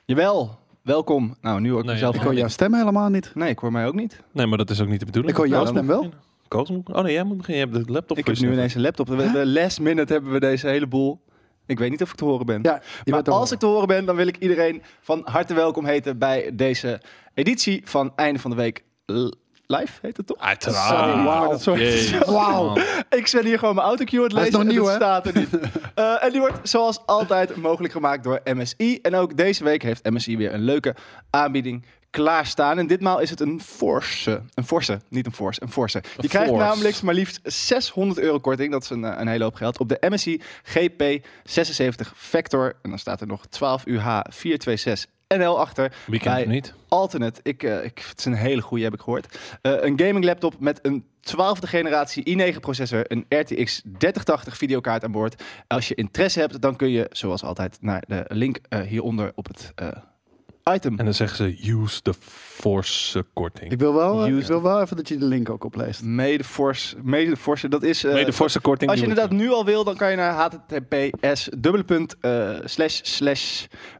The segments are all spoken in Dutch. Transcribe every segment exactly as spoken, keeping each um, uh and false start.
Jawel, welkom. Nou, nu hoor ik Nee, mezelf Ik gewoon hoor jouw niet. stem helemaal niet. Nee, ik hoor mij ook niet. Nee, maar dat is ook niet de bedoeling. Ik hoor jouw Nou, stem wel. Koos moet... Oh nee, jij moet beginnen. Je hebt de laptop Ik voor heb je nu snuffert. ineens een laptop. We- we- Last minute hebben we deze hele boel. Ik weet niet of ik te horen ben. Ja, je maar bent er als wel. ik te horen ben, dan wil ik iedereen van harte welkom heten bij deze editie van Einde van de Week L- Live, heet het toch? Uiteraard. Sorry, wauw, dat soort- Jezus, Wauw. man. Ik ben hier gewoon mijn autocue aan het Hij is lezen nog en nieuw, het hè? staat er niet. Eh, en die wordt zoals altijd mogelijk gemaakt door M S I. En ook deze week heeft M S I weer een leuke aanbieding klaarstaan. En ditmaal is het een forse. Een forse, niet een force, een forse. Je Een krijgt force. namelijk maar liefst zeshonderd euro korting. Dat is een, eh, een hele hoop geld. Op de M S I G P zesenzeventig Vector. En dan staat er nog twaalf U H vierhonderdzesentwintig N L achter. Wie kent Bij hem niet? Alternate. Ik, eh, ik, het is een hele goede, heb ik gehoord. Eh, een gaming laptop met een twaalfde generatie i negen processor, een R T X dertig tachtig videokaart aan boord. Als je interesse hebt, dan kun je, zoals altijd, naar de link eh, hieronder op het eh, item. En dan zeggen ze, use the force korting. Ik wil, wel, eh, Use ik wil wel even dat je de link ook opleest. Mede Force, Mede Force, dat is... eh, nee, de forse korting. Als je doe ik. inderdaad nu al wil, dan kan je naar h t t p s dubbele punt eh, slash slash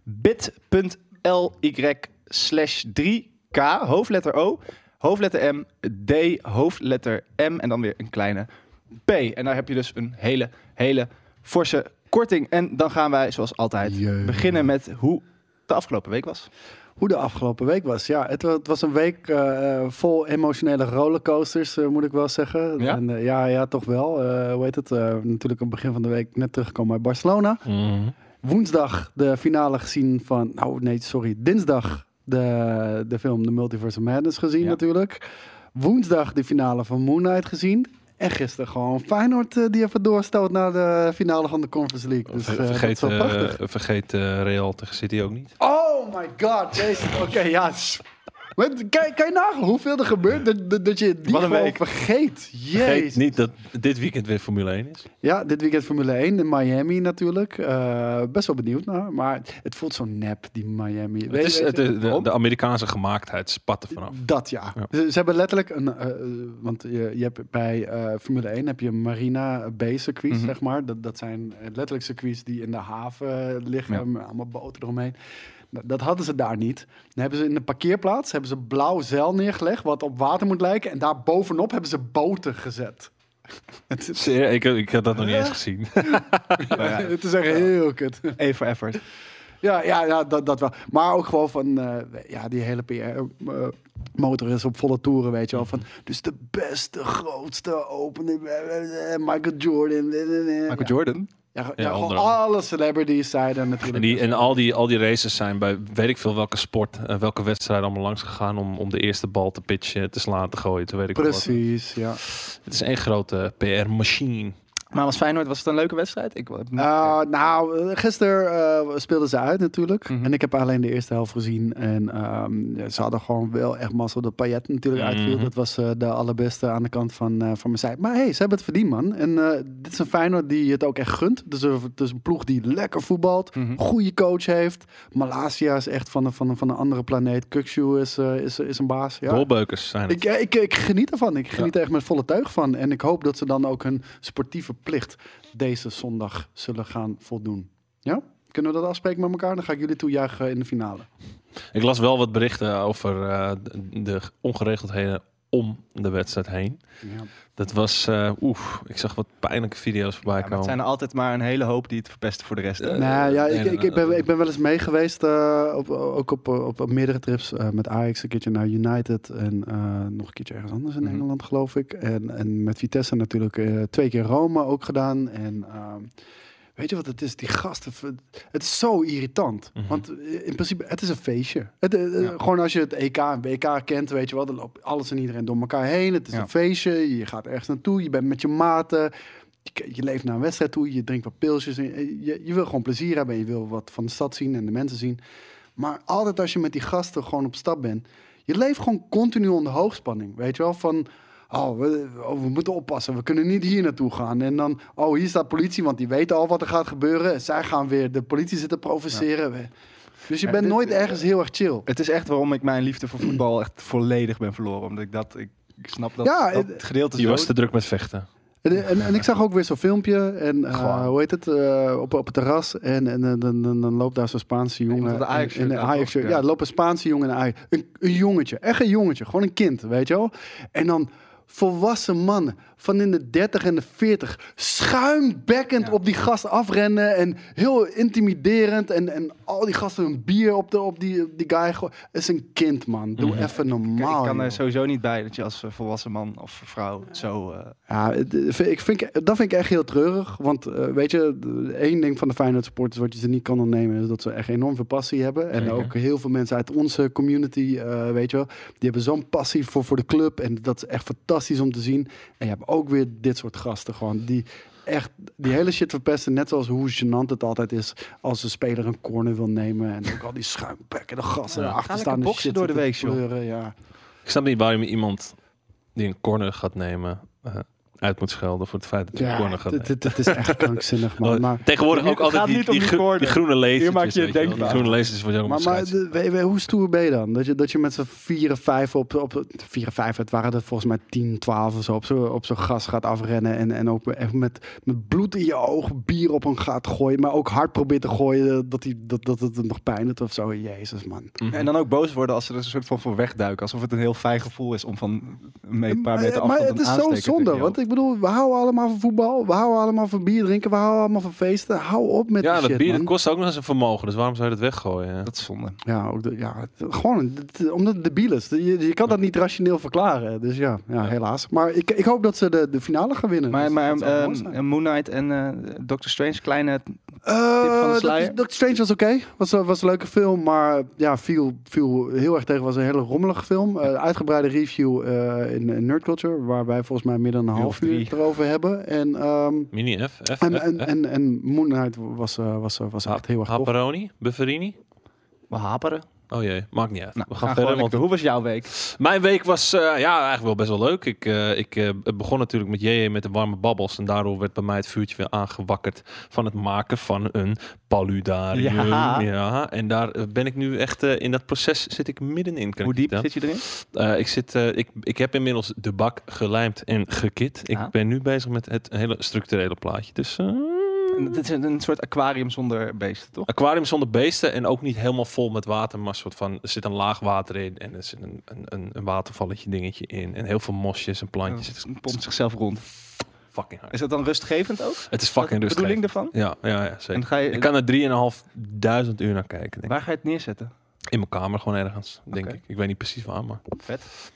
bit.ly slash drie k hoofdletter O, hoofdletter M, D, hoofdletter M en dan weer een kleine P. En daar heb je dus een hele, hele forse korting. En dan gaan wij, zoals altijd, Jee. beginnen met hoe de afgelopen week was. Hoe de afgelopen week was. Ja, het, wa- het was een week eh, vol emotionele rollercoasters, eh, moet ik wel zeggen. Ja? En, eh, ja, ja, toch wel. Eh, hoe heet het? Eh, natuurlijk aan het begin van de week net teruggekomen uit Barcelona. Mhm. Woensdag de finale gezien van... Nou, nee, sorry. Dinsdag de, de film The Multiverse of Madness gezien Ja. natuurlijk. Woensdag de finale van Moon Knight gezien. En gisteren gewoon Feyenoord eh, die even doorstoot naar de finale van de Conference League. Dus, Ver- eh, vergeet dat is wel eh, prachtig. vergeet eh, Real tegen City ook niet. Oh my god, jezus. Oké, ja. s- Maar kan, kan je nagaan hoeveel er gebeurt dat, dat, dat je die Wat een gewoon week. vergeet? Vergeet Jezus. niet dat dit weekend weer Formule één is. Ja, dit weekend Formule één in Miami natuurlijk. Eh, best wel benieuwd naar. Maar het voelt zo nep, die Miami. Het Weet- is, weet de, je- de, de, de Amerikaanse gemaaktheid spat er vanaf. Dat ja. Ja. Ze, ze hebben letterlijk een. eh, want je, je hebt bij eh, Formule één heb je Marina Bay circuits, Mhm. zeg maar. Dat, dat zijn letterlijk circuits die in de haven liggen. Ja. Met allemaal boten eromheen. Dat, dat hadden ze daar niet. Dan hebben ze in de parkeerplaats hebben ze blauw zeil neergelegd, wat op water moet lijken. En daar bovenop hebben ze boten gezet. Het is, Zeer, ik, ik had dat nog niet eens gezien. ja. het is echt heel kut. Even voor effort. Ja, ja, ja dat, dat wel. Maar ook gewoon van, eh, ja, die hele P R-motor is op volle toeren, weet je wel. Van, dus de beste, grootste, opende, Michael Jordan. Michael Jordan. Ja, ja, Ja, gewoon onder andere. alle celebrities zeiden natuurlijk. En, die, en al, die, al die races zijn bij weet ik veel welke sport, uh, welke wedstrijd allemaal langs gegaan om, om de eerste bal te pitchen, te slaan, te gooien, te weet ik veel wat. Precies, ja. Het is één grote P R-machine. Maar was Feyenoord, was het een leuke wedstrijd? Ik heb niet Uh, gekeken. nou, eh, gisteren eh, speelden ze uit natuurlijk. Mhm. En ik heb alleen de eerste helft gezien. En ehm, ja, ze hadden gewoon wel echt mazzel dat Payet natuurlijk Mhm. uitviel. Dat was eh, de allerbeste aan de kant van, eh, van mijn zijde. Maar hey, ze hebben het verdiend, man. En eh, dit is een Feyenoord die het ook echt gunt. Het is een, het is een ploeg die lekker voetbalt. Mhm. Goede coach heeft. Malasia is echt van een, van een, van een andere planeet. Kukshu is, eh, is, is een baas. Ja. Goalbeukers zijn het. Ik, ik, ik geniet ervan. Ik geniet er echt met volle teug van. En ik hoop dat ze dan ook hun sportieve plicht deze zondag zullen gaan voldoen. Ja? Kunnen we dat afspreken met elkaar? Dan ga ik jullie toejuichen in de finale. Ik las wel wat berichten over uh, de, de ongeregeldheden om de wedstrijd heen. Ja. Dat was, uh, oef, ik zag wat pijnlijke video's voorbij Ja, maar komen. het zijn er altijd maar een hele hoop die het verpesten voor de rest. hè? Eh, nou ja, nee, ik, nee, ik, ik, nee, ben, ik ben wel eens mee geweest, uh, op, ook op, op, op meerdere trips uh, met Ajax. Een keertje naar United en uh, nog een keertje ergens anders in Mhm. Engeland, geloof ik. En, en met Vitesse natuurlijk uh, twee keer Rome ook gedaan. En uh, weet je wat het is? Die gasten, het is zo irritant. Mhm. Want in principe, het is een feestje. Het, uh, Ja. Gewoon als je het E K en W K kent, weet je wel, dan loopt alles en iedereen door elkaar heen. Het is Ja. een feestje, je gaat ergens naartoe, je bent met je maten. Je, je leeft naar een wedstrijd toe, je drinkt wat pilsjes. En je, je wil gewoon plezier hebben en je wil wat van de stad zien en de mensen zien. Maar altijd als je met die gasten gewoon op stap bent, je leeft gewoon continu onder hoogspanning. Weet je wel, van... Oh we, oh, we moeten oppassen. We kunnen niet hier naartoe gaan. En dan, oh, hier staat politie, want die weten al wat er gaat gebeuren. En zij gaan weer de politie zitten provoceren. Ja. Dus je Ja, bent dit- nooit ergens heel erg chill. Het is echt waarom ik mijn liefde voor voetbal echt volledig ben verloren. Omdat ik dat, ik, ik snap dat, Ja, dat het- gedeelte Je zo... was te druk met vechten. En, en, en ik zag ook weer zo'n filmpje. En uh, hoe heet het? Uh, op, op het terras. En, en dan, dan, dan loopt daar zo'n Spaanse jongen. De Ajax in de Ajax ja. ja, er loopt een Spaanse jongen in de Ajax. Een, een jongetje. Echt een jongetje. Gewoon een kind, weet je wel. En dan volwassen mannen van in de dertig en de veertig schuimbekkend ja. op die gast afrennen en heel intimiderend en, en al die gasten een bier op, de, op die, die guy gooien. Het is een kind, man. Doe mm-hmm. even normaal. Ik, ik kan er joh. sowieso niet bij dat je als volwassen man of vrouw zo... Uh... Ja, ik vind, dat vind ik echt heel treurig, want uh, weet je, één ding van de Feyenoord supporters wat je ze niet kan ontnemen is dat ze echt enorm veel passie hebben. En Zeker. ook heel veel mensen uit onze community, uh, weet je wel, die hebben zo'n passie voor, voor de club en dat is echt fantastisch om te zien. En je hebt ook weer dit soort gasten gewoon die echt die hele shit verpesten, net zoals hoe gênant het altijd is als een speler een corner wil nemen en ook al die schuimbekkende gasten ja, erachter staan de shit door de week, kleuren, ja. Ik snap niet waarom iemand die een corner gaat nemen uh, uit moet schelden voor het feit dat hij ja, een corner gaat nemen. Het is echt krankzinnig, man. Maar tegenwoordig ook altijd die, die, gro- die groene lezers. maak je het Die groene lezers voor jou. Maar, maar de, we, we, hoe stoer ben je dan? Dat je, dat je met z'n vier en vijf op, op vier en vijf, het waren er volgens mij tien, twaalf of zo, op zo'n op zo'n gas gaat afrennen en, en ook echt met, met bloed in je ogen bier op hem gaat gooien, maar ook hard probeert te gooien dat, die, dat, dat het hem nog pijn doet of zo. Jezus, man. Mm-hmm. En dan ook boos worden als ze er een soort van voor wegduiken, alsof het een heel fijn gevoel is om van een paar meter af maar, te maar het is zo zonde, want ik bedoel, we houden allemaal van voetbal, we houden allemaal van bier drinken, we houden allemaal van feesten. Hou op met ja, die dat shit, bier man. dat kost ook nog eens een vermogen, dus waarom zou je dat weggooien? Ja? Dat is zonde. Ja, ook de, ja gewoon het, omdat het debiel is. Je, je kan dat niet rationeel verklaren. Dus ja, ja, ja. helaas. Maar ik, ik hoop dat ze de, de finale gaan winnen. Maar, dus, maar um, Moon Knight en uh, Doctor Strange, kleine uh, tip van de sluier? Doctor Strange was oké. Okay. Was, was een leuke film, maar ja, viel, viel heel erg tegen. Was een hele rommelige film. Uh, uitgebreide review uh, in, in Nerd Culture, waar wij volgens mij meer dan een half uur het erover hebben. En, um, Mini F, F, en, F, en, F. en, en Moon Knight was, uh, was, was ha- echt heel erg tof. Haperoni? Bufferini? We haperen. Oh jee, maakt niet uit. Nou, we gaan, gaan gaan verder. Want hoe was jouw week? Mijn week was uh, ja, eigenlijk wel best wel leuk. Ik, uh, ik uh, begon natuurlijk met J J met de warme babbels. En daardoor werd bij mij het vuurtje weer aangewakkerd van het maken van een paludarium. Ja. Ja, en daar uh, ben ik nu echt uh, in dat proces zit ik middenin. Hoe diep zit je erin? Uh, ik, zit, uh, ik, ik heb inmiddels de bak gelijmd en gekit. Ik ah. ben nu bezig met het hele structurele plaatje. Dus... Uh, Het is een soort aquarium zonder beesten, toch? Aquarium zonder beesten en ook niet helemaal vol met water, maar soort van, er zit een laag water in en er zit een, een, een watervalletje dingetje in en heel veel mosjes en plantjes. Het ja, pompt zichzelf rond. Fucking hard. Is dat dan rustgevend ook? Het is fucking rustgevend. De bedoeling ervan? Ja, ja, ja zeker. En ga je, ik kan er drieënhalfduizend uur naar kijken. Denk waar ga je het neerzetten? In mijn kamer gewoon ergens, denk okay. ik. Ik weet niet precies waar, maar... Vet.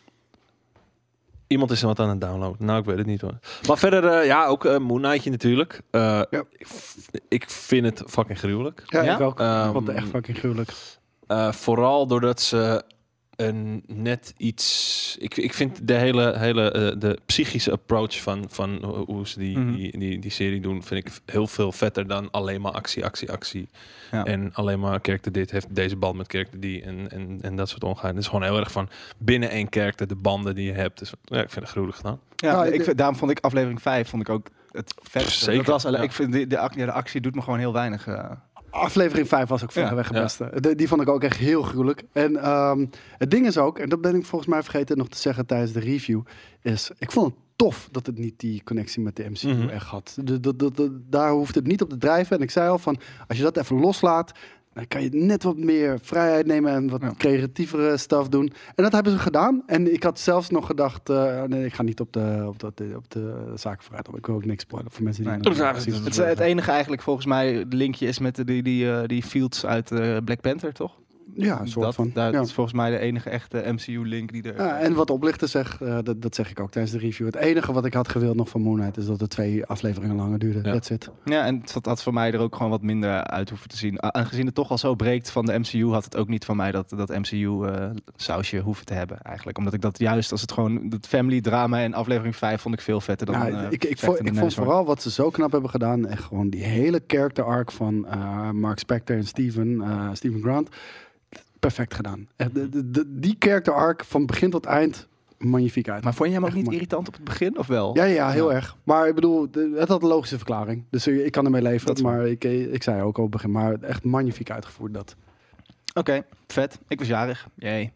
Iemand is er wat aan het downloaden. Nou, ik weet het niet hoor. Maar verder, uh, ja, ook uh, Moon Knightje natuurlijk. Uh, ja. ik, ik vind het fucking gruwelijk. Ja, ja? ik ook. Um, ik vond het echt fucking gruwelijk. Uh, vooral doordat ze een net iets... Ik, ik vind de hele, hele uh, de psychische approach van, van hoe ze die, mm-hmm. die, die, die serie doen, vind ik heel veel vetter dan alleen maar actie, actie, actie. Ja. En alleen maar karakter dit heeft deze band met karakter die en, en, en dat soort ongeheid. Het is gewoon heel erg van binnen één karakter de banden die je hebt. Dus ja, ik vind het gruwelijk gedaan. Ja, ja ik, daarom vond ik aflevering vijf vond ik ook het vetste. Zeker. Dat was, ja. Ik vind de, de, ja, de actie doet me gewoon heel weinig. Uh. Aflevering vijf was ook verreweg ja, het beste. Ja. De, die vond ik ook echt heel gruwelijk. En um, het ding is ook, en dat ben ik volgens mij vergeten nog te zeggen tijdens de review, is ik vond het tof dat het niet die connectie met de M C U mm-hmm. echt had. De, de, de, de, daar hoeft het niet op te drijven. En ik zei al van, als je dat even loslaat, dan kan je net wat meer vrijheid nemen en wat ja. creatievere stuff doen. En dat hebben ze gedaan. En ik had zelfs nog gedacht, uh, nee, ik ga niet op de, op de, op de zaken vooruit. Ik wil ook niks spoilen voor mensen die... Nee, het, het, het, het enige eigenlijk volgens mij, het linkje is met de, die, die, uh, die Fields uit uh, Black Panther, toch? Ja, een soort dat, van. Dat ja. is volgens mij de enige echte M C U-link die er... Ja, en wat oplichter zegt, uh, dat, dat zeg ik ook tijdens de review. Het enige wat ik had gewild nog van Moon Knight is dat het twee afleveringen langer duurde. Ja. That's it. Ja, en het had voor mij er ook gewoon wat minder uit hoeven te zien. Aangezien het toch al zo breekt van de M C U, had het ook niet van mij dat, dat M C U-sausje uh, hoeven te hebben eigenlijk. Omdat ik dat juist, als het gewoon het family drama en aflevering vijf vond ik veel vetter dan... Ja, uh, ik ik, vo- ik vond vooral wat ze zo knap hebben gedaan, echt gewoon die hele character arc van uh, Mark Spector en Steven, uh, Steven Grant... Perfect gedaan. Echt, de, de, de, die character arc van begin tot eind magnifiek uit. Maar vond je hem ook echt niet mooi. irritant op het begin, of wel? Ja, ja, heel ja. erg. Maar ik bedoel, de, het had een logische verklaring. Dus ik kan ermee leven. Dat maar ik, ik zei ook op het begin, maar echt magnifiek uitgevoerd dat. Oké, okay, vet. Ik was jarig. Jee.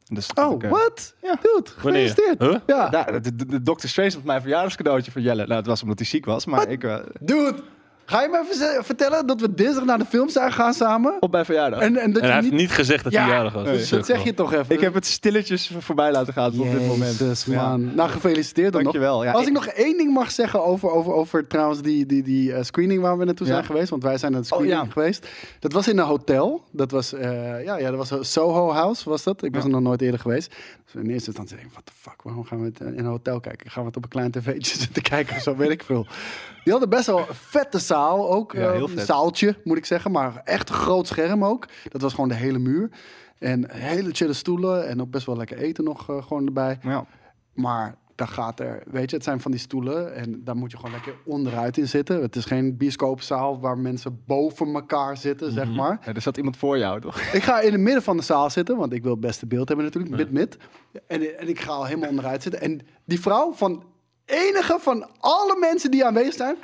Dus Oh, ik, uh, wat? Ja. Dude, gefeliciteerd. Huh? Ja. Ja, de, de, de Doctor Strange was mijn verjaardagscadeautje voor Jelle. Nou, het was omdat hij ziek was, maar Wat? ik... Uh, Dude, ga je me even ze- vertellen dat we dinsdag naar de film zijn gegaan samen? op mijn verjaardag. En, en dat En hij je heeft niet... niet gezegd dat Ja, hij jarig was. dus dat zeg je toch even. Ik heb het stilletjes voorbij laten gaan op dit moment. Jezus, Ja. man. Nou, gefeliciteerd dan nog. Dankjewel. Ja, Als ik- ik nog één ding mag zeggen over, over, over trouwens die, die, die uh, screening waar we naartoe Ja. zijn geweest. Want wij zijn naar de Oh, screening ja. geweest. Dat was in een hotel. Dat was, uh, ja, ja, dat was een Soho House, was dat. Ik was Ja. er nog nooit eerder geweest. Dus in eerste instantie denk ik, what the fuck, waarom gaan we het in een hotel kijken? Gaan we het op een klein tv'tje zitten kijken of zo, weet ik veel. Die hadden best wel een vette zaal ook. Ja, heel uh, vet. Zaaltje, moet ik zeggen. Maar echt een groot scherm ook. Dat was gewoon de hele muur. En hele chille stoelen. En ook best wel lekker eten nog uh, gewoon erbij. Ja. Maar daar gaat er, weet je, het zijn van die stoelen en daar moet je gewoon lekker onderuit in zitten. Het is geen bioscoopzaal waar mensen boven elkaar zitten, zeg maar. Ja, er zat iemand voor jou, toch? Ik ga in het midden van de zaal zitten, want ik wil het beste beeld hebben natuurlijk, mid-mid. En, en ik ga al helemaal onderuit zitten. En die vrouw van enige van alle mensen die aanwezig zijn,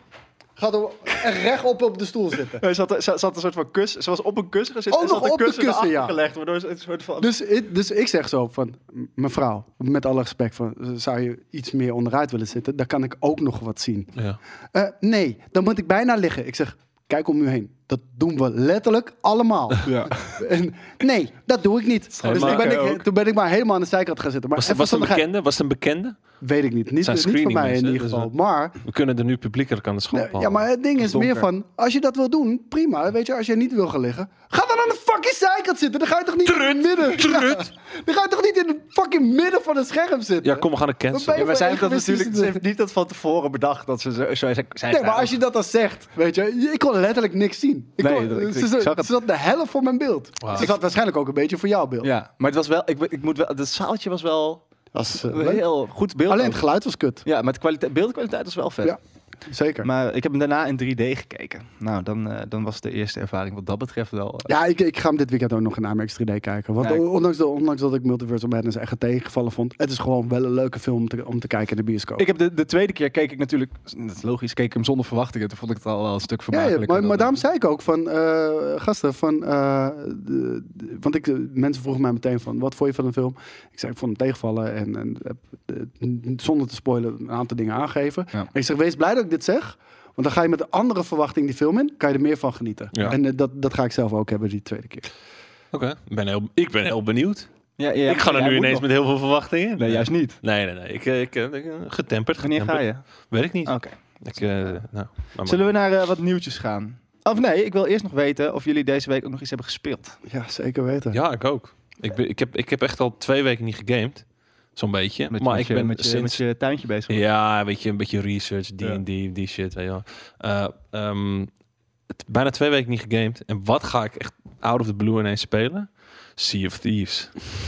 gaat er rechtop op de stoel zitten. Ze zat, ze zat een soort van kussen. Ze was op een kussen gezeten. Oh, en ze nog had een op de kussen kussen, erachter ja. gelegd. Waardoor ze een soort van... Dus, ik- dus ik zeg zo van, m- mevrouw, met alle respect, van, zou je iets meer onderuit willen zitten? Dan kan ik ook nog wat zien. Ja. Uh, nee, dan moet ik bijna liggen. Ik zeg, kijk om u heen. Dat doen we letterlijk allemaal. Ja. En, nee, dat doe ik niet. Dus maar- toen ben ik, ook. toen ben ik maar helemaal aan de zijkant gaan zitten. Maar Was, het, even was, het een zonder bekende? Was het een bekende? Weet ik niet. Niet, zijn niet voor screening mij in mensen, ieder dus geval. we- Maar, We kunnen er nu publiekelijk aan de school nee, ja, maar het ding is donker. meer van... Als je dat wil doen, prima. Weet je, als je niet wil gaan liggen... Ga dan aan de fucking zijkant zitten. Dan ga je toch niet in het midden... Ja, dan ga je toch niet in het fucking midden van het scherm zitten? Ja, kom, we gaan een cancel. Wat ben Ja, maar zij heeft dat egoïstisch natuurlijk... Ze heeft niet dat van tevoren bedacht dat ze zo... zo zij, zij Nee, maar als je dat dan zegt, weet je, ik kon letterlijk niks zien. Ik Nee, kon, dat- ik- ze, ik ze- zag het. ze zat de helft voor mijn beeld. Wauw. Ze zat waarschijnlijk ook een beetje voor jouw beeld. Ja, maar het was wel... Ik, ik moet wel... Het zaaltje was wel... Was, uh, leuk. heel goed beeld. Alleen het ook. geluid was kut. Ja, maar de kwaliteit, beeldkwaliteit was wel vet. Ja. Zeker. Maar ik heb hem daarna in drie D gekeken. Nou, dan, uh, dan was de eerste ervaring wat dat betreft wel... Uh, Ja, ik, ik ga hem dit weekend ook nog in IMAX drie D kijken. Want Ja, ik- ondanks, de, ondanks dat ik Multiverse of Madness echt een tegengevallen vond, het is gewoon wel een leuke film om te, om te kijken in de bioscoop. Ik heb de, de tweede keer keek ik natuurlijk... Dat is logisch, keek ik hem zonder verwachtingen. Toen vond ik het al wel een stuk ja, ja, vermakelijker. maar, maar dan- daarom zei ik ook van, uh, gasten, van, uh, de, de- want ik, uh, mensen vroegen mij meteen van, wat vond je van de film? Ik zei, ik vond hem tegenvallen en, en heb, uh, zonder te spoilen een aantal dingen aangegeven. Ja. En ik zeg, wees blij dat ik dit zeg, want dan ga je met een andere verwachting die film in, kan je er meer van genieten. Ja. En uh, dat, dat ga ik zelf ook hebben die tweede keer. Oké, ik ben heel, ik ben heel benieuwd. Ja, ja, ik ga er jij nu moet ineens nog. met heel veel verwachtingen. Nee, juist niet. Nee, nee, nee. Ik, eh, ik, ik, ik getemperd. Wanneer ga getemperd. je? Weet ik niet. Oké. Ik, eh, nou, maar maar- Zullen we naar uh, wat nieuwtjes gaan? Of nee, ik wil eerst nog weten of jullie deze week ook nog iets hebben gespeeld. Ja, zeker weten. Ja, ik ook. Ik, ben, ik, heb, ik heb echt al twee weken niet gegamed. Zo'n beetje. Met, maar met ik je, ben met je, sinds... met je tuintje bezig. Ja, weet je, een beetje research, die Ja. en die, die shit, weet je wel. Uh, um, het, bijna twee weken niet gegamed. En wat ga ik echt out of the blue ineens spelen? Sea of Thieves.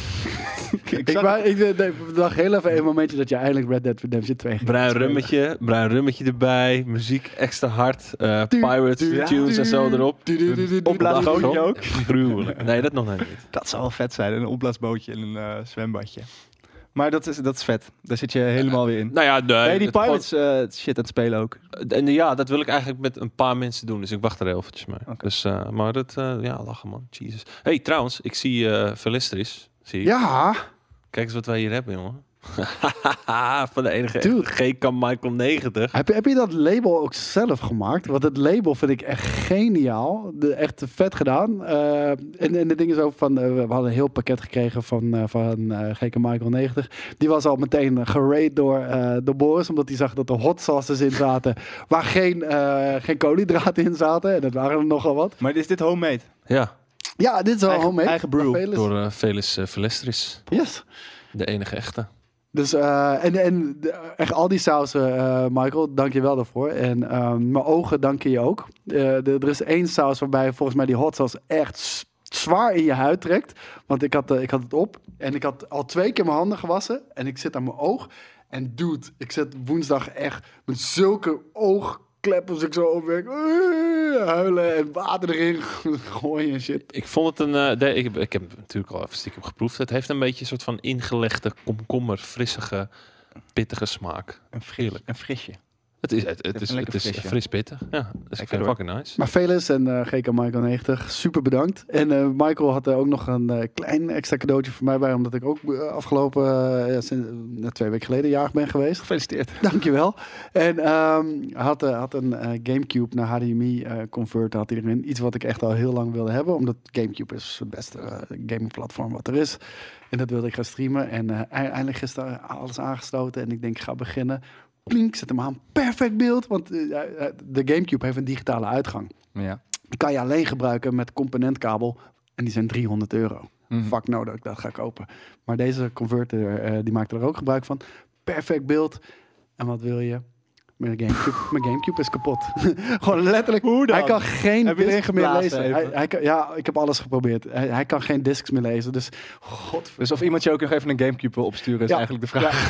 ik Ik, zag maar, ik eh, nee, dacht heel even een momentje dat je eindelijk Red Dead Redemption twee ging Bruin spelen. rummetje, bruin rummetje erbij, muziek extra hard, uh, Du- pirates, du- tunes en zo erop. du- du- du- du- du- Opblaasbootje ook. Gruwelijk. Nee, dat nog niet. Dat zou wel vet zijn, een opblaasbootje en een uh, zwembadje. Maar dat is, dat is vet. Daar zit je helemaal weer in. Nou ja, nee, Ben je die het Pirates uh, shit aan het spelen ook? gewoon- en ja, dat wil ik eigenlijk met een paar mensen doen, dus ik wacht er heel eventjes mee. Oké. Dus, uh, maar dat, uh, ja, lachen man, Jesus. Hey, trouwens, ik zie uh, Velistris. Zie je? Ja, Kijk eens wat wij hier hebben, jongen. Van de enige Dude. G K Michael negentig. heb je, heb je dat label ook zelf gemaakt? Want het label vind ik echt geniaal. De, echt vet gedaan. Uh, en, en de ding is ook van, uh, we hadden een heel pakket gekregen van, uh, van uh, G K Michael negentig. Die was al meteen uh, gerate door, uh, door Boris, omdat hij zag dat er hot sauces in zaten, waar geen, uh, geen koolhydraten in zaten. En dat waren er nogal wat. Maar is dit homemade? Ja, Ja, dit is wel Eigen- homemade. eigen brew. Maar Velis- door uh, Velis uh, Velistris. Yes. De enige echte. Dus uh, en, en de- echt al die sausen, uh, Michael, dank je wel daarvoor. En um, mijn ogen dank je je ook. Uh, de, er is één saus waarbij volgens mij die hot sauce echt s- zwaar in je huid trekt. Want ik had, uh, ik had het op en ik had al twee keer mijn handen gewassen. En ik zit aan mijn oog. En dude, ik zit woensdag echt met zulke oogkleppers. Ik zo overwerk, uh, huilen en water erin gooien en shit. Ik vond het een... Uh, de, ik, ik heb het natuurlijk al even stiekem geproefd. Het heeft een beetje een soort van ingelegde komkommer, frissige, pittige smaak. Een, fris, een frisje. Het is, het, het is, een het lekker is frisje. fris pittig. Ja, dat is Lekker, fucking nice. Maar Velis en uh, G K Michael negentig, super bedankt. En uh, Michael had er ook nog een uh, klein extra cadeautje voor mij bij, omdat ik ook uh, afgelopen uh, ja, sinds, uh, twee weken geleden jarig ben geweest. Gefeliciteerd. Dankjewel. En um, had, uh, had een uh, Gamecube naar H D M I uh, converter had hij erin. Iets wat ik echt al heel lang wilde hebben, omdat Gamecube is het beste uh, gamingplatform wat er is. En dat wilde ik gaan streamen. En uh, eindelijk gisteren alles aangesloten en ik denk ik ga beginnen. Plink, zet hem aan. Perfect beeld, want uh, de Gamecube heeft een digitale uitgang. Ja. Die kan je alleen gebruiken met componentkabel. En die zijn driehonderd euro. Mm. Fuck no dat ik dat ga kopen. Maar deze converter, uh, die maakt er ook gebruik van. Perfect beeld. En wat wil je? Mijn Gamecube, mijn Gamecube is kapot. Gewoon letterlijk. Hoe dan? Hij kan geen Heb je erin discs meer geblazen lezen. Hij, even? hij kan, ja, ik heb alles geprobeerd. Hij, hij kan geen discs meer lezen. Dus, god. Dus of iemand je ook nog even een Gamecube wil opsturen, is Ja. eigenlijk de vraag.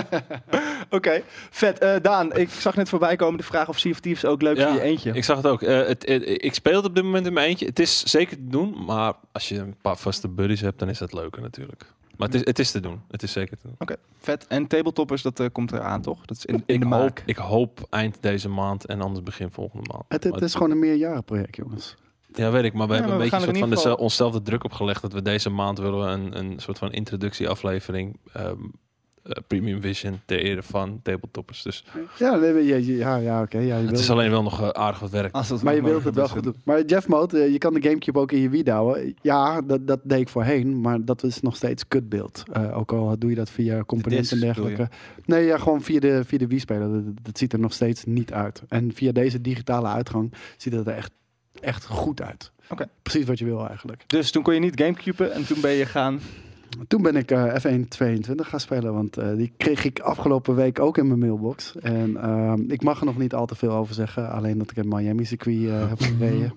Oké, okay. Vet. Uh, Daan, ik zag net voorbij komen de vraag of Sea of Thieves ook leuk is Ja, in je eentje. Ik zag het ook. Uh, het, het- ik speel het op dit moment in mijn eentje. Het is zeker te doen, maar als je een paar vaste buddies hebt, dan is dat leuker natuurlijk. Maar het is, het is te doen. Het is zeker te doen. Oké, vet. En tabletoppers, dat uh, komt eraan, toch? Dat is in, in ik, de hoop, maak. ik hoop eind deze maand en anders begin volgende maand. Het, het Maar- is gewoon een meerjarenproject, jongens. Ja, weet ik. Maar we Ja, hebben maar een we beetje gaan een er soort in van ieder de, onszelfde druk opgelegd dat we deze maand willen we een, een soort van introductieaflevering um, uh, Premium Vision ter ere van tabletoppers. Dus Ja, nee, ja, ja, ja oké. ja, je het wil- is alleen wel nog uh, aardig wat werk. Als dat Maar je nog wilt het wel mogelijk goed is. doen. Maar Jeff Mode, eh, je kan de Gamecube ook in je Wii douwen. Ja, dat, dat deed ik voorheen, maar dat is nog steeds kutbeeld. Uh, ook al doe je dat via componenten en discs, bedoel dergelijke. Nee, ja, gewoon via de, via de Wii-speler. Dat, dat ziet er nog steeds niet uit. En via deze digitale uitgang ziet het er echt, echt goed uit. Oké. Precies wat je wil eigenlijk. Dus toen kon je niet Gamecuben en toen ben je gaan... Toen ben ik uh, F één tweeëntwintig gaan spelen, want uh, die kreeg ik afgelopen week ook in mijn mailbox. En uh, ik mag er nog niet al te veel over zeggen, alleen dat ik een Miami circuit uh, heb gereden.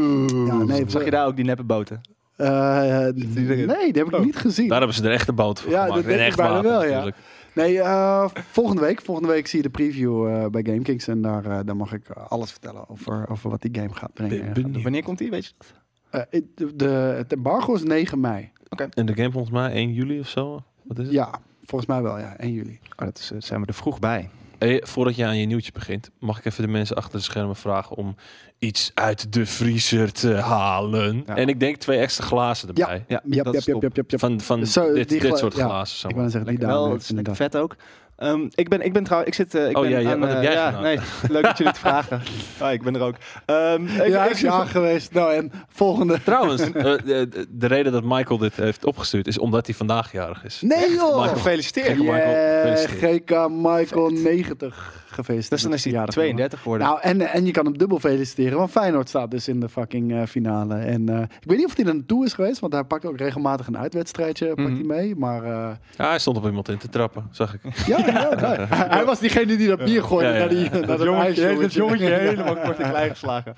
Ja, nee, Zag je daar ook die neppe boten? Uh, die erin? nee, die heb ik Oh. niet gezien. Daar hebben ze er echt een boot voor Ja, gemaakt. dat denk En ik echt bijna water wel, ja. natuurlijk. Nee, uh, volgende week. Volgende week zie je de preview uh, bij GameKings. En daar, uh, daar mag ik uh, alles vertellen over, over wat die game gaat brengen. Ben en benieuwd. gaat Wanneer komt die, weet je dat? doen. Uh, de, de, het embargo is negen mei. En de game volgens mij één juli of zo. Wat is het? Ja, volgens mij wel, ja. één juli. Oh, dat is, uh, zijn we er vroeg bij. Hey, voordat je aan je nieuwtje begint, mag ik even de mensen achter de schermen vragen om iets uit de vriezer te halen. Ja. En ik denk twee extra glazen erbij. Ja, Jap, dat jap, is jap, top. jap, jap, jap. Van, van Zo, dit, die dit gla- soort ja. glazen. Zeg Ik maar. wou zeggen, die Lekker dame wel, heeft het is lekker inderdaad. vet ook. Um, ik ben, ik ben trouwens, ik zit, uh, ik Oh, ben ja, ja, aan, wat heb uh, jij ja, gedaan? nee, leuk dat jullie het vragen. Oh, ik ben er ook. Um, ik, Ja, ik, is ja geweest. Nou, en volgende. Trouwens, uh, de, de reden dat Michael dit heeft opgestuurd is omdat hij vandaag jarig is. Nee, joh! Michael, gefeliciteerd. Gekke Michael, Yeah, gefeliciteerd. G K Michael negentig gefeliciteerd. Dus dan is hij Verjaardag. tweeëndertig geworden. Nou, en, en je kan hem dubbel feliciteren, want Feyenoord staat dus in de fucking uh, finale. En uh, ik weet niet of hij er naartoe is geweest, want hij pakt ook regelmatig een uitwedstrijdje pakt Mhm. hij mee. Maar uh, Ja, hij stond op iemand in te trappen, zag ik. ja, ja, ja. hij, hij was diegene die dat bier gooide Ja, ja, naar, die, ja. naar dat dat jongetje, ijsjongetje. dat jongetje helemaal kort en klein geslagen.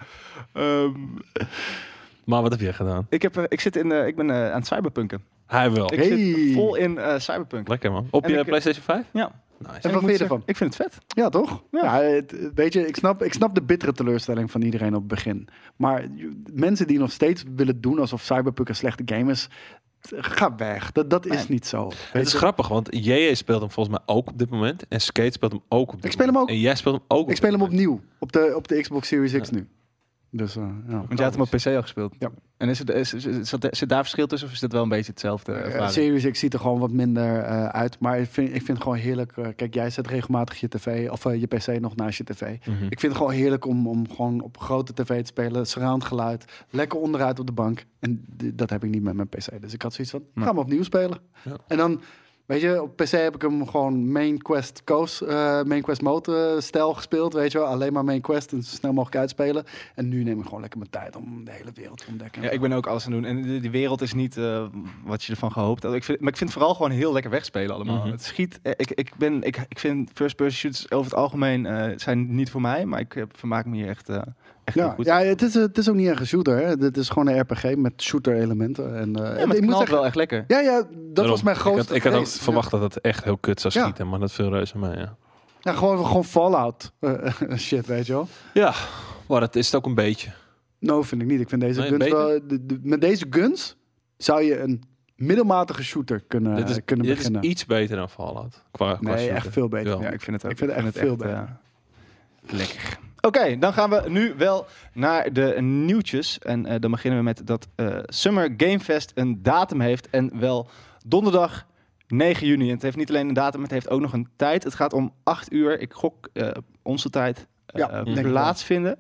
Um, Maar wat heb jij gedaan? ik, heb, uh, ik, zit in, uh, ik ben uh, aan het cyberpunken. Hij wel. Ik Hey. zit vol in uh, cyberpunk. Lekker man. Op En je ik- PlayStation vijf? Ja. Nice. En ik wat moet vind je zeggen, ervan? Ik vind het vet. Ja, toch? Ja. Ja. het, weet je, ik snap, ik snap de bittere teleurstelling van iedereen op het begin. Maar je- mensen die nog steeds willen doen alsof Cyberpunk een slechte game is, t- ga weg. Dat, dat is Nee. niet zo. Het Weet is je? grappig, want J J speelt hem volgens mij ook op dit moment. En Skate speelt hem ook op dit Ik speel hem moment. ook. En jij speelt hem ook op Ik speel dit hem moment. opnieuw op de, op de Xbox Series X Ja. nu. Dus uh, ja. Want jij had hem op P C al gespeeld. Ja. En is het, is, is, is, zit- zit daar verschil tussen of is het wel een beetje hetzelfde? Uh, ervaring? Series X ziet er gewoon wat minder uh, uit. Maar ik vind, ik vind het gewoon heerlijk. Uh, kijk, jij zet regelmatig je tv of uh, je P C nog naast je tv. Mhm. Ik vind het gewoon heerlijk om, om gewoon op grote tv te spelen. Surround geluid. Lekker onderuit op de bank. En d- dat heb ik niet met mijn P C. Dus ik had zoiets van, Nee. ga hem opnieuw spelen. Ja. En dan, weet je, op P C heb ik hem gewoon main quest coast, uh, main quest mode uh, stijl gespeeld. Weet je wel, alleen maar main quest en zo snel mogelijk uitspelen. En nu neem ik gewoon lekker mijn tijd om de hele wereld te ontdekken. Ja, ik ben ook alles aan het doen. En die, die wereld is niet uh, wat je ervan gehoopt had. Ik vind, maar ik vind het vooral gewoon heel lekker wegspelen allemaal. Mhm. Het schiet. eh, Ik, ik, ben, ik, ik vind first-person shooters over het algemeen uh, zijn niet voor mij. Maar ik uh, vermaak me hier echt, uh, echt heel Ja, goed. ja het, is, het is ook niet echt een shooter. Hè. Het is gewoon een R P G met shooter elementen. En, uh, Ja, maar ik het moet knalt zeggen, wel echt lekker. ja, ja, dat Daarom. was mijn grootste Ik had, ik had ook vrees. verwacht dat het echt heel kut zou Ja. schieten, maar dat viel reuze mee, ja. Ja, gewoon, gewoon Fallout uh, shit, weet je wel. Ja, maar dat is het ook een beetje. No, vind ik niet. Ik vind deze Nee, guns beter? wel... De, de- met deze guns zou je een middelmatige shooter kunnen, dit is, kunnen dit beginnen. is iets beter dan Fallout. Qua, qua nee, shooter. echt veel beter. Ja. Ja, ik vind het ook. Ik vind het echt veel uh, beter. Lekker. Oké, okay, dan gaan we nu wel naar de nieuwtjes. En uh, dan beginnen we met dat uh, Summer Game Fest een datum heeft. En wel donderdag negen juni. En het heeft niet alleen een datum, het heeft ook nog een tijd. Het gaat om acht uur. Ik gok uh, onze tijd uh, ja, uh, plaatsvinden.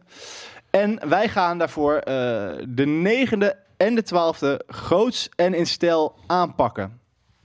En wij gaan daarvoor uh, de negende en de twaalfde groots en in stijl aanpakken.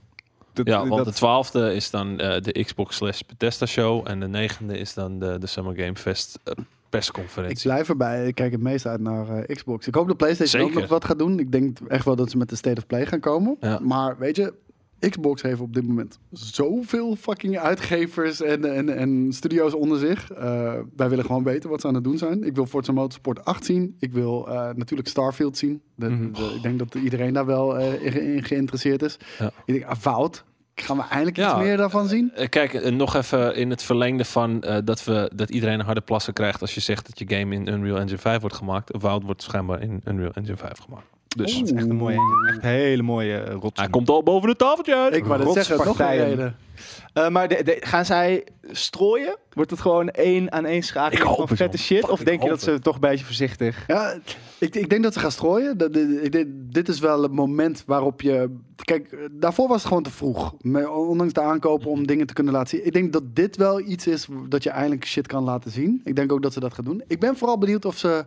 Dat, ja, want dat... de twaalfde is dan uh, de Xbox slash Bethesda show. En de negende is dan de, de Summer Game Fest uh, persconferentie. Ik blijf erbij. Ik kijk het meest uit naar uh, Xbox. Ik hoop dat PlayStation Zeker. ook nog wat gaat doen. Ik denk echt wel dat ze met de State of Play gaan komen. Ja. Maar weet je, Xbox heeft op dit moment zoveel fucking uitgevers en, en, en studio's onder zich. Uh, wij willen gewoon weten wat ze aan het doen zijn. Ik wil Forza Motorsport acht zien. Ik wil uh, natuurlijk Starfield zien. De, mm-hmm. de, ik denk dat iedereen daar wel uh, in, in geïnteresseerd is. Ja. Ik denk, Avowed. Gaan we eindelijk iets ja, meer daarvan zien? Uh, kijk, uh, nog even in het verlengde van uh, dat, we, dat iedereen een harde plassen krijgt als je zegt dat je game in Unreal Engine vijf wordt gemaakt. Avowed wordt schijnbaar in Unreal Engine vijf gemaakt. Dus het is echt een mooie, echt een hele mooie uh, rots. Hij komt al boven het tafeltje uit. Ik wou dat zeggen, nog een reden. Uh, maar de, de, gaan zij strooien? Wordt het gewoon één aan één schakeling van vette shit? Fuck, of denk je dat ze het. toch een beetje voorzichtig... Ja, ik, ik denk dat ze gaan strooien. Dat, dit, dit, dit is wel het moment waarop je... Kijk, daarvoor was het gewoon te vroeg. Ondanks de aankopen om dingen te kunnen laten zien. Ik denk dat dit wel iets is dat je eindelijk shit kan laten zien. Ik denk ook dat ze dat gaan doen. Ik ben vooral benieuwd of ze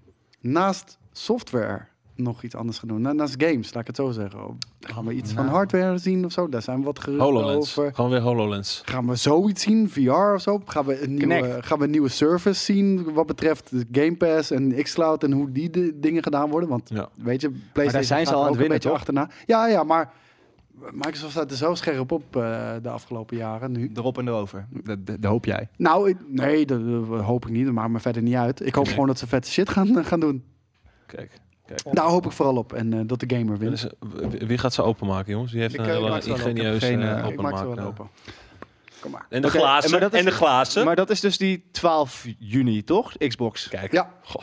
naast software... nog iets anders gaan doen. Na, naast games, laat ik het zo zeggen. Gaan we iets nou. van hardware zien of zo? Daar zijn we wat geruchten HoloLens. over. Gewoon weer HoloLens. Gaan we zoiets zien? V R of zo? Gaan we een nieuwe, gaan we een nieuwe service zien wat betreft de Game Pass en xCloud en hoe die de dingen gedaan worden? Want ja. weet je, PlayStation maar daar zijn ze al aan het winnen, een beetje toch? achterna. Ja, ja, maar Microsoft staat er zo scherp op uh, de afgelopen jaren nu. Erop en erover. Dat, dat, dat hoop jij. Nou, ik, nee, dat, dat hoop ik niet. Dat maakt me verder niet uit. Ik hoop nee. gewoon dat ze vette shit gaan, gaan doen. Kijk. Kijk. Daar hoop ik vooral op. En uh, dat de gamer wint. Dus, wie gaat ze openmaken, jongens? Wie heeft ik, een hele ingenieuze uh, openmaken? Open. Kom maar. En de okay, glazen. En, en de glazen. Maar dat is dus die twaalf juni, toch? Xbox. Kijk. Ja. Goh.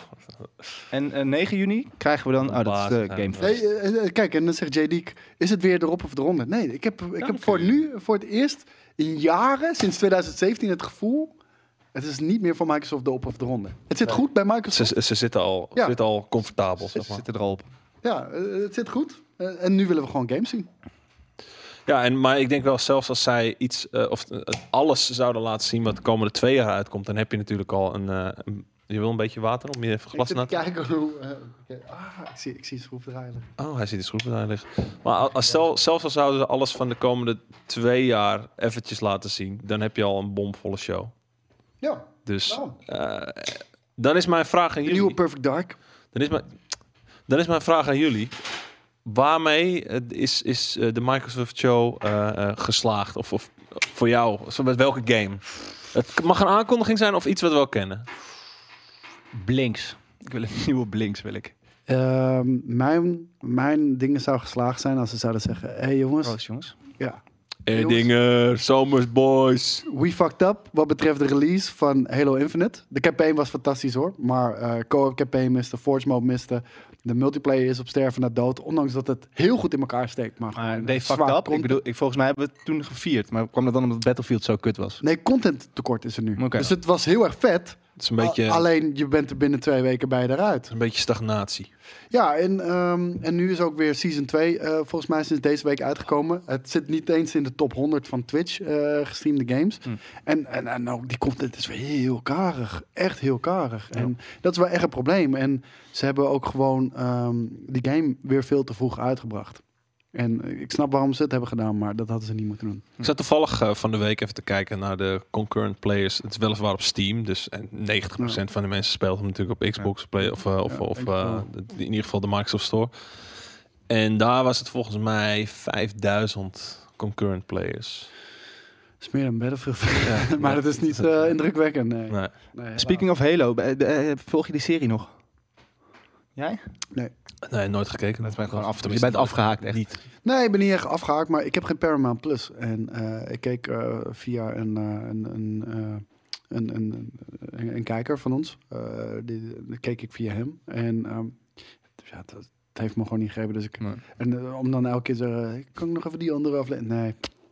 En uh, negen juni krijgen we dan... Oh, dat is de Game Fest. Nee, uh, kijk, en dan zegt J D, is het weer erop of eronder? Nee, ik heb, ik heb voor nu, voor het eerst in jaren, sinds twintig zeventien, het gevoel... Het is niet meer voor Microsoft de op of de ronde. Het zit nee. goed bij Microsoft. Ze, ze zitten al, ja. zitten al comfortabel. Ze, zeg ze maar. zitten er al op. Ja, uh, het zit goed. Uh, en nu willen we gewoon games zien. Ja, en, maar ik denk wel, zelfs als zij iets uh, of uh, alles zouden laten zien wat de komende twee jaar uitkomt, dan heb je natuurlijk al een... Uh, een je wil een beetje water om je even glas na te... Kijken hoe... Uh, okay. ah, ik zie, ik zie schroevendraaier liggen. Oh, hij ziet de schroevendraaier liggen. Maar als stel, zelfs al zouden ze alles van de komende twee jaar eventjes laten zien, dan heb je al een bomvolle show. Ja. Dus uh, dan is mijn vraag aan jullie. De nieuwe Perfect Dark. Dan is mijn, dan is mijn vraag aan jullie. Waarmee is, is de Microsoft Show uh, uh, geslaagd? Of, of voor jou? Met welke game? Het mag een aankondiging zijn of iets wat we wel kennen. Blinks. Ik wil een nieuwe Blinks, wil ik. Uh, mijn, mijn dingen zou geslaagd zijn als ze zouden zeggen... Hé hey, jongens. Proost, jongens. Ja. Hey, dingen, Somers Boys. We fucked up wat betreft de release van Halo Infinite. De campaign was fantastisch hoor. Maar uh, co-op campaign miste, Forge mode miste. De multiplayer is op sterven naar dood. Ondanks dat het heel goed in elkaar steekt. Maar uh, they fucked up. Ik bedoel, ik, volgens mij hebben we het toen gevierd. Maar kwam dat dan omdat Battlefield zo kut was? Nee, content tekort is er nu. Okay. Dus het was heel erg vet. Het is een beetje... Alleen je bent er binnen twee weken bij eruit. Een beetje stagnatie. Ja, en, um, en nu is ook weer Season twee uh, volgens mij sinds deze week uitgekomen. Het zit niet eens in de top honderd van Twitch uh, gestreamde games. Mm. En, en, en ook die content is weer heel karig. Echt heel karig. Ja. En dat is wel echt een probleem. En ze hebben ook gewoon um, die game weer veel te vroeg uitgebracht. En ik snap waarom ze het hebben gedaan, maar dat hadden ze niet moeten doen. Ik zat toevallig uh, van de week even te kijken naar de concurrent players. Het is weliswaar op Steam, dus en negentig procent ja. van de mensen speelt hem natuurlijk op Xbox ja. Play of, uh, of, ja, of uh, de, in ieder geval de Microsoft Store. En daar was het volgens mij vijfduizend concurrent players. Dat is meer dan Battlefield. Ja, maar dat is niet uh, indrukwekkend. Nee. Nee. Nee, Speaking of Halo, volg je die serie nog? Jij? Nee. Nee, nooit gekeken. Dat ben gewoon af. Je bent afgehaakt, echt niet. Nee, ik ben niet echt afgehaakt, maar ik heb geen Paramount Plus. En uh, ik keek uh, via een, uh, een, een, uh, een, een, een, een kijker van ons. Uh, die, die keek ik via hem. En um, ja, dat, het heeft me gewoon niet gegeven. Dus ik, nee. En uh, om dan elke keer te zeggen, kan ik nog even die andere aflevering? Nee.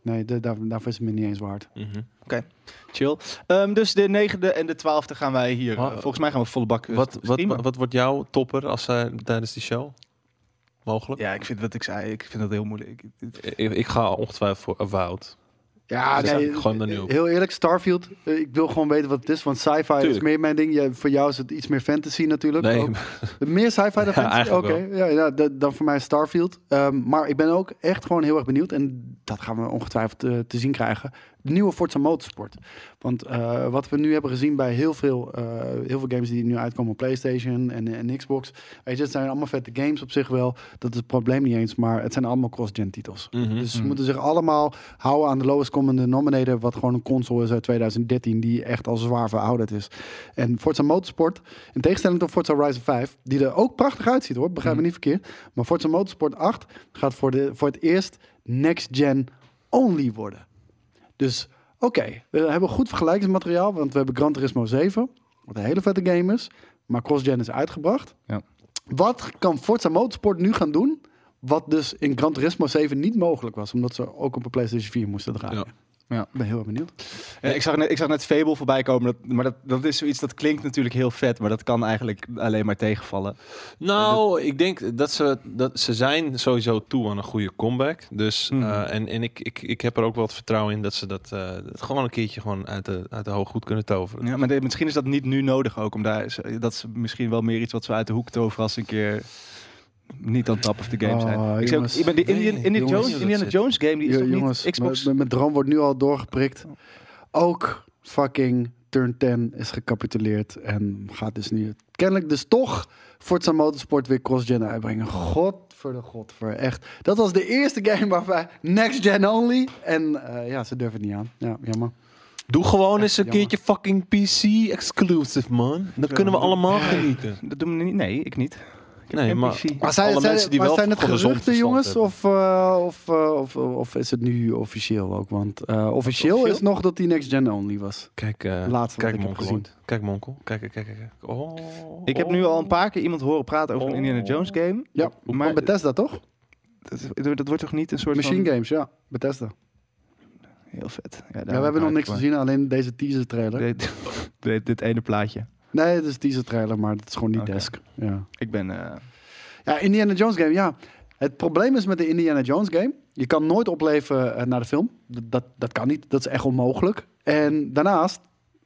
nee de, daar, daarvoor is het me niet eens waard. Mm-hmm. Chill. Um, dus de negende en de twaalfde gaan wij hier. Uh, volgens mij gaan we volle bak uh, wat, wat, wat, wat wordt jouw topper als uh, tijdens die show? Mogelijk? Ja, ik vind wat ik zei. Ik vind dat heel moeilijk. Ik, ik, ik ga ongetwijfeld voor Avowed. Ja, dus nee, gewoon er nu op. Heel eerlijk, Starfield. Uh, ik wil gewoon weten wat het is, want sci-fi is meer mijn ding. Ja, voor jou is het iets meer fantasy natuurlijk. Nee. Ook. Meer sci-fi dan ja, fantasy? Oké, okay. ja, ja, dan voor mij Starfield. Um, maar ik ben ook echt gewoon heel erg benieuwd. En dat gaan we ongetwijfeld uh, te zien krijgen. De nieuwe Forza Motorsport. Want uh, wat we nu hebben gezien bij heel veel, uh, heel veel games die nu uitkomen op PlayStation en, en Xbox. Weet je, het zijn allemaal vette games op zich wel. Dat is het probleem niet eens. Maar het zijn allemaal cross-gen titels. Mm-hmm. Dus ze mm-hmm. moeten zich allemaal houden aan de lowest common denominator. Wat gewoon een console is uit twintig dertien. Die echt al zwaar verouderd is. En Forza Motorsport, in tegenstelling tot Forza Horizon vijf. Die er ook prachtig uitziet hoor. Begrijp me niet verkeerd. Maar Forza Motorsport acht gaat voor, de, voor het eerst next-gen only worden. Dus oké, okay, we hebben goed vergelijkingsmateriaal, want we hebben Gran Turismo zeven, wat een hele vette game is, maar cross-gen is uitgebracht. Ja. Wat kan Forza Motorsport nu gaan doen, wat dus in Gran Turismo zeven niet mogelijk was, omdat ze ook op een PlayStation vier moesten draaien? Ja. Ja. Ik ben heel erg benieuwd. Ja, ik, zag net, ik zag net Fable voorbij komen, dat, maar dat, dat is zoiets dat klinkt natuurlijk heel vet, maar dat kan eigenlijk alleen maar tegenvallen. Nou, ik denk dat ze, dat ze zijn sowieso toe aan een goede comeback. Dus, mm. uh, en en ik, ik, ik heb er ook wel het vertrouwen in dat ze dat, uh, dat gewoon een keertje gewoon uit de, uit de hoog goed kunnen toveren. Ja, maar de, misschien is dat niet nu nodig ook, om daar, dat is misschien wel meer iets wat ze uit de hoek toveren als een keer... Niet on top of the game zijn. Oh, ik zeg ook, ik ben die Indiana, nee, Indiana, jongens, Jones, Indiana Jones game, die is Jo, toch jongens, niet Xbox? Mijn, mijn droom wordt nu al doorgeprikt. Ook fucking Turn tien is gecapituleerd en gaat dus nu kennelijk dus toch Forza Motorsport weer cross-gen uitbrengen. God voor de god voor echt. Dat was de eerste game waarbij next gen only en uh, ja, ze durven het niet aan. Ja, jammer. Doe gewoon eens een jammer. keertje fucking P C exclusive, man. Dan kunnen we allemaal genieten. Dat doen we niet. Nee, ik niet. Ik Nee, maar, Maar zijn, alle zijn, mensen die maar wel zijn het gezond geruchten, verstand jongens? hebben. Of, uh, of, uh, of, of is het nu officieel ook? Want uh, officieel, officieel is nog dat die next gen only was. Kijk, uh, Laatste wat kijk ik heb Monkel. gezien. Kijk Monkel. Kijk, kijk, kijk, kijk. Oh, Ik heb nu al een paar keer iemand horen praten over een Oh. Indiana Jones game. Ja, Maar- maar Bethesda toch? Dat, dat wordt toch niet een soort Machine van... Games, ja. Bethesda. Heel vet. Ja, Ja, we hebben nog niks gezien, alleen deze teaser trailer. Dit, dit, dit ene plaatje. Nee, het is een teaser trailer, maar het is gewoon niet Oké. desk. Ja. Ik ben... Uh, ja, Indiana Jones game, ja. Het probleem is met de Indiana Jones game, je kan nooit opleven uh, naar de film. Dat, dat, dat kan niet, dat is echt onmogelijk. En daarnaast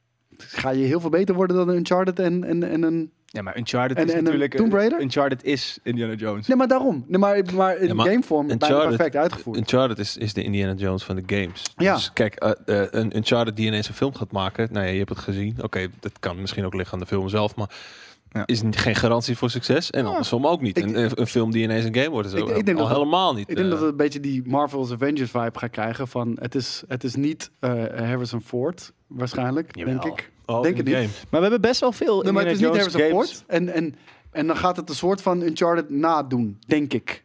ga je heel veel beter worden dan een Uncharted en, en, en een... ja, maar Uncharted En- is en een natuurlijk... Tomb Raider? Uncharted is Indiana Jones. Nee, maar daarom. Nee, maar, maar in Ja, maar gamevorm bijna Uncharted- perfect uitgevoerd. Uncharted is, is de Indiana Jones van de games. Ja. Dus kijk, uh, uh, een Uncharted die ineens een film gaat maken. Nou ja, je hebt het gezien. Oké, okay, dat kan misschien ook liggen aan de film zelf, maar Ja. is niet, geen garantie voor succes. En Ja. andersom ook niet. Ik- een, een film die ineens een game wordt, is Ik- ook ik denk al dat het- helemaal niet. Ik denk uh, dat het een beetje die Marvel's Avengers vibe gaat krijgen. Van het is, het is niet uh, Harrison Ford, waarschijnlijk, Jawel. denk ik. oh, denk in het de niet. game. Maar we hebben best wel veel Nee, maar het is Indiana niet Jones Harrison games. Ford. En, en, en dan gaat het een soort van Uncharted nadoen, denk ik.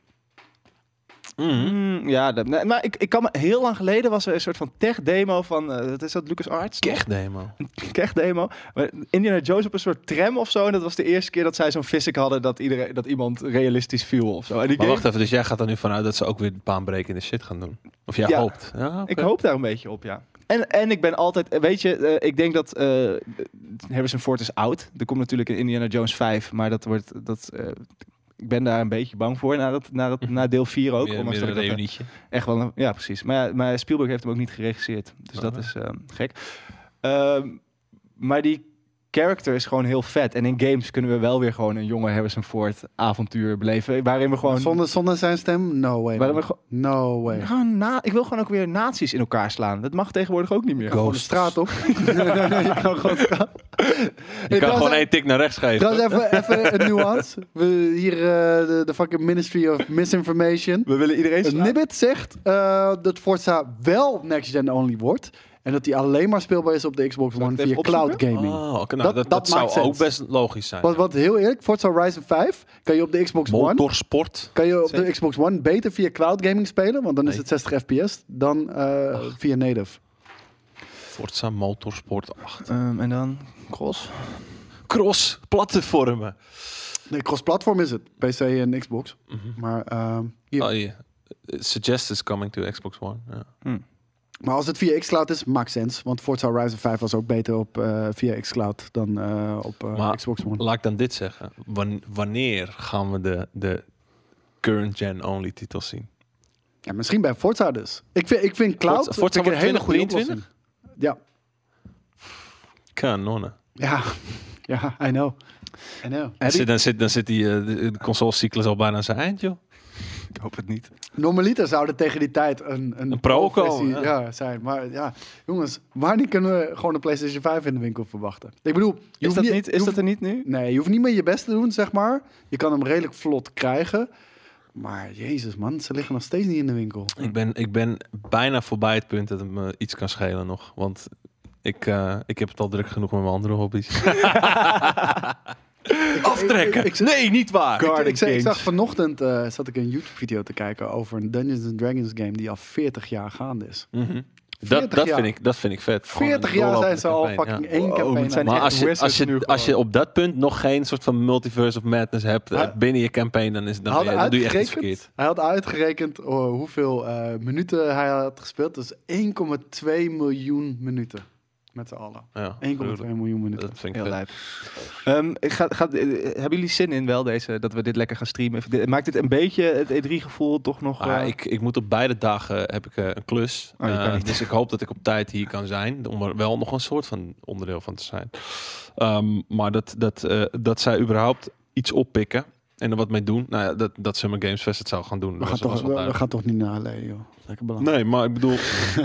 Mhm. Mm, ja, dat, nee, maar ik, ik kan me, heel lang geleden was er een soort van tech-demo van, uh, wat is dat, LucasArts? nog? Kech demo. Een tech-demo. Maar Indiana Jones op een soort tram of zo. En dat was de eerste keer dat zij zo'n physic hadden dat, iedereen, dat iemand realistisch viel of zo. En die Maar game, wacht even, dus jij gaat er nu vanuit dat ze ook weer baanbrekende shit gaan doen? Of jij Ja. hoopt? Ja, oké. ik hoop daar een beetje op, ja. En, en ik ben altijd, weet je, uh, ik denk dat uh, Harrison Ford is oud. Er komt natuurlijk een Indiana Jones vijf, maar dat wordt, dat, uh, ik ben daar een beetje bang voor naar, het, naar, het, naar deel vier ook. Meer, ondanks meer een dat ik dat, uh, reunietje. echt wel, een- ja precies. Maar, ja, maar Spielberg heeft hem ook niet geregisseerd. Dus dat Oh. is uh, gek. Uh, maar die character is gewoon heel vet. En in games kunnen we wel weer gewoon een jonge Harrison Ford avontuur beleven. Waarin we gewoon... Zonder, zonder zijn stem? No way. waarin we man. gewoon No way. gewoon na, ik wil gewoon ook weer nazi's in elkaar slaan. Dat mag tegenwoordig ook niet meer. Gewoon de straat op. nee, nee, nee, je kan gewoon de straat. Je kan gewoon één tik naar rechts geven. Trouwens, even, even een nuance. We, hier uh, de, de fucking Ministry of Misinformation. We willen iedereen Een slaan. Nibbit zegt uh, dat Forza wel next gen only wordt. En dat die alleen maar speelbaar is op de Xbox Zal ik One het via even cloud opzoeken? gaming. Oh, oké, nou, Dat- dat, dat, dat zou maakt ook sens. best logisch zijn. Want, want heel eerlijk, Forza Horizon vijf kan je op de Xbox One... Motorsport. Kan je op de Zeker. Xbox One beter via cloud gaming spelen, want dan is Nee. het zestig F P S, dan uh, via native. Forza Motorsport acht. Um, en dan cross. Cross platformen. Nee, cross-platform is het. P C en Xbox. Mhm. Maar uh, hier. Oh, yeah. Suggest is coming to Xbox One. Ja. Hm. Maar als het via xCloud is, maakt sens. Want Forza Horizon vijf was ook beter op, uh, via xCloud dan uh, op uh, maar Xbox One. Laat ik dan dit zeggen. Wan- wanneer gaan we de, de current gen only titels zien? Ja, misschien bij Forza dus. Ik vind, ik vind Cloud Forza, Forza vind ik een hele goede twintig oplossing. Ja. Kanonnen. Ja. Ja, I know. I know. Dan zit, dan zit, dan zit die uh, de, de consolecyclus al bijna aan zijn eind, joh. Ik hoop het niet. Normaliter zou er tegen die tijd een, een, Een pro pro-versie, komen, ja. ja. zijn. Maar ja, jongens, wanneer kunnen we gewoon een PlayStation vijf in de winkel verwachten? Ik bedoel, je Is, hoeft dat, niet, niet, je is hoeft- dat er niet nu? Nee, je hoeft niet meer je best te doen, zeg maar. Je kan hem redelijk vlot krijgen. Maar jezus man, ze liggen nog steeds niet in de winkel. Ik ben, ik ben bijna voorbij het punt dat het me iets kan schelen nog. Want ik, uh, ik heb het al druk genoeg met mijn andere hobby's. Aftrekken! Ik- ik- nee, niet waar! Ik, Garden ik, zag- ik Kings. zag vanochtend uh, zat ik een YouTube-video te kijken over een Dungeons and Dragons game die al veertig jaar gaande is. Mhm. Dat, veertig dat, jaar. vind ik, dat vind ik vet. Gewoon veertig een jaar zijn doorlopende ze al campagne, fucking ja. één Wow, campagne. het zijn aan Maar het echt als je, wizards als, nu je, gewoon. als je op dat punt nog geen soort van multiverse of madness hebt uh, Hij- binnen je campaign, dan, is, dan, Hij ben had je- dan doe je echt iets uitgerekend- verkeerd. Hij had uitgerekend oh, hoeveel uh, minuten hij had gespeeld. Dus één komma twee miljoen minuten. Met z'n allen. Ja, één komma twee miljoen minuten. dat vind ik Heel vet. lijp. Um, ik ga, ga, eh, hebben jullie zin in wel deze, dat we dit lekker gaan streamen? Dit- Maakt dit een beetje het E drie gevoel toch nog? Ah, eh, ik, ik moet op beide dagen heb ik uh, een klus. Oh, je kan Uh, niet. dus ik hoop dat ik op tijd hier kan zijn. Om er wel nog een soort van onderdeel van te zijn. Um, maar dat, dat, uh, dat zij überhaupt iets oppikken. En er wat mee doen. Nou ja, dat, dat Summer Games Fest het zou gaan doen. We dat gaan, was- was toch, wel we, we duidelijk. gaan toch niet naar L A, joh. Lekker belangrijk. Nee, maar ik bedoel...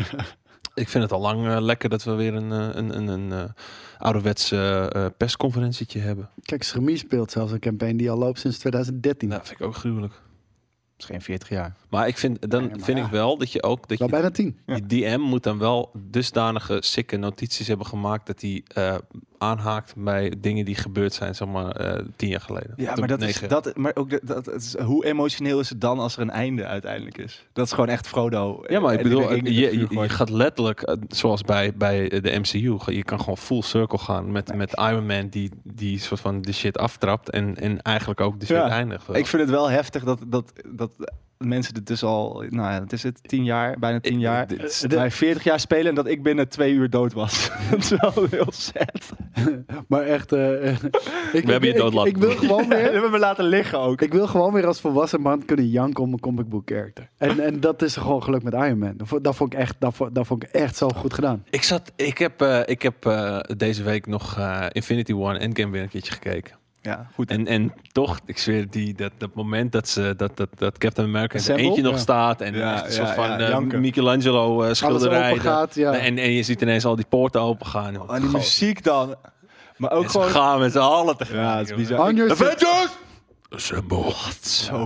ik vind het al lang uh, lekker dat we weer een, uh, een, een, een uh, ouderwetse uh, persconferentietje hebben. Kijk, Schremie speelt zelfs een campaign die al loopt sinds twintig dertien. Nou, vind ik ook gruwelijk. is geen veertig jaar. Maar ik vind, dan Nee, maar vind ja. ik wel dat je ook... Dat Wel je, bijna tien. die D M moet dan wel dusdanige sikke notities hebben gemaakt dat hij uh, aanhaakt bij dingen die gebeurd zijn, zeg maar, uh, tien jaar geleden. Ja, Of maar dat is, negen. dat, maar ook dat, dat, het is, hoe emotioneel is het dan als er een einde uiteindelijk is? Dat is gewoon echt Frodo. Ja, maar ik en die bedoel, de ring in je, het vuur je, je gooit. gaat letterlijk, uh, zoals bij, bij de M C U, je kan gewoon full circle gaan met, Nee. met Iron Man die, die soort van de shit aftrapt en, en eigenlijk ook de shit Ja. eindigt. wel. Ik vind het wel heftig dat, dat, dat mensen dit dus al, nou ja, het is het tien jaar, bijna tien Ik- jaar, dit is- bij veertig jaar spelen en dat ik binnen twee uur dood was. Dat is wel heel sad. Maar echt... uh, ik, hebben je ik- dood laten ik, ik wil doen. gewoon We weer... hebben me laten liggen ook. Ik wil gewoon weer als volwassen man kunnen janken om een comic book character. En, en dat is gewoon gelukt met Iron Man. Dat vond, dat vond ik echt, dat vond, dat vond ik echt zo goed gedaan. Ik zat, ik heb, uh, ik heb uh, deze week nog uh, Infinity War en Endgame weer een keertje gekeken. Ja, goed. En, en toch, ik zweer, die, dat, dat moment dat, ze, dat, dat, dat Captain America in zijn Assemble? eentje nog Ja. staat en Ja, echt een ja, soort van ja, uh, janken. Michelangelo uh, Alles schilderij. open gaat, ja. En, en je ziet ineens al die poorten open gaan. Oh, en die muziek dan. Maar ook En ze gewoon... gaan met z'n allen te Ja, het is bizar. On your Avengers! Assemble. Zo.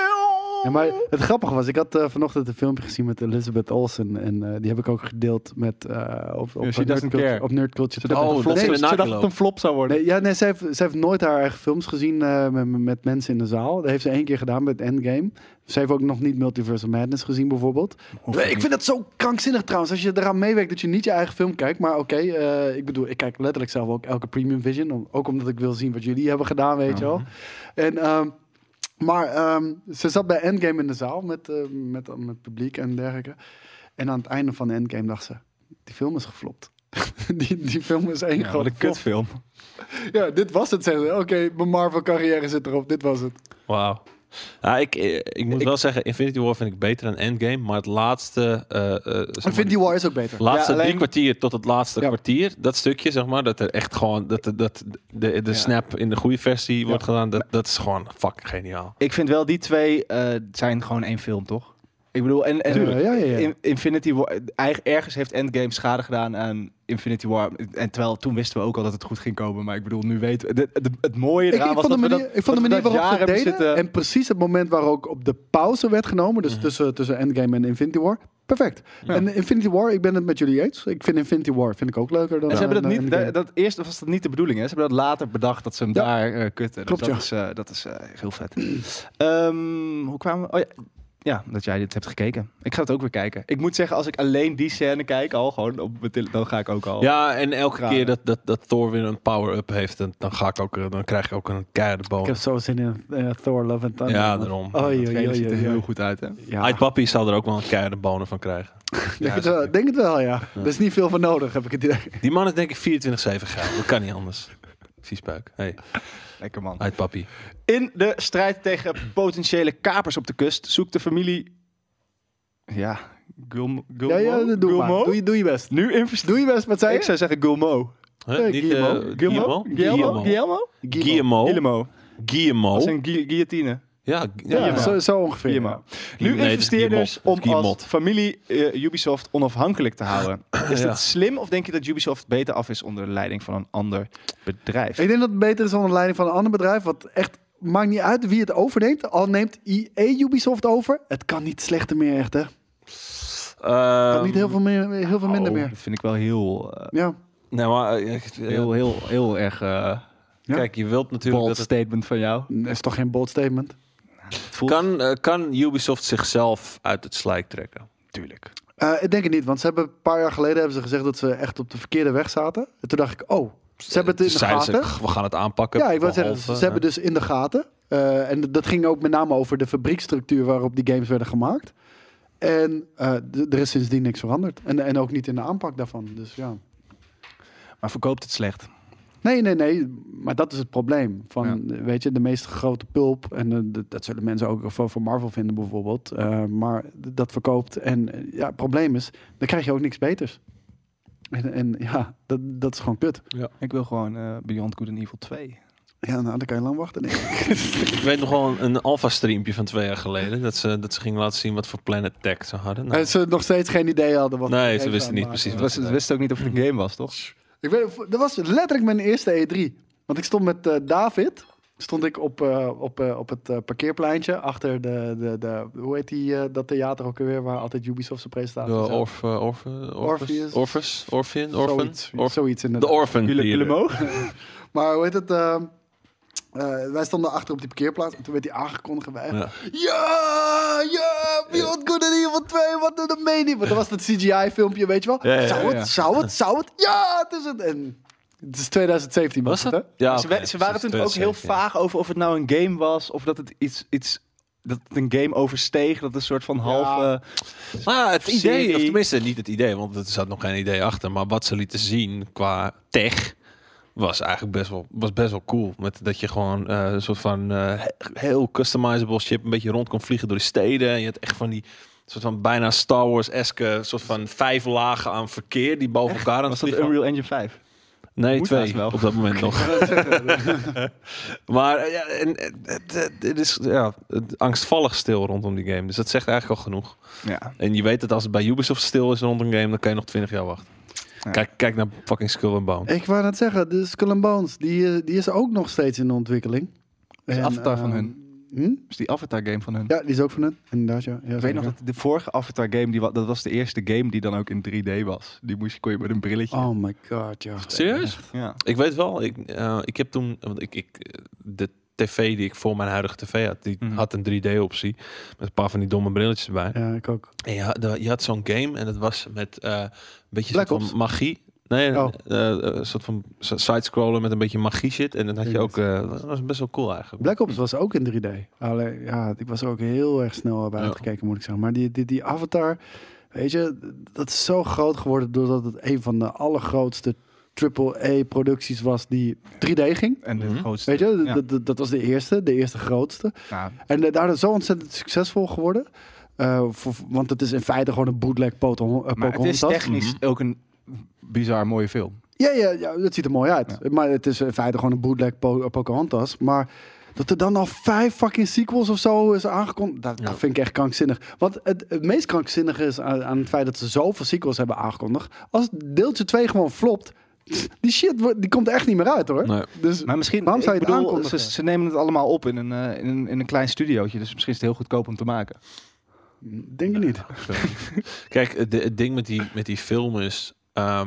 Ja, maar het grappige was, ik had uh, vanochtend een filmpje gezien met Elizabeth Olsen. En uh, die heb ik ook gedeeld met, uh, op, op, Ja, she Nerd doesn't Culture, care. op Nerd Culture. Ze dacht, Oh, dat, het een dat flop, ze ze ernaar dacht dat het loopt. een flop zou worden. Nee, ja, nee, ze heeft, ze heeft nooit haar eigen films gezien uh, met, met mensen in de zaal. Dat heeft ze één keer gedaan met Endgame. Ze heeft ook nog niet Multiverse of Madness gezien bijvoorbeeld. Ik vind het zo krankzinnig trouwens. Als je eraan meewerkt dat je niet je eigen film kijkt. Maar oké, okay, uh, ik bedoel, ik kijk letterlijk zelf ook elke Premium Vision. Om, ook omdat ik wil zien wat jullie hebben gedaan, weet je wel. En... Um, Maar um, ze zat bij Endgame in de zaal met, uh, met, met publiek en dergelijke. En aan het einde van Endgame dacht ze, die film is geflopt. die, die film is één Ja, grote wat een kutfilm. Ja, dit was het, zeggen ze. Oké, okay, mijn Marvel carrière zit erop, dit was het. Wauw. Ja, ik, ik moet Ik- wel zeggen, Infinity War vind ik beter dan Endgame. Maar het laatste... Uh, uh, zeg maar, Infinity War is ook beter. laatste Ja, alleen- drie kwartier tot het laatste Ja. kwartier, dat stukje, zeg maar, dat er echt gewoon, dat, dat, dat de, de Ja. snap in de goede versie wordt gedaan, dat, dat is gewoon fucking geniaal. Ik vind wel, die twee uh, zijn gewoon één film, toch? Ik bedoel, en, en Tuurlijk, ja, ja, ja. In- Infinity War, eigen- ergens heeft Endgame schade gedaan aan Infinity War. En terwijl toen wisten we ook al dat het goed ging komen. Maar ik bedoel, nu weten we... de- de- het mooie Ik, eraan ik was vond de dat we manier, dat- ik vond de dat we manier dat waarop ze jaar het hebben deden. zitten- En precies het moment waar ook op de pauze werd genomen. Dus Mhm. tussen, tussen Endgame en Infinity War. Perfect. Ja. En Infinity War, ik ben het met jullie eens. Ik vind Infinity War vind ik ook leuker dan En ze hebben dan dat niet, Endgame. dat, dat eerst was dat niet de bedoeling, hè? Ze hebben dat later bedacht dat ze hem Ja. daar uh, kutten. Klopt, dus dat ja. is, uh, dat is uh, heel vet. um, hoe kwamen we... Oh ja, ja, dat jij dit hebt gekeken. Ik ga het ook weer kijken. Ik moet zeggen, als ik alleen die scène kijk, al gewoon op mijn tele- dan ga ik ook al. Ja, en elke Graag. keer dat, dat, dat Thor weer een power-up heeft, dan, dan, ga ik ook, eh, dan krijg ik ook een keiharde Ik heb bonus. zo zin in uh, Thor, Love and Thunder. Ja, man. daarom. Oei, Dat oei, trailer oei, ziet er oei, heel oei. goed uit, hè? Ja. Ait Papi zal er ook wel een keiharde bonus van krijgen. Denk, het wel, denk het wel, ja. Er is niet veel van nodig, heb ik het idee. Die man is denk ik vierentwintig zeven geil. Dat kan niet anders. Viesbuik. Hey, Lekker man. Ait Papi. In de strijd tegen potentiële kapers op de kust zoekt de familie... Ja, Gulmo? Ja, ja, doe Gulmo? maar. Doe je, doe je best. Nu investeren. Doe je best, wat zei Ik je? zou zeggen Gulmo. Huh? Eh, Niet, Guillermo. eh, Guillermo? Guillermo? Guillermo? Guillermo. Guillermo. Guillermo. Dat is een gui- guillotine. Ja, Ja, Guillermo. zo, zo ongeveer. Guillermo. ja. Nu Nee, het is investeerders Guillemot. om Guillemot. als familie eh, Ubisoft onafhankelijk te houden. Is Ja. dat slim of denk je dat Ubisoft beter af is onder de leiding van een ander bedrijf? Ik denk dat het beter is onder leiding van een ander bedrijf. Wat echt, maakt niet uit wie het overneemt. Al neemt I A Ubisoft over. Het kan niet slechter meer echt, hè. Het Ehm, kan niet heel veel, meer, heel veel minder Oh, meer. Dat vind ik wel heel, eh, Ja. Nee, maar eh, eh, heel, heel, heel erg eh Ja. kijk, je wilt natuurlijk bold dat het statement van jou. Dat is toch geen bold statement? Het voelt kan, eh, kan Ubisoft zichzelf uit het slijk trekken. natuurlijk. Uh, ik denk het niet, want ze hebben een paar jaar geleden hebben ze gezegd dat ze echt op de verkeerde weg zaten. En toen dacht ik, oh, ze hebben het in de Zeiden ze, gaten. we gaan het aanpakken. Ja, ik wil zeggen, behalve, ze hebben dus in de gaten. Uh, en dat ging ook met name over de fabriekstructuur waarop die games werden gemaakt. En uh, d- er is sindsdien niks veranderd. En, en ook niet in de aanpak daarvan. Dus ja. Maar verkoopt het slecht? Nee, nee, nee. Maar dat is het probleem. Van, weet je, de meest grote pulp. En uh, d- dat zullen mensen ook voor, voor Marvel vinden bijvoorbeeld. Uh, maar d- dat verkoopt. En uh, ja, het probleem is, dan krijg je ook niks beters. En, en ja, dat, dat is gewoon kut. Ik wil gewoon eh, Beyond Good and Evil twee. Ja, nou, dan kan je lang wachten. denk ik. Ik weet nog wel een, een alpha-streampje van twee jaar geleden. Dat ze, dat ze gingen laten zien wat voor Planet Tech ze hadden. Nou, En ze nog steeds geen idee hadden. Wat Nee, voor ze games wisten aan niet het precies maken Ze wisten, ze wisten ook niet of het een game was, toch? Ik weet, dat was letterlijk mijn eerste E drie. Want ik stond met uh, David. Stond ik op, uh, op, uh, op het uh, parkeerpleintje. Achter de, de, de hoe heet die, uh, dat theater ook alweer. Waar altijd Ubisoft zijn presentatie de is. Orf, uh, Orf, uh, Orpheus. Orpheus, Orpheus, Orphan, Zoiets, Orphan. zoiets De inderdaad. Orphan. Guillermo? Maar hoe heet het? Uh, uh, wij stonden achter op die parkeerplaats. En toen werd die aangekondigd. En wij, Ja. ja, ja, Beyond Good and Evil twee. Wat doe dat meen je? Want dat was dat C G I-filmpje, weet je wel. Ja, ja, zou, ja, het, ja. zou het, zou het? Ja, het is het. En het is twintig zeventien. Was het, dat? hè? Ja, ze, oké, we- ze waren precies, toen ook heel tweeduizend zeven, vaag over of het nou een game was. Of dat het iets... iets dat het een game oversteeg. Dat het een soort van half... eh, ja. Maar het idee, serie. of tenminste niet het idee, want er zat nog geen idee achter. Maar wat ze lieten zien qua tech was eigenlijk best wel, was best wel cool. Met dat je gewoon eh, een soort van eh, he- heel customizable ship een beetje rond kon vliegen door de steden. En je had echt van die soort van bijna Star Wars-eske soort van vijf lagen aan verkeer die boven elkaar aan het was dat vliegen. Unreal Engine vijf? Nee, Moet twee haast wel. op dat moment nog. Maar eh, ja, en, eh, het, het, het is ja, het angstvallig stil rondom die game. Dus dat zegt eigenlijk al genoeg. Ja. En je weet dat als het bij Ubisoft stil is rondom een game, dan kan je nog twintig jaar wachten. Ja. Kijk, kijk naar fucking Skull and Bones. Ik wou net zeggen, de Skull and Bones, die, eh, die is ook nog steeds in de ontwikkeling. is En, Avatar van ehm, hun. hm? Dus die Avatar game van hun. Ja, die is ook van hun. Inderdaad, ja. ja Ik weet nog dat de vorige Avatar game, die, wa- dat was de eerste game die dan ook in drie D was. Die moest je, kon je met een brilletje. Oh my god, ja. Serieus? Ja. Ik weet wel, ik, eh, ik heb toen, want ik, ik, eh, de tv die ik voor mijn huidige tv had, die Mhm. had een drie D optie. Met een paar van die domme brilletjes erbij. Ja, ik ook. En je had, je had zo'n game en dat was met eh, een beetje Black soort Ops? van magie. Nee, Oh. eh, eh, een soort van side-scroller met een beetje magie shit. En dan had je ook, eh, dat was best wel cool eigenlijk. Black Ops was ook in drie D. Alleen, ja, ik was er ook heel erg snel bij Ja. uitgekeken, moet ik zeggen. Maar die, die, die Avatar, weet je, dat is zo groot geworden doordat het een van de allergrootste triple A producties was die drie D ging. En de Mhm. grootste. Weet je, Ja. dat, dat, dat was de eerste, de eerste grootste. Nou, En uh, daardoor zo ontzettend succesvol geworden. Uh, voor, want het is in feite gewoon een bootleg Pocahon- uh, maar het is Pocahontas. technisch ook een bizar mooie film. Ja, ja, ja, het ziet er mooi uit. Maar het is in feite gewoon een bootleg po Pocahontas. Maar dat er dan al vijf fucking sequels of zo is aangekondigd, dat, Ja. dat vind ik echt krankzinnig. Want het, het meest krankzinnige is aan, aan het feit dat ze zoveel sequels hebben aangekondigd. Als deeltje twee gewoon flopt, die shit wordt- die komt er echt niet meer uit, hoor. Nee. Dus Maar misschien, waarom zou je ik het bedoel, aankondigen? ze, ze nemen het allemaal op in een, eh, in, een, in een klein studiootje. Dus misschien is het heel goedkoop om te maken. denk ik niet. Kijk, het, het ding met die, met die film is... ehm,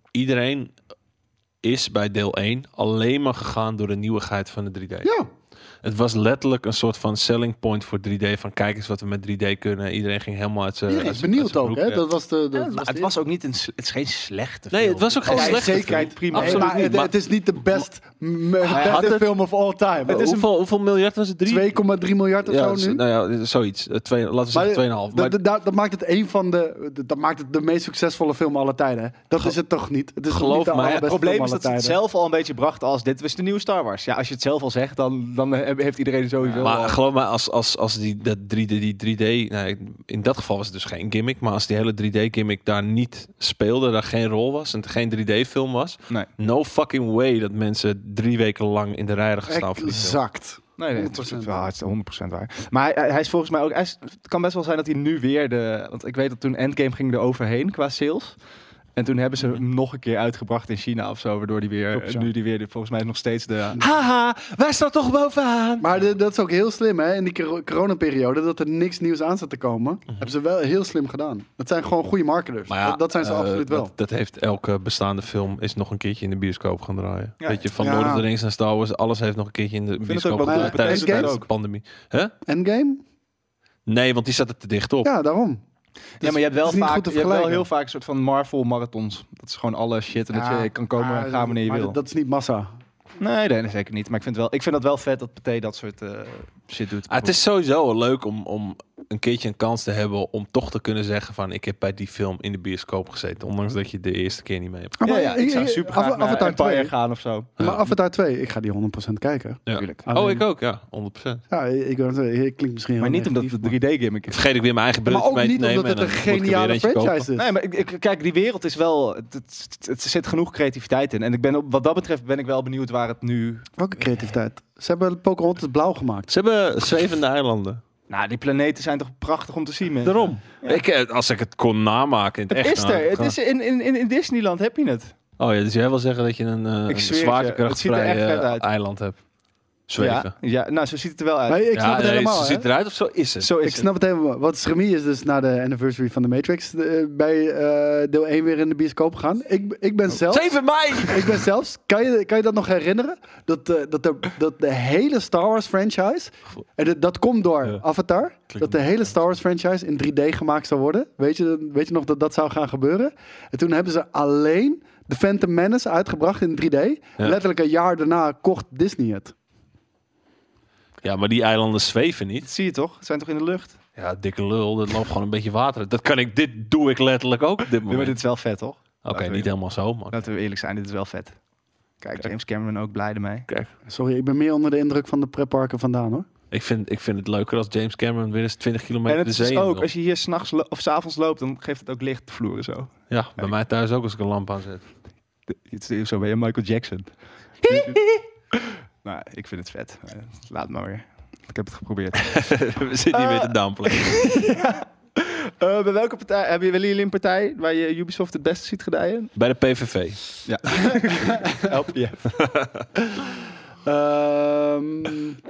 iedereen is bij deel één alleen maar gegaan door de nieuwigheid van de drie D. Ja, Het was letterlijk een soort van selling point voor drie D. Van kijk eens wat we met drie D kunnen. Iedereen ging helemaal uit zijn Iedereen is uit zijn- benieuwd uit zijn ook, broek, hè? ja. Dat was de... dat Ja, was maar de het was ook niet een, sl- het is geen slechte Nee, film. het was ook geen Oh, slechte zekerheid, film. prima. Nee, Absoluut maar niet, het, maar- het is niet de best m- had beste het- film of all time. Het is hoeveel, hoeveel miljard was het? Drie? twee komma drie miljard of ja, zo nu. Nou ja, zoiets. Uh, twee, laten we zeggen Maar twee komma vijf. Maar dat, dat, dat maakt het een van de... Dat maakt het de meest succesvolle film aller tijden. Hè? Dat is het toch niet? Het is toch Geloof niet de mij, het Het allerbeste probleem film is dat aller ze het tijden. zelf al een beetje bracht als dit was de nieuwe Star Wars. Ja, als je het zelf al zegt, dan, dan eh, heeft iedereen sowieso Maar al... geloof me, als, als, als die, dat drie D, die drie D... Nou, in dat geval was het dus geen gimmick. Maar als die hele drie D-gimmick daar niet speelde... daar geen rol was en het geen drie D-film was... Nee. no fucking way dat mensen drie weken lang in de rij hadden gestaan voor die film. Exact. Nee, nee, het is honderd procent wel hard- honderd procent waar. Maar hij, hij is volgens mij ook... Hij is, het kan best wel zijn dat hij nu weer de... Want ik weet dat toen Endgame ging er overheen qua sales. En toen hebben ze hem nog een keer uitgebracht in China of zo. Waardoor die weer... Klopt, ja. Nu die weer de, volgens mij nog steeds de... Haha, wij staan toch bovenaan. Maar de- dat is ook heel slim, hè? In die cor- coronaperiode, dat er niks nieuws aan zat te komen, hebben ze wel heel slim gedaan. Dat zijn gewoon goede marketers. Maar ja, dat, dat zijn ze eh, absoluut wel. Dat, dat heeft elke bestaande film is nog een keertje in de bioscoop gaan draaien. Ja. Weet je, van Ja. Lord of the Rings naar Star Wars, alles heeft nog een keertje in de het ook bioscoop wel gedraaid goed. tijdens, Endgame tijdens de pandemie. Huh? Endgame? Nee, want die zat er te dicht op. Ja, daarom. Ja, maar je hebt wel, het is niet vaak, goed te je hebt wel vergelijken. heel vaak een soort van Marvel-marathons. Dat is gewoon alle shit en dat Ja, je kan komen en maar- gaan wanneer je maar wil. Dat, dat is niet massa. Nee, nee, nee, zeker niet. Maar ik vind, wel, ik vind dat wel vet dat Pathé dat soort eh, shit doet. Ah, het is sowieso wel leuk om, om een keertje een kans te hebben om toch te kunnen zeggen van ik heb bij die film in de bioscoop gezeten. Ondanks dat je de eerste keer niet mee hebt. Ah, Ja, maar ja, ik zou ik- super Ava- graag naar Avatar Empire twee. gaan of zo. Maar Avatar twee, ik ga die honderd procent kijken. Ja. Tuurlijk. Alleen- Oh, ik ook, ja, honderd procent. Ja, ik, ik, ik klinkt misschien heel Maar niet omdat negatief, het een drie D-gimmick is. Vergeet ik weer mijn eigen maar, brilletje maar ook mee te niet nemen. omdat het een en dan moet ik er weer geniale eentje kopen. franchise is. Nee, maar ik, ik- kijk, die wereld is wel... Het, het, het zit genoeg creativiteit in. En ik ben op, wat dat betreft ben ik wel benieuwd waar het nu... Welke creativiteit? Ze hebben Pocahontas blauw gemaakt. Ze hebben zwevende eilanden. Nou, die planeten zijn toch prachtig om te zien, man. Daarom. Ja. Ik, eh, als ik het kon namaken in het, Het echt. is nou, er. Het ga- is in, in, in, in Disneyland heb je het. Oh ja, dus jij wil zeggen dat je een, eh Ik een zweer het je, het ziet er echt zwaartekrachtvrij vet eh, uit. eiland hebt. Zweven. Ja, ja, nou, zo ziet het er wel uit. Nee, ik snap Ja, het nee, helemaal. Ze hè. ziet eruit of zo is het. Zo is Ik snap het helemaal. Wat Schremie is dus na de anniversary van de Matrix eh, bij eh, deel één weer in de bioscoop gegaan. Ik, ik ben zelf... zeven mei! Ik ben zelfs, kan je, kan je dat nog herinneren? Dat, eh, dat, de, dat de hele Star Wars franchise, en dat, dat komt door Ja. Avatar, dat de hele Star Wars franchise in drie D gemaakt zou worden. Weet je, weet je nog dat dat zou gaan gebeuren? En toen hebben ze alleen de Phantom Menace uitgebracht in drie D. En letterlijk een jaar daarna kocht Disney het. Ja, maar die eilanden zweven niet. Dat zie je toch? Het zijn toch in de lucht? Ja, dikke lul. Dat loopt gewoon een beetje water. Dat kan ik, dit doe ik letterlijk ook op dit Nee, maar moment. dit is wel vet, toch? Oké, Laten we- niet helemaal zo, maar Laten we eerlijk zijn, dit is wel vet. Kijk, James Cameron ook blij ermee. kijk. Sorry, ik ben meer onder de indruk van de pretparken vandaan hoor. Ik vind, ik vind het leuker als James Cameron weer eens twintig En kilometer het de is zee in ook, wil. als je hier s'nachts lo- of s'avonds loopt, dan geeft het ook licht op de vloer en zo. Ja, bij mij thuis ook als ik een lamp aanzet. Het is zo ben je Michael Jackson. Nou, ik vind het vet. Eh, Laat maar weer. Ik heb het geprobeerd. We zitten hier weer te dampelen. Eh, bij welke partij hebben willen jullie een partij waar je Ubisoft het beste ziet gedijen? Bij de P V V. Ja. L P F. Ehm,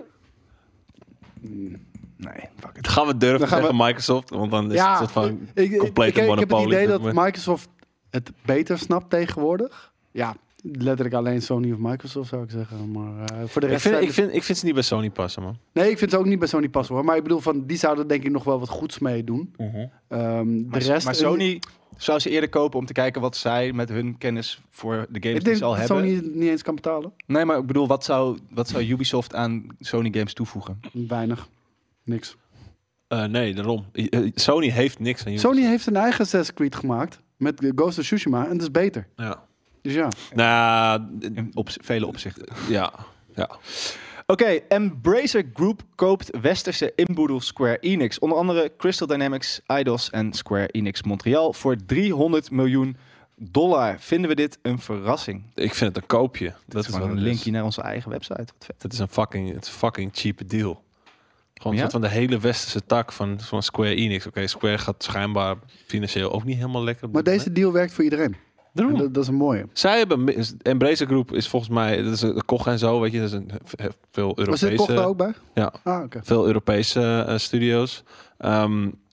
Nee, fuck it. Dan gaan we durven Dan gaan zeggen Microsoft, want dan is ja, het een soort van ik, ik, complete ik, ik heb het monopolie. idee op dat dit moment. Microsoft het beter snapt tegenwoordig. Ja, letterlijk alleen Sony of Microsoft zou ik zeggen. Maar eh, voor de Ik rest... vind, zijn ik, vind, ik vind ze niet bij Sony passen, man. Nee, ik vind ze ook niet bij Sony passen hoor. Maar ik bedoel, van, die zouden denk ik nog wel wat goeds mee doen. Ehm, de Maar, rest, maar Sony zou ze eerder kopen om te kijken wat zij met hun kennis voor de games ik die denk ze al dat hebben. Sony het niet eens kan betalen. Nee, maar ik bedoel, wat zou, wat zou Ubisoft aan Sony games toevoegen? Weinig. Niks. Uh, nee, daarom. Uh, Sony heeft niks aan Ubisoft. Sony heeft een eigen Assassin's Creed gemaakt. Met Ghost of Tsushima. En dat is beter. Ja. Dus ja. Nou, In op, vele opzichten. ja. ja. Oké, Embracer Group koopt westerse inboedel Square Enix. Onder andere Crystal Dynamics, Eidos en Square Enix Montreal voor driehonderd miljoen dollar. Vinden we dit een verrassing? Ik vind het een koopje. Dat, Dat is is gewoon wat een het linkje is. naar onze eigen website. Wat vet. Dat is een fucking, het is een fucking cheap deal. Gewoon Ja? een soort van de hele westerse tak van, van Square Enix. Oké, Square gaat schijnbaar financieel ook niet helemaal lekker. op Maar dit deze deal werkt voor iedereen. Daarom. En Dat, dat is een mooie. Zij hebben mi- Embracer Group is volgens mij, dat is een Koch en zo, weet je, dat is een v- veel Was dit Koch Europese, er ook bij? ja, Ah, oké. veel Europese eh, studio's. Ehm,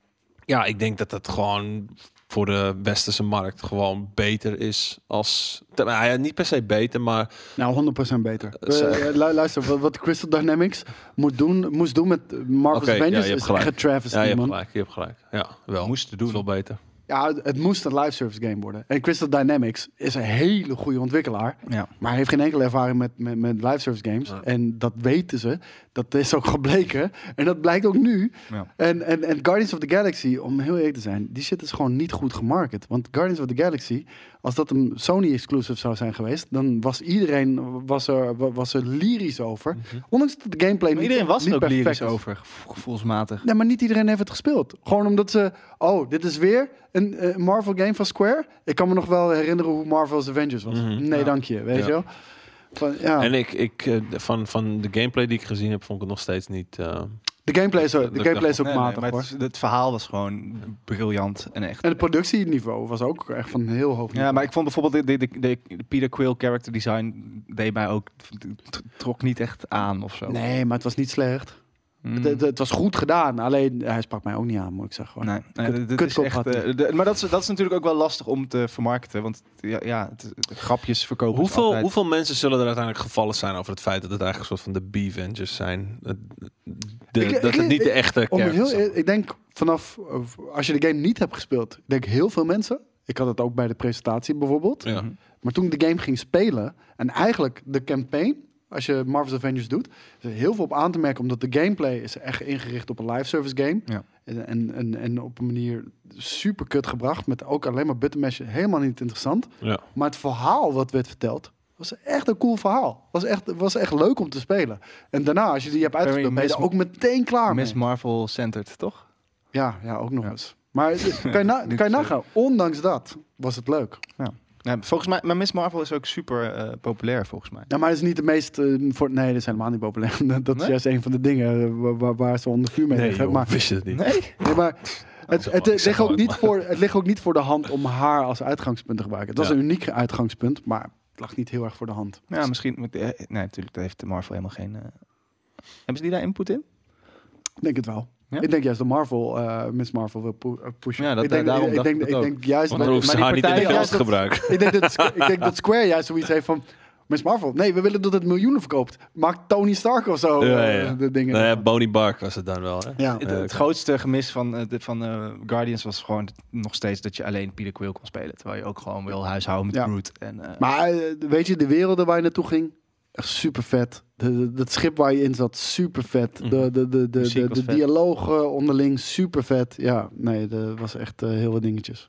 Ja, ik denk dat het gewoon voor de westerse markt gewoon beter is als... Nou ja, niet per se beter, maar... Nou, honderd procent beter. Uh, uh, lu- luister, wat, wat Crystal Dynamics moet doen, moest doen met Marvel's okay, Avengers ja, is echt een travesty, ja, je hebt man. gelijk, je hebt gelijk. Ja, wel. Moesten doen. Is wel beter. Ja, het, het moest een live service game worden. En Crystal Dynamics is een hele goede ontwikkelaar. Ja. Maar hij heeft geen enkele ervaring met, met, met live service games. Ja. En dat weten ze. Dat is ook gebleken. En dat blijkt ook nu. Ja. En, en, en Guardians of the Galaxy, om heel eerlijk te zijn, die shit is gewoon niet goed gemarket. Want Guardians of the Galaxy, als dat een Sony-exclusive zou zijn geweest, dan was iedereen was er, was er lyrisch over. Mm-hmm. Ondanks dat de gameplay Maar niet, iedereen was niet er ook perfect lyrisch is. over, gevo- gevoelsmatig. Nee, maar niet iedereen heeft het gespeeld. Gewoon omdat ze... Oh, dit is weer een uh, Marvel game van Square. Ik kan me nog wel herinneren hoe Marvel's Avengers was. Mm-hmm. Nee, Ja. dank je. Weet Ja. je wel? Van, ja. En ik, ik uh, van, van de gameplay die ik gezien heb, vond ik het nog steeds niet... Uh, de gameplay is, ook- dat de ik gameplay dacht, is ook Nee, nee, matig, maar hoor. het, is- het verhaal was gewoon briljant en echt. En het productieniveau was ook echt van heel hoog niveau. Ja, maar ik vond bijvoorbeeld de, de, de, de Peter Quill character design deed mij ook t- trok niet echt aan of zo. Nee, maar het was niet slecht. Mm. Het, het, het was goed gedaan. Alleen, hij sprak mij ook niet aan, moet ik zeggen. Hoor. Nee, nee, Kut- dit- dit is kutkop echt, had hij. eh, de- maar dat is, dat is natuurlijk ook wel lastig om te vermarkten, want ja, ja het, het- grapjes verkopen. is hoeveel, altijd- hoeveel mensen zullen er uiteindelijk gevallen zijn over het feit dat het eigenlijk een soort van de B-Vengers zijn? De, de- Ik- dat ik- het niet de ik- echte Om heel, characters zijn. eer- ik denk vanaf, uh, als je de game niet hebt gespeeld, ik denk heel veel mensen. Ik had het ook bij de presentatie bijvoorbeeld. Ja. Mhm. Maar toen ik de game ging spelen en eigenlijk de campaign, als je Marvel's Avengers doet, is er heel veel op aan te merken, omdat de gameplay is echt ingericht op een live service game. Ja. En, en, en, en op een manier super kut gebracht, met ook alleen maar button mashen, helemaal niet interessant. Ja. Maar het verhaal wat werd verteld, was echt een cool verhaal. Was echt, was echt leuk om te spelen. En daarna, als je die hebt uitgespeeld, ben je er ook meteen klaar Miss mee. Marvel centered, toch? Ja, ja, ook nog Ja. eens. Maar het- kan je, na, Niet kan je zo. nagaan, ondanks dat was het leuk. Ja, volgens mij, maar Miss Marvel is ook super eh, populair volgens mij. Ja, maar het is niet de meest... eh, voor, nee, dat is helemaal niet populair. dat is Nee? juist een van de dingen eh, waar, waar, waar ze onder vuur mee Nee, liggen. joh, Maar, wist je het niet? Nee? nee, maar het, zeg het, maar, het, zeg ligt ook maar. niet voor, het ligt ook niet voor de hand om haar als uitgangspunt te gebruiken. Het was Ja. een uniek uitgangspunt, maar het lag niet heel erg voor de hand. Ja, misschien. met- eh, Nee, natuurlijk, daar heeft Marvel helemaal geen. eh, Hebben ze die daar input in? Ik denk het wel. Ja? Ik denk juist dat Marvel, eh Miss Marvel wil pu- eh, pushen. Ja, dat- ik denk, daarom ik, dacht denk, ik ik het denk juist... Want dat- dan hoeven ze maar haar die niet in de partijen- films te gebruiken. ik, denk dat, ik denk dat Square juist zoiets heeft van... Miss Marvel, nee, we willen dat het miljoenen verkoopt. Maak Tony Stark of zo Ja, eh, ja. de dingen. Nou ja, Bonnie Bark was het dan wel. Hè? Ja. Het, Eh, het grootste gemis van, eh, de, van eh, Guardians was gewoon nog steeds dat je alleen Peter Quill kon spelen. Terwijl je ook gewoon wil huishouden met Ja. Groot. En, eh, Maar eh, weet je, de werelden waar je naartoe ging, echt super vet. De, de, dat schip waar je in zat, super vet. Mhm. De, de, de, de, Muziek de, was de vet. dialogen onderling, super vet. Ja, nee, dat was echt eh, heel wat dingetjes.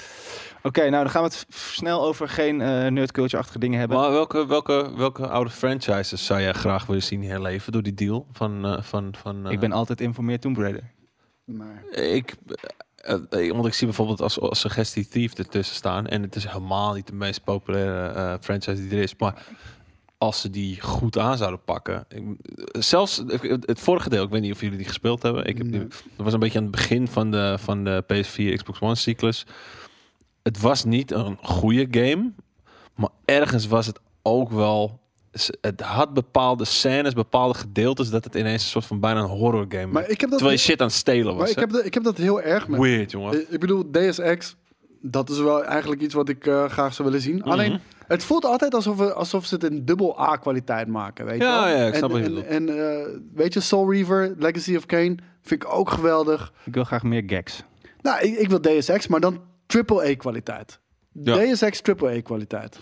Oké, nou dan gaan we het f- snel over geen eh nerdculture-achtige dingen hebben. Maar welke, welke, welke oude franchises zou jij graag willen zien herleven door die deal? Van, eh, van, van, eh, Ik ben altijd informeerd Tomb Raider. Nee. Ik, eh, eh, want ik zie bijvoorbeeld als, als suggestie Thief ertussen staan. En het is helemaal niet de meest populaire eh, franchise die er is. Maar als ze die goed aan zouden pakken. Ik, zelfs het, het vorige deel, ik weet niet of jullie die gespeeld hebben. Ik heb Nee. die, dat was een beetje aan het begin van de, van de P S vier, Xbox One cyclus. Het was niet een goede game. Maar ergens was het ook wel... Het had bepaalde scènes, bepaalde gedeeltes... dat het ineens een soort van bijna een horror game was. Maar ik heb dat, Terwijl je shit aan het stelen was. maar ik hè? heb, dat- ik heb dat heel erg met... Weird, jongen. Ik ik bedoel, D S X, dat is wel eigenlijk iets wat ik eh, graag zou willen zien. Mhm. Alleen, het voelt altijd alsof, we, alsof ze het in dubbel A-kwaliteit maken, weet je Ja, wel? ja, ik snap en, wat je en, bedoelt. en eh, weet je, Soul Reaver, Legacy of Kain, vind ik ook geweldig. Ik wil graag meer gags. Nou, ik, ik wil D S X, maar dan triple A-kwaliteit. Ja. D S X triple A-kwaliteit.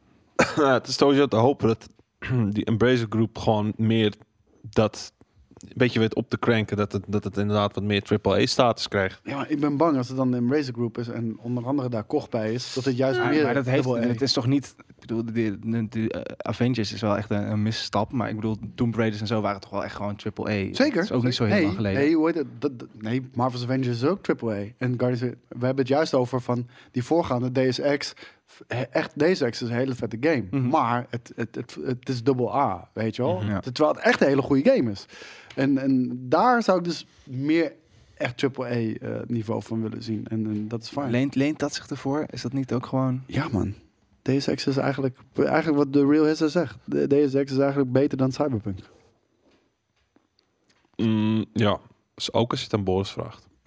Ja, het is sowieso te hopen dat die Embracer Group gewoon meer dat een beetje weet op te cranken. Dat het, dat het inderdaad wat meer triple A-status krijgt. Ja, maar ik ben bang als het dan de Embracer Group is en onder andere daar Koch bij is, dat het juist Ja, meer maar dat heeft, dubbel A. het is toch niet... Ik bedoel, de, de, de, eh, Avengers is wel echt een, een misstap. Maar ik bedoel, Tomb Raiders en zo waren toch wel echt gewoon triple A. Zeker. Dat is ook niet zo heel nee, lang geleden. Nee, hoe heet het? Dat, dat- nee, Marvel's Avengers is ook triple A. En Guardians, we hebben het juist over van die voorgaande D S X. Echt, D S X is een hele vette game. Mhm. Maar het, het, het, het is dubbel A, weet je wel? Mhm. Ja. Terwijl het echt een hele goede game is. En, en daar zou ik dus meer echt triple A-niveau van willen zien. En, en dat is fijn. Leent, leent dat zich ervoor? Is dat niet ook gewoon... Ja, man. D S X is eigenlijk, eigenlijk wat de Real Hizza zegt. De D S X is eigenlijk beter dan Cyberpunk. Mm, ja, dus ook als je het aan Boris vraagt.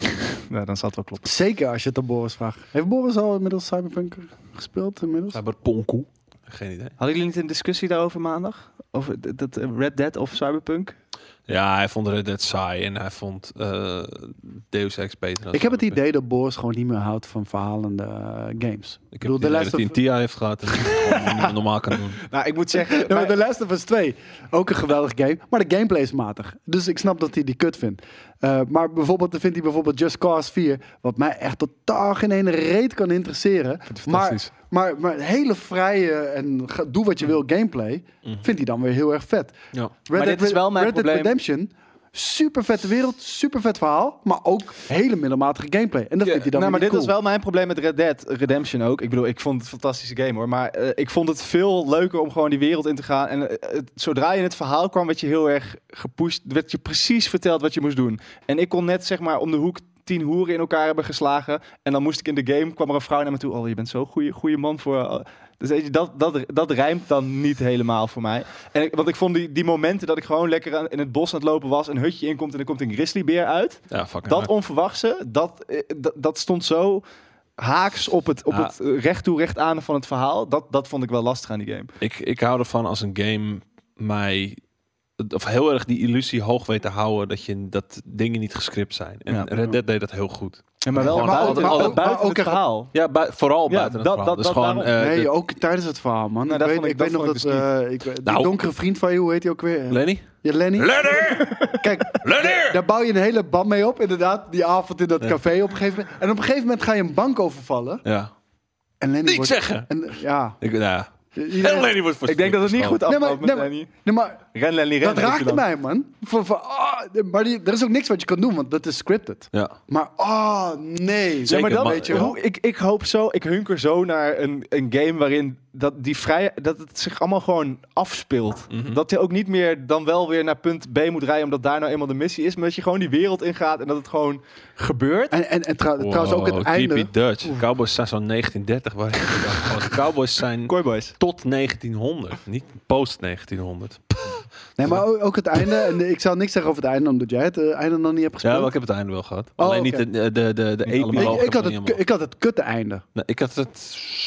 Ja, dan zal het wel kloppen. Zeker als je het aan Boris vraagt. Heeft Boris al inmiddels Cyberpunk gespeeld? Inmiddels? Cyberpunku. Geen idee. Hadden jullie niet een discussie daarover maandag? Over d- dat eh, Red Dead of Cyberpunk? Ja, hij vond Red Dead saai en hij vond uh, Deus Ex beter. Dan Ik heb het Cyberpunk. idee dat Boris gewoon niet meer houdt van verhalende uh, games. Ik bedoel, heb het idee The Last dat hij een of- T I A heeft gehad en gewoon niet meer normaal kan doen. Nou, ik moet zeggen... Ja, maar mijn- The Last of Us twee, ook een geweldig game, maar de gameplay is matig. Dus ik snap dat hij die kut vindt. Uh, maar bijvoorbeeld dan vindt hij bijvoorbeeld Just Cause vier, wat mij echt totaal geen ene reet kan interesseren. het Maar, fantastisch. maar, maar hele vrije en ga- doe wat je wil gameplay, Mhm. vindt hij dan weer heel erg vet. Ja. Red Maar Dead, dit is wel mijn Red Dead probleem. Redemption, super vette wereld, super vet verhaal, maar ook hele middelmatige gameplay. En dat Ja, vindt hij dan nou, maar weer dit niet was cool. wel mijn probleem met Red Dead Redemption ook. Ik bedoel, ik vond het een fantastische game hoor. Maar eh, ik vond het veel leuker om gewoon die wereld in te gaan. En eh, het- zodra je in het verhaal kwam, werd je heel erg gepusht. Werd je precies verteld wat je moest doen. En ik kon net zeg maar om de hoek tien hoeren in elkaar hebben geslagen. En dan moest ik in de game, kwam er een vrouw naar me toe. Oh, je bent zo'n goede, goede man voor... eh, Dus weet je, dat, dat, dat rijmt dan niet helemaal voor mij. En ik, want ik vond die, die momenten dat ik gewoon lekker aan, in het bos aan het lopen was, een hutje inkomt en er komt een grizzlybeer uit. Ja, fucking Dat hard. onverwachte, dat, eh, dat, dat stond zo haaks op het, op Ja. het eh, recht toe recht aan van het verhaal. Dat, dat vond ik wel lastig aan die game. Ik, ik hou ervan als een game mij... Of heel erg die illusie hoog weet te houden dat, je, dat dingen niet gescript zijn. En Ja. Red Dead deed dat heel goed. Ja, maar wel Gewoon buiten, altijd- altijd altijd- buiten maar ook het echt- verhaal. Ja, bui- vooral Ja, buiten het dat- verhaal. dat- dus dat gewoon... daarom. eh, Nee, de- ook tijdens het verhaal, man. Nou, ik dat weet, vond ik- ik dat weet nog vond dat... ik dus eh, ik, die Nou. donkere vriend van je, hoe heet hij ook weer? Lenny? Ja, Lenny. Lenny! Kijk, Lenny! daar bouw je een hele band mee op, inderdaad. Die avond in dat Ja. café op een gegeven moment. En op een gegeven moment ga je een bank overvallen. Ja. En Lenny Niet wordt... zeggen! En, ja. Ik, nou, ja. Iedereen- En Lenny wordt voor Ik denk dat het niet goed Nee, maar- afloopt nee, met maar- Lenny. Nee, maar Ren Lenny, ren. dat heb je raakte dan. mij, man. Van, van, ah, maar die, er is ook niks wat je kan doen, want dat is scripted. Ja. Maar, oh, nee. Ja, maar Zeker, dat, maar- weet je wel. hoe, ik, ik hoop zo, ik hunker zo naar een, een game waarin dat, die vrij, dat het zich allemaal gewoon afspeelt. Mhm. Dat je ook niet meer dan wel weer naar punt B moet rijden, omdat daar nou eenmaal de missie is. Maar dat je gewoon die wereld ingaat en dat het gewoon gebeurt. En, en, en trou- Wow, trouwens ook het keep einde. it Dutch. Cowboys zijn zo'n negentien dertig. Waar ik dacht, oh, de Cowboys zijn Cowboys. tot negentienhonderd. Niet post negentienhonderd. Nee, maar ook, ook het einde. En ik zal niks zeggen over het einde, omdat jij het eh, einde nog niet hebt gespeeld. Ja, maar ik heb het einde wel gehad. Oh, Alleen oké. niet de, de, de, de Niet allemaal. epiloog. ik, ik, heb had nog het, niet ku- ik had het kutte einde. helemaal- Nee, ik had het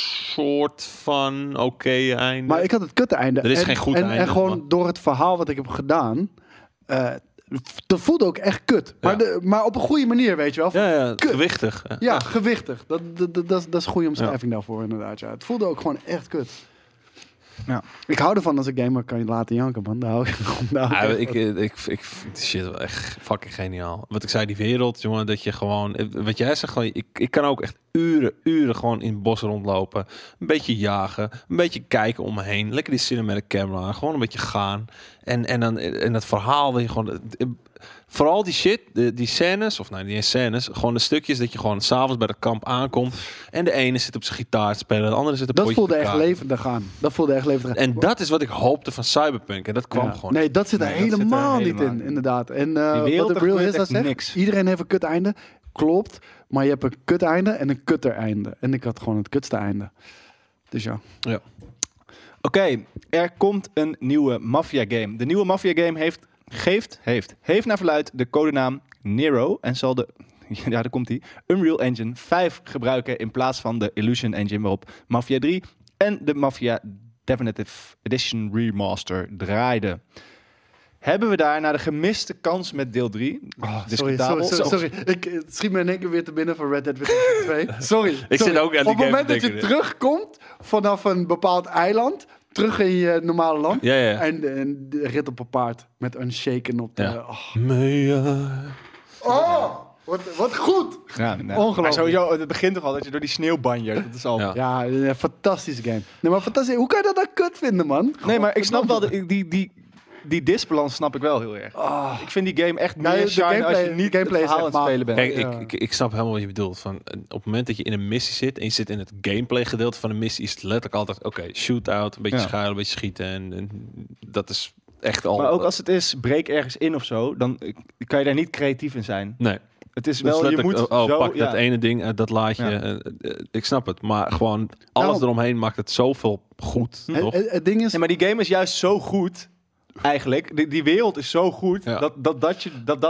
soort van oké einde. Maar ik had het kutte einde. Er is en, geen goed en, einde, En gewoon maar- door het verhaal wat ik heb gedaan. eh dat voelde ook echt kut. Maar, Ja. de, maar op een goede manier, weet je wel. Van, Ja, ja, Kut. gewichtig. Ja. ja, gewichtig. Dat, dat, dat, dat, is- dat is een goede omschrijving daarvoor, inderdaad. Ja. Het voelde ook gewoon echt kut. Ja. Ik hou ervan als een gamer kan je laten janken, man. Daar hou ik, daar hou Ja, ik echt ik, van. ik, ik, ik vind die shit wel echt fucking geniaal. Wat ik zei, die wereld, jongen, dat je gewoon... Wat jij zegt, gewoon, ik, ik kan ook echt uren, uren gewoon in het bos rondlopen. Een beetje jagen, een beetje kijken om me heen. Lekker die cinematic camera, gewoon een beetje gaan. En, en dan en dat verhaal, dat je gewoon... Vooral die shit, de, die scènes, of nou niet eens scènes, gewoon de stukjes dat je gewoon s'avonds bij het kamp aankomt. En de ene zit op zijn gitaar te spelen, de andere zit op Dat potje voelde te echt kaarten. levendig aan. Dat voelde echt levendig aan. En dat is wat ik hoopte van Cyberpunk. En dat kwam Ja. gewoon. Nee, dat zit er Nee, dat zit er helemaal niet helemaal in, niet. inderdaad. En uh, Die wereld, wat de daar Real gebeurt Hissa echt zegt, niks. iedereen heeft een kut einde. Klopt, maar je hebt een kut einde en een kutter einde. En ik had gewoon het kutste einde. Dus ja. Oké, er komt een nieuwe Mafia game. De nieuwe Mafia game heeft, geeft, heeft, heeft naar verluid de codenaam Nero en zal de, ja daar komt hij, Unreal Engine vijf gebruiken in plaats van de Illusion Engine waarop Mafia drie en de Mafia Definitive Edition Remaster draaiden. Hebben we daar naar de gemiste kans met deel drie? Oh, sorry, discutabel. sorry, sorry, sorry. Ik, het schiet me in één keer weer te binnen van Red Dead Redemption twee. Sorry. Ik sorry. zit ook aan die Op het game moment te dat je denken. terugkomt vanaf een bepaald eiland, terug in je normale land, Ja, ja. en, en de rit op een paard met Unshaken op de... Ja. Oh, Mea. oh wat, wat goed! Ja, nou, Ongelooflijk. maar sowieso, het begint toch al dat je door die sneeuw banjert. Dat is al... Ja. Ja, een fantastische game. Nee, maar fantastisch. Hoe kan je dat nou kut vinden, man? Nee, maar ik snap wel, de, die, die, die disbalans snap ik wel heel erg. Ah. Ik vind die game echt Ja, meer de shine als je gameplay- niet de gameplay het is verhaal aan echt het spelen bent. Kijk, Ja. ik, ik, ik snap helemaal wat je bedoelt. Van, eh, op het moment dat je in een missie zit en je zit in het gameplay gedeelte van de missie, is het letterlijk altijd, oké, shootout, een beetje Ja. schuilen, een beetje schieten. En, en dat is echt al... Maar ook als het is, breek ergens in of zo, dan eh, kan je daar niet creatief in zijn. Nee. Het is Dus wel, je moet letterlijk, oh, zo... pak ja. dat ene ding, eh, dat laat je. Ja. eh, eh, ik snap het. Maar gewoon alles Nou, eromheen maakt het zoveel goed. Het, Toch? het, het ding is... Ja, maar die game is juist zo goed, eigenlijk. Die, die wereld is zo goed, Ja. dat, dat, dat, je, dat dat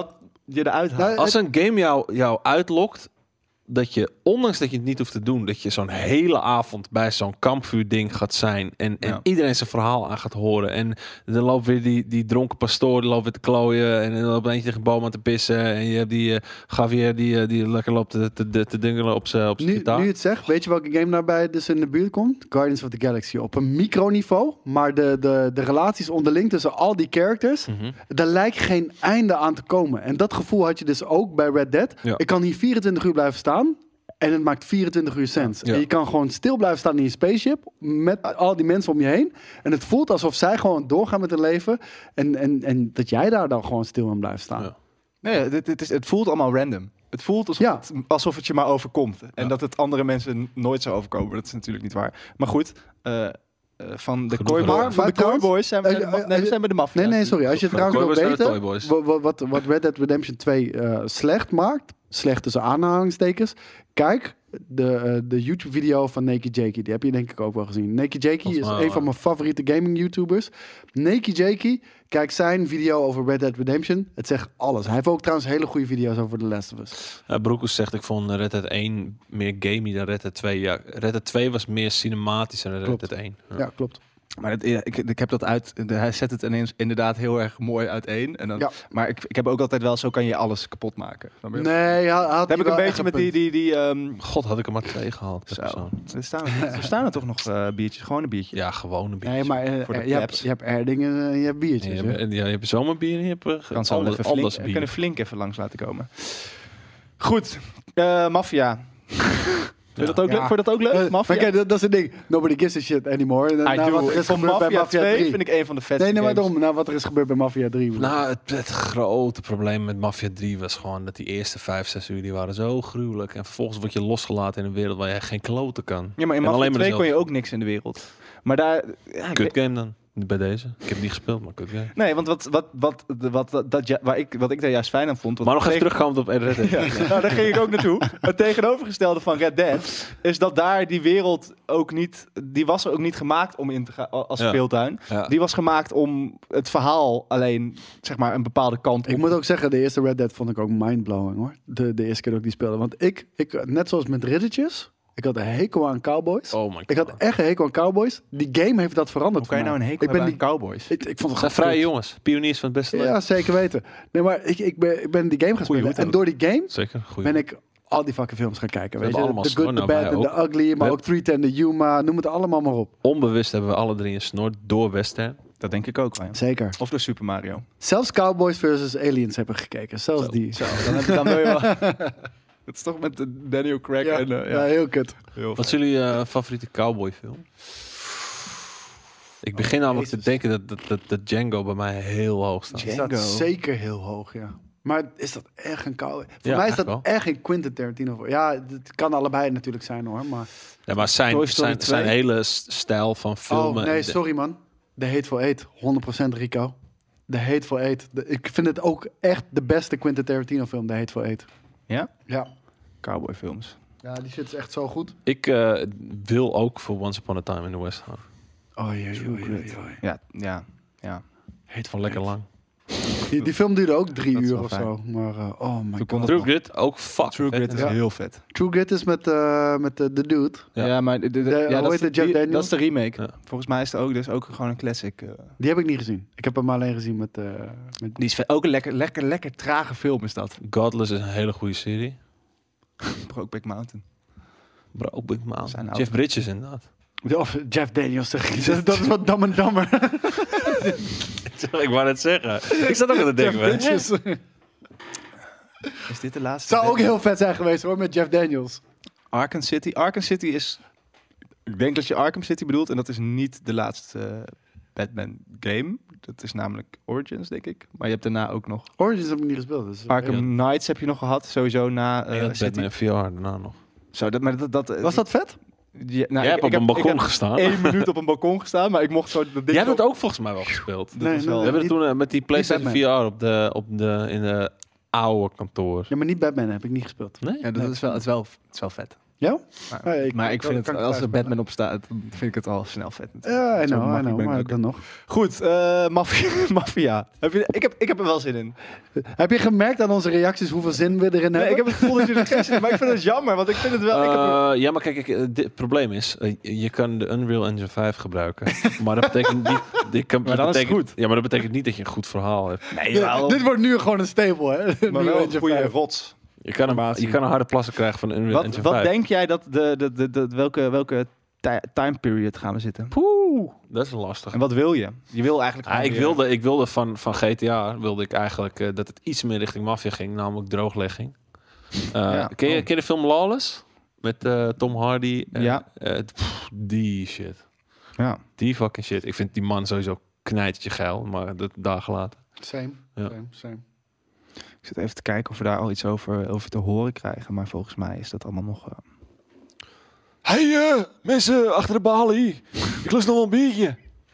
je eruit haalt. Nou, Als een game jou, jou uitlokt, dat je, ondanks dat je het niet hoeft te doen, dat je zo'n hele avond bij zo'n kampvuurding gaat zijn en, en Ja. iedereen zijn verhaal aan gaat horen. En dan loopt weer die, die dronken pastoor, die loopt weer te klooien en dan loopt eentje tegen een boom aan te pissen. En je hebt die uh, Javier die, uh, die lekker loopt te, te, te, te dingelen op zijn op zijn Nu, gitaar. nu je het zegt, weet je welke game daarbij dus in de buurt komt? Guardians of the Galaxy. Op een microniveau, maar de, de, de relaties onderling tussen al die characters, Mhm. daar lijkt geen einde aan te komen. En dat gevoel had je dus ook bij Red Dead. Ja. Ik kan hier vierentwintig uur blijven staan en het maakt vierentwintig uur sens. Ja. En je kan gewoon stil blijven staan in je spaceship met al die mensen om je heen. En het voelt alsof zij gewoon doorgaan met hun leven en, en, en dat jij daar dan gewoon stil aan blijft staan. Ja. Nee, dit, dit is, het voelt allemaal random. Het voelt alsof, Ja. het, alsof het je maar overkomt. En Ja. dat het andere mensen nooit zou overkomen. Dat is natuurlijk niet waar. Maar goed, uh, uh, van de Genoeg Koi maar- van maar de Koi trouwens, Boys zijn we, als je- nee, we als je- zijn bij de maffia. Nee, nee, sorry. Als je het Van trouwens Toy wil Boys naar de weten, Toy Boys. wa- wa- wat, wat Red Dead Redemption twee uh, slecht maakt, slecht tussen aanhalingstekens, kijk de, uh, de YouTube-video van Naked Jakey. Die heb je denk ik ook wel gezien. Naked Jakey Volgens is mij een wel, van ja. mijn favoriete gaming-YouTubers. Naked Jakey, kijk zijn video over Red Dead Redemption. Het zegt alles. Hij heeft ook trouwens hele goede video's over The Last of Us. Uh, Broekers zegt, ik vond Red Dead één meer gamey dan Red Dead twee. Ja, Red Dead twee was meer cinematisch dan Red Klopt. Dead één. Ja. Ja, klopt. Maar het, ja, ik, ik heb dat uit. de- Hij zet het ineens inderdaad heel erg mooi uiteen. En dan, Ja. Maar ik, ik heb ook altijd wel, zo kan je alles kapot maken. Snap je? Nee, hij had Dat heb hier ik een wel beetje echt met punt. die... die, die ehm, God, had ik er maar twee gehaald. per zo. persoon. Er staan, er staan er toch nog eh, biertjes, gewoon een biertje. Ja, gewoon een biertje. Nee, maar uh, Voor de je, hebt, plebs. je hebt erdingen en je hebt En biertjes. je, hè? hebt, en ja, je hebt zomerbier en je hebt uh, Kan zo wel alles, even flink, alles we bier. kunnen flink even langs laten komen. Goed, eh Mafia. Vind je dat ook Ja. leuk? Vond je dat ook leuk? Eh, Mafia? Maar kijk, dat, dat is het ding. Nobody gives a shit anymore. Na, I na do. wat er Ik is vond gebeurd bij Mafia Mafia twee drie. vind ik een van de vetste Nee, nee, maar games. daarom. Nou, wat er is gebeurd bij Mafia drie. Nou, het, het grote probleem met Mafia drie was gewoon dat die eerste vijf, zes uur die waren zo gruwelijk. En vervolgens word je losgelaten in een wereld waar je geen kloten kan. Ja, maar in En Mafia alleen maar twee kon je dezelfde. ook niks in de wereld. Maar daar... Ja, ik Kut weet- game dan, bij deze. Ik heb niet gespeeld, maar kut game. nee, want wat, wat, wat, wat, wat, dat, ja, waar ik, wat ik daar juist fijn aan vond... wat Maar nog even tegen- terugkomend op Red Dead. Ja, nou, daar ging ik ook naartoe. Het tegenovergestelde van Red Dead is dat daar die wereld ook niet... Die was er ook niet gemaakt om in te gaan als Ja. speeltuin. Ja. Die was gemaakt om het verhaal alleen, zeg maar, een bepaalde kant op. Ik moet ook zeggen, de eerste Red Dead vond ik ook mindblowing hoor. De, de eerste keer dat ik die speelde. Want ik, ik, net zoals met riddertjes, ik had een hekel aan cowboys. Oh my god. Ik had echt een hekel aan cowboys. Die game heeft dat veranderd Hoe kan je voor nou een mij. hekel ik ben hebben die, aan cowboys? ik, ik vond het Het zijn gewoon vrije kut. jongens. Pioniers van het beste leven. Ja, zeker weten. Nee, maar ik, ik, ben, ik ben die game gaan Goeie spelen. hoed En door die game Zeker. Goeie. ben ik al die fucking films gaan kijken. We Weet je? hebben The allemaal Good, snor, The nou, Bad wij and The Ugly. Maar We- ook Three Ten, The Yuma. Noem het allemaal maar op. Onbewust hebben we alle drie een snor door Western. Dat denk ik ook wel. Ja. Zeker. Of door Super Mario. Zelfs Cowboys versus Aliens hebben gekeken. Zelfs Zo. die. Zo, dan heb je dan wil je wel... Het is toch met eh, Daniel Craig Ja, en... eh, ja, ja. heel kut. Heel Wat is jullie eh, favoriete cowboy film? Ik begin namelijk te Jezus. denken dat, dat, dat, dat Django bij mij heel hoog staat. Die staat Django. zeker heel hoog, ja. Maar is dat echt een cowboy? Voor Ja, mij is dat eigenlijk wel. echt een Quentin Tarantino. Ja, het kan allebei natuurlijk zijn hoor. Maar... Ja, maar zijn, Toy Story zijn, zijn twee? hele s- stijl van filmen. Oh, nee, en de- sorry man. The Hateful Eight. honderd procent Rico. The Hateful Eight. De- ik vind het ook echt de beste Quentin Tarantino film, The Hateful Eight. Ja? Ja. Cowboyfilms. Ja, die shit is echt zo goed. Ik eh, wil ook voor Once Upon a Time in the West gaan. Oh jee, True Grit. Ja, ja, ja. Heet van lekker lang. Die, die film duurde ook drie Dat is uur wel of fijn. zo. Maar uh, oh my Toen kon god. het True Grit ook fuck. True Grit is Ja. heel vet. True Grit is met, uh, met de, de dude. Ja. Ja, maar de, de, De- ja, hoe dat, heet is de, het, Jeff die- Daniels? dat is de remake. Ja. Volgens mij is het ook, dus ook gewoon een classic. eh. Die heb ik niet gezien. Ik heb hem alleen gezien met... Uh, met... Die is vet. Ook een lekker, lekker, lekker trage film is dat. Godless is een hele goede serie. Brokeback Mountain. Brokeback Mountain. Zijn Jeff Bridges inderdaad. Of Jeff Daniels zeg ik. Dat, dat is wat Dam en Dammer. Ik wou net zeggen. Ik zat ook aan het denken. Jeff hè. Bridges. Is dit de laatste? Zou ook heel vet zijn geweest hoor, met Jeff Daniels. Arkham City. Arkham City is... Ik denk dat je Arkham City bedoelt. En dat is niet de laatste eh, Batman game. Dat is namelijk Origins, denk ik. Maar je hebt daarna ook nog... Origins heb ik niet gespeeld. Dus, uh, Arkham Knights heb je nog gehad. Sowieso na En eh dat City. Batman V R daarna nog. Zo, dat, maar dat, dat, Was dat vet? Ja, nou, Jij ik- hebt op ik een heb- balkon ik heb gestaan. één minuut op een balkon gestaan, maar ik mocht zo... Dat ding Jij hebt zo- het ook volgens mij wel gespeeld. Dat Nee, is nee, wel- We hebben het niet- toen eh, met die PlayStation V Batman. R op de, op de, in de oude kantoor. Ja, maar niet Batman heb ik niet gespeeld. Nee? Ja, dat Nee. is wel, het, is wel, het is wel vet. Ja? Maar, Ja, ik- maar ik ik- vind ik kan het, het als er thuis Batman op staat, dan vind ik het al snel vet. Ja, I Zo know, I makkelijk know, ben ik maar ook. dan nog. Goed, uh, Mafia. Maffia. Heb je, ik, heb, ik heb er wel zin in. Heb je gemerkt aan onze reacties hoeveel zin we erin Nee, hebben? ik heb het gevoel dat je er geen zin in, maar ik vind het jammer, want ik vind het wel... ik heb er- Uh, ja, maar kijk, ik, eh, dit- het probleem is, eh, je kan de Unreal Engine vijf gebruiken. Maar dat betekent niet... dit kan, Maar dat dan is het betekent- goed. Ja, maar dat betekent niet dat je een goed verhaal hebt. nee, Ja, wel, dit wordt nu gewoon een stapel, hè? maar Nu wel Engine een goede vijf. rots. Je kan, een, je kan een harde plassen krijgen van Unreal Wat, Engine wat vijf. denk jij dat de, de, de, de, welke, welke ti- time period gaan we zitten? Poeh, dat is lastig. En wat wil je? Je wil eigenlijk Ah, gewoon ik, weer- wilde, ik wilde van, van G T A wilde ik eigenlijk eh, dat het iets meer richting maffia ging, namelijk drooglegging. Uh, Ja. ken, je, Oh. ken je de film Lawless? Met eh, Tom Hardy. en, Ja. eh, pff, die shit. Ja. Die fucking shit. Ik vind die man sowieso knijtertje geil, maar dat dagen later. Same, Ja. same, same. Ik zit even te kijken of we daar al iets over, over te horen krijgen, maar volgens mij is dat allemaal nog... Uh... Hey eh, mensen achter de balie. Ik lust nog wel een biertje.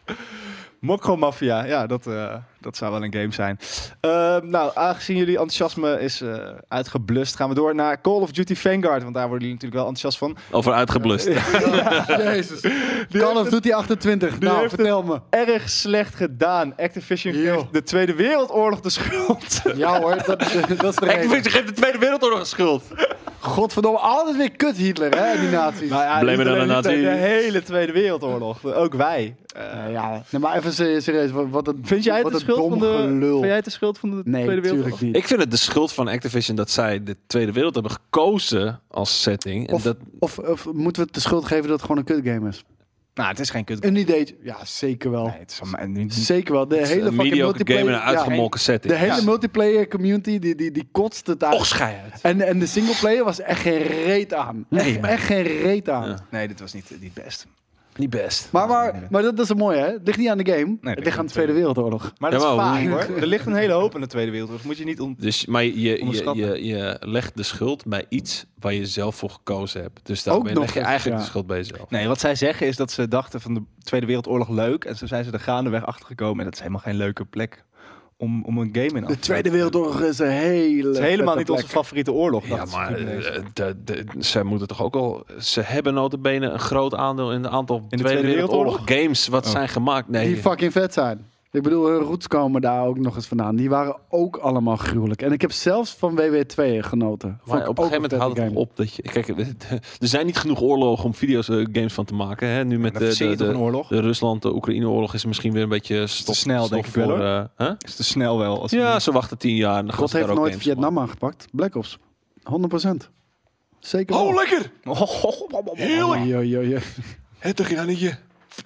Mokro Mafia, ja, dat, uh, dat zou wel een game zijn. Uh, nou, aangezien jullie enthousiasme is uh, uitgeblust, gaan we door naar Call of Duty Vanguard, want daar worden jullie natuurlijk wel enthousiast van. Over uitgeblust. Jezus. Call of Duty achtentwintig. die Nou, heeft vertel me. Erg slecht gedaan. Activision Yo. geeft de Tweede Wereldoorlog de schuld. Ja hoor, dat, dat is de reden. Activision geeft de Tweede Wereldoorlog een schuld. Godverdomme, altijd weer kut Hitler, hè, die nazi's. Nou ja, Blame niet it on alleen the Hitler, Nazis. de hele Tweede Wereldoorlog. Ook wij. Uh, Ja, ja. Nee, maar even serieus, serieus. Wat, wat een, Vind jij het wat de een schuld dom van de? gelul. Vind jij het de schuld van de Nee, Tweede natuurlijk Wereldoorlog? niet. Ik vind het de schuld van Activision dat zij de Tweede Wereld hebben gekozen als setting. En Of, dat, of, of moeten we het de schuld geven dat het gewoon een kutgame is? Nou, het is geen kut. Een idee. Ja, zeker wel. Nee, het is allemaal niet. Zeker wel. De hele een fucking mediocre multiplayer... game in een ja, uitgemolken setting. de hele Ja. multiplayer community, die, die, die kotst het uit. Och, schei uit. En, en de singleplayer was echt geen reet aan. Nee, echt, maar- echt geen reet aan. Ja. Nee, dit was niet, niet best. Niet best. Maar, maar, maar dat, dat is het mooie, hè? Het ligt niet aan de game. ligt het ligt aan aan de de Tweede Wereldoorlog. Maar dat Ja, is maar vaak hoe- hoor. Er ligt een hele hoop in de Tweede Wereldoorlog. Moet je niet on... Dus, maar je, je, Onderschatten. je, je legt de schuld bij iets waar je zelf voor gekozen hebt. Dus daar Ook ben- nog leg je eens, eigenlijk ja. de schuld bij jezelf. Nee, wat zij zeggen is dat ze dachten van de Tweede Wereldoorlog leuk. En zo zijn ze er gaandeweg achter gekomen. En dat is helemaal geen leuke plek om, om een game in af De te Tweede zetten. Wereldoorlog is een hele... Het is helemaal vette niet onze plek. favoriete oorlog. Ja, dachten ze maar toen deze. eh, de, de, ze moeten toch ook al... Ze hebben notabene een groot aandeel in een aantal de Tweede, Tweede Wereldoorlog Wereldoorlog? games wat Oh. zijn gemaakt. Nee, Die fucking vet zijn. Ik bedoel, hun roots komen daar ook nog eens vandaan. Die waren ook allemaal gruwelijk. En ik heb zelfs van W W twee genoten. Vond maar ik op een ook gegeven moment vette houdt het game. toch op dat je... Kijk, er zijn niet genoeg oorlogen om video's, eh, games van te maken. Hè? Nu met Dan de, versier je de, toch een de, oorlog? de Rusland-Oekraïne-oorlog is het misschien weer een beetje stop, snel, stop denk ik wel, voor, hoor. eh, hè? Is te snel wel. Als Ja, ze wachten tien jaar. En dan gaan God ze daar heeft ook nooit games Vietnam van aangepakt. Black Ops. honderd procent. Zeker wel. maken. Oh, lekker! Heerlijk. Oei, oei, oei. Het Jannetje.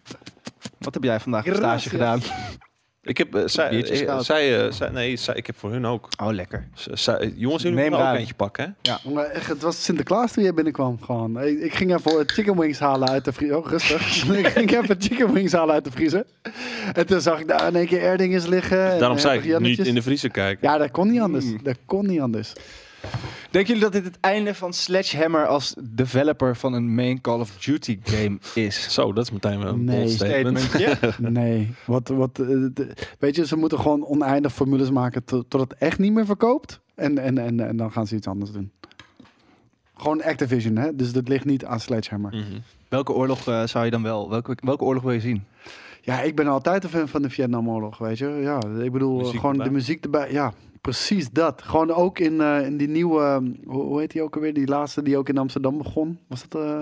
Wat heb jij vandaag op stage gedaan? Ik heb, eh, zij, Biertjes eh, koud. zij, eh, zij, nee, zij, ik heb voor hun ook. Oh, lekker. Z- zij- jongens, jullie Neem moeten ook ruim. eentje pakken, hè? Maar echt, het was Sinterklaas toen jij binnenkwam. Gewoon. Ik, ik ging even chicken wings halen uit de vriezer. Oh, rustig. ik ging even chicken wings halen uit de vriezer. En toen zag ik daar in één keer Erdingens liggen. en, Daarom eh, zei ik niet Jannetjes. in de vriezer kijken. Ja, dat kon niet anders. Mm. Dat kon niet anders. Denken jullie dat dit het einde van Sledgehammer als developer van een main Call of Duty game is? Zo, dat is meteen wel een Nee. bold statement. Statementje. Nee. Wat, wat, eh, de- weet je, ze moeten gewoon oneindig formules maken tot, tot het echt niet meer verkoopt. En, en, en, en dan gaan ze iets anders doen. Gewoon Activision, hè? Dus dat ligt niet aan Sledgehammer. Mhm. Welke oorlog eh, zou je dan wel... Welke, welke oorlog wil je zien? Ja, ik ben altijd een fan van de Vietnamoorlog, weet je. Ja, ik bedoel, Muziek gewoon erbij. de muziek erbij. Ja, precies dat. Gewoon ook in, eh, in die nieuwe... eh, hoe, hoe heet die ook alweer? Die laatste die ook in Amsterdam begon. Was dat... eh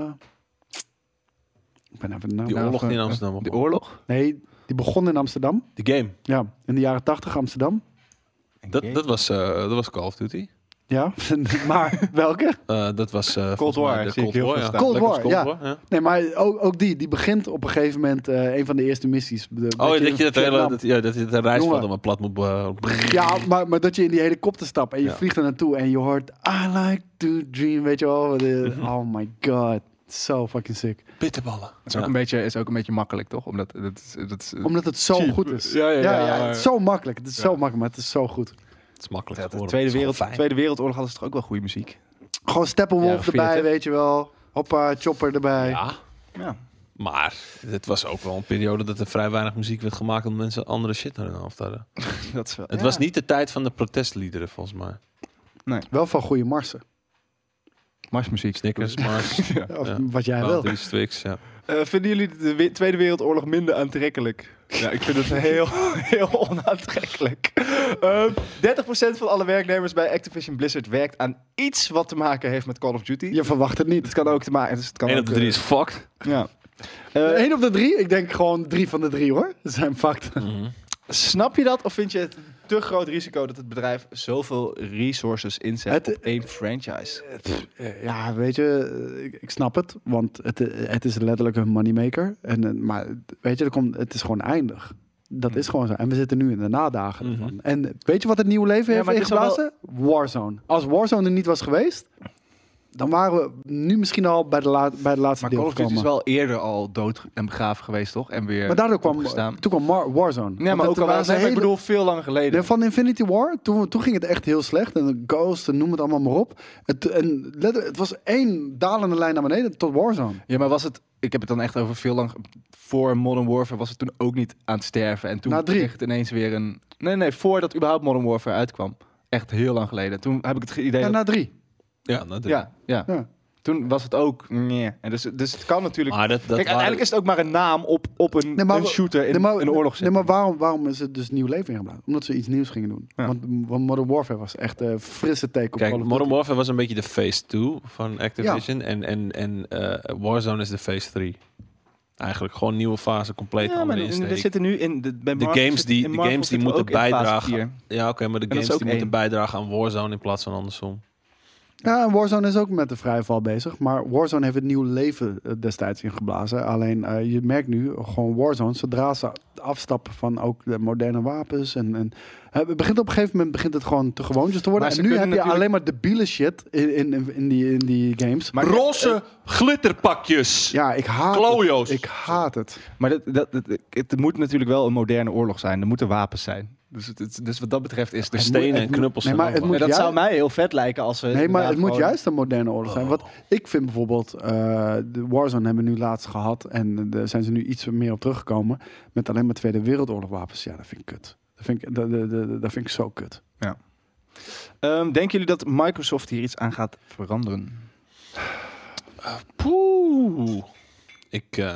Ik ben even de naam. Die Nou, oorlog of, in eh, Amsterdam. De oorlog? Nee, die begon in Amsterdam. Die game. Ja, in de jaren tachtig Amsterdam. Dat, dat, was, eh, dat was Call of Duty. Ja, maar welke? Eh, dat was eh, Cold volgens mij War, de zie ik Cold heel War. veel Ja. staan. Cold Black Ops War, Cold ja. War, ja. Nee, maar ook, ook die. Die begint op een gegeven moment eh, een van de eerste missies. De- Oh, in dat je dat hele, Vietnam- dat, ja, dat je het reisveld Jongen. allemaal plat moet... eh, Ja, maar, maar dat je in die helikopter stapt en je Ja. vliegt er naartoe en je hoort I like to dream, weet je wel. De- Oh my god, so fucking sick. bitterballen. Is ook, Ja. een beetje, is ook een beetje makkelijk, toch? Omdat dat, is- dat is... Omdat het zo Cheap. goed is. Ja, ja, ja, ja, maar- het is zo makkelijk. Het is Ja. zo makkelijk, maar het is zo goed. Het is makkelijk Ja, de geworden. Tweede, Het is wereld, gewoon fijn. Tweede Wereldoorlog hadden ze toch ook wel goede muziek? Gewoon Steppenwolf Ja, vind je erbij, het, hè? weet je wel. Hoppa, chopper erbij. Ja, Ja. maar het was ook wel een periode dat er vrij weinig muziek werd gemaakt omdat mensen andere shit naar hun hoofd hadden. Dat is wel... Het ja. was niet de tijd van de protestliederen, volgens mij. Wel van goede marsen. Marsmuziek. Snickers, Mars. Ja. Of Ja. wat jij wil. Maldus, Twix, ja. Uh, vinden jullie de we- Tweede Wereldoorlog minder aantrekkelijk? Ja, ik vind het heel, heel onaantrekkelijk. Uh, dertig procent van alle werknemers bij Activision Blizzard werkt aan iets wat te maken heeft met Call of Duty. Je verwacht het niet. Het kan ook te maken. Dus het kan Eén ook, op de drie uh, is fucked. Ja. Uh, Eén op de drie? Ik denk gewoon drie van de drie hoor. Dat zijn facten. Mhm. snap je dat? Of vind je het een te groot risico dat het bedrijf zoveel resources inzet Het- op één franchise? Eh, Ja, weet je, eh, ik, ik snap het. Want het, eh, het is letterlijk een moneymaker. En, eh, maar weet je, er komt, het is gewoon eindig. Dat is gewoon zo. En we zitten nu in de nadagen Mhm. ervan. En weet je wat het nieuwe leven Ja, heeft maar het is al ingeblazen? Warzone. Als Warzone er niet was geweest, dan waren we nu misschien al bij de, la bij de laatste Maar deel Call of Duty is gekomen. wel eerder al dood en begraven geweest, toch? En weer Maar daardoor kwam, opgestaan. toen kwam Mar- Warzone. Ja, Want maar het ook al waren was ze het, hele- ik bedoel, veel langer geleden. Nee, van Infinity War, toen, toen ging het echt heel slecht. En de Ghost, en noem het allemaal maar op. Het, en letter, het was één dalende lijn naar beneden tot Warzone. Ja, maar was het... Ik heb het dan echt over veel lang... Voor Modern Warfare was het toen ook niet aan het sterven. En toen Na drie. kreeg het ineens weer een... Nee, nee, voordat überhaupt Modern Warfare uitkwam. Echt heel lang geleden. Toen heb ik het idee Ja, dat... na drie. Ja, dat is Ja, ja. Ja. Toen was het ook... Nee. En dus, dus het kan natuurlijk... Maar dat, dat Kijk, uiteindelijk is het ook maar een naam op, op een, Nee, maar een we- shooter in Nee, maar, een oorlog. nee, maar waarom, waarom is het dus nieuw leven ingeblazen? Omdat ze iets nieuws gingen doen. Ja. Want, want Modern Warfare was echt een frisse take op Kijk, Call of Modern Duty. Warfare was een beetje de phase two van Activision. En, en, en eh, Warzone is de phase three. Eigenlijk gewoon een nieuwe fase, compleet Ja, maar andere we insteek. zitten nu in... De, bij De Marvel games zit- die, in de Marvel games die zitten we moeten ook in fase bijdragen. vier. Ja, oké, maar de dat is games ook die moeten één. bijdragen aan Warzone in plaats van andersom. Ja, en Warzone is ook met de vrije val bezig. Maar Warzone heeft het nieuw leven eh, destijds ingeblazen. Alleen eh, je merkt nu gewoon Warzone, zodra ze afstappen van ook de moderne wapens. En, en eh, het begint op een gegeven moment begint het gewoon te gewoontjes te worden. Maar En ze nu heb kunnen je natuurlijk- alleen maar debiele shit in, in, in, die, in die games. Maar- Roze glitterpakjes! ja, ik haat Klojo's. het. Ik haat het. Maar dat, dat, dat- het moet natuurlijk wel een moderne oorlog zijn. Er moeten wapens zijn. Dus, het, het- dus wat dat betreft is de Het stenen moet- en het moet- knuppels nee, zijn maar het ook moet wel. En dat ju- zou mij heel vet lijken als ze... Nee, maar inderdaad het moet gewoon- juist een moderne oorlog zijn. Wat ik vind bijvoorbeeld, eh, de Warzone hebben we nu laatst gehad. En daar zijn ze nu iets meer op teruggekomen. Met alleen maar Tweede Wereldoorlog wapens. Ja, dat vind ik kut. Dat vind ik, dat, dat, dat, dat vind ik zo kut. Ehm, denken jullie dat Microsoft hier iets aan gaat veranderen? Poeh. Ik, eh,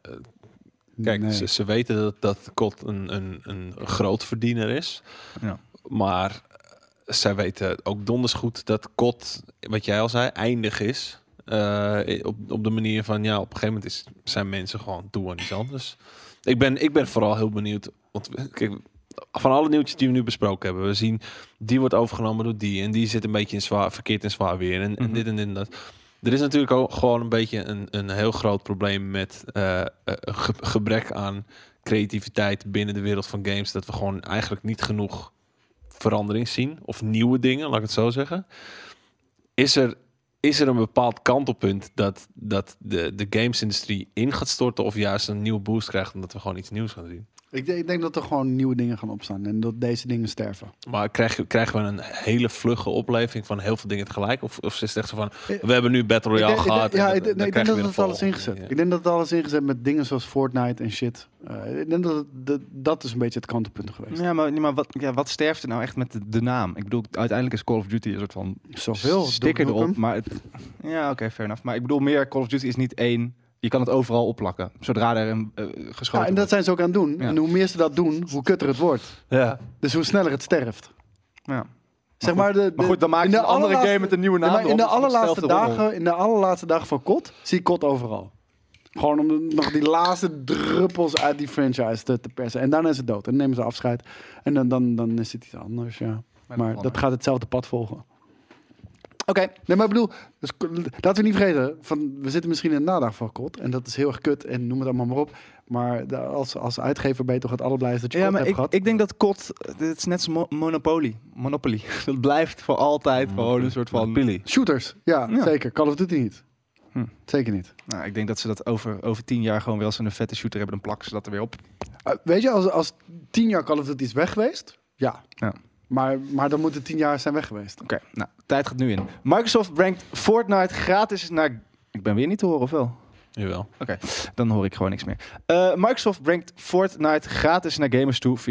kijk, Nee. ze, ze weten dat, dat C O D een, een, een groot verdiener is. Ja. Maar eh, zij weten ook donders goed dat C O D, wat jij al zei, eindig is. Eh, op, op de manier van, ja, op een gegeven moment is, zijn mensen gewoon toe aan iets anders. Ik ben, ik ben vooral heel benieuwd. Want kijk, van alle nieuwtjes die we nu besproken hebben, we zien die wordt overgenomen door die en die zit een beetje in zwaar, verkeerd in zwaar weer en, en Mhm. dit en dit en dat. Er is natuurlijk ook gewoon een beetje een, een heel groot probleem met eh, eh, ge- gebrek aan creativiteit binnen de wereld van games. Dat we gewoon eigenlijk niet genoeg verandering zien of nieuwe dingen, laat ik het zo zeggen. Is er, is er een bepaald kantelpunt dat, dat de, de gamesindustrie in gaat storten of juist een nieuwe boost krijgt omdat we gewoon iets nieuws gaan zien? Ik, denk- ik denk dat er gewoon nieuwe dingen gaan opstaan. En dat deze dingen sterven. Maar krijgen, krijgen we een hele vlugge opleving van heel veel dingen tegelijk? Of, of is het echt zo van, we hebben nu Battle Ik Royale denk, ik gehad. denk- ja, en ik, dan- denk- dan ik krijg denk je dat weer het een alles volgende. ingezet. Ik denk dat het alles ingezet met dingen zoals Fortnite en shit. Eh, ik denk dat, het, dat dat is een beetje het kantelpunt geweest. Ja, maar, maar wat, ja, wat sterft er nou echt met de, de naam? Ik bedoel, uiteindelijk is Call of Duty een soort van Zoveel. sticker Doe- doe erop. hem. Maar het, ja, oké, fair enough. Maar ik bedoel meer, Call of Duty is niet één... Je kan het overal opplakken, zodra er een uh, geschoten Ja, en dat wordt. zijn ze ook aan het doen. Ja. En hoe meer ze dat doen, hoe kutter het wordt. Ja. Dus hoe sneller het sterft. Ja. Zeg maar, de, de, Maar goed, dan maak in je de een andere allerlaatste- game met een nieuwe naam Ja, maar in de erop, dus het allerlaatste stelt erop. dagen, in de allerlaatste dagen van C O D, zie ik C O D overal. Gewoon om de- nog die laatste druppels uit die franchise te, te persen. En daarna is het dood. En dan nemen ze afscheid. En dan, dan, dan is het iets anders, ja. Maar dat gaat hetzelfde pad volgen. Oké. Nee, maar ik bedoel, dus, laten we niet vergeten, van, we zitten misschien in de nadagen van C O D. En dat is heel erg kut en noem het allemaal maar op. Maar de- als, als uitgever ben je toch het allerblijste dat je C O Ja, D maar hebt ik, gehad. ik denk dat C O D, dit is net zoals Mo- Monopoly. Monopoly. Dat blijft voor altijd gewoon een soort van... Billy. Shooters, ja, Ja. zeker. Call of Duty niet. Hm. Zeker niet. Nou, ik denk dat ze dat over, over tien jaar gewoon wel zo'n vette shooter hebben. Dan plakken ze dat er weer op. Uh, weet je, als, als tien jaar Call of Duty is weg geweest, ja. Ja. Maar, maar dan moeten tien jaar zijn weg geweest. Oké, nou, tijd gaat nu in. Microsoft brengt Fortnite gratis naar... Ik ben weer niet te horen, of wel? Jawel. Dan hoor ik gewoon niks meer. Eh, Microsoft brengt Fortnite gratis naar gamers toe via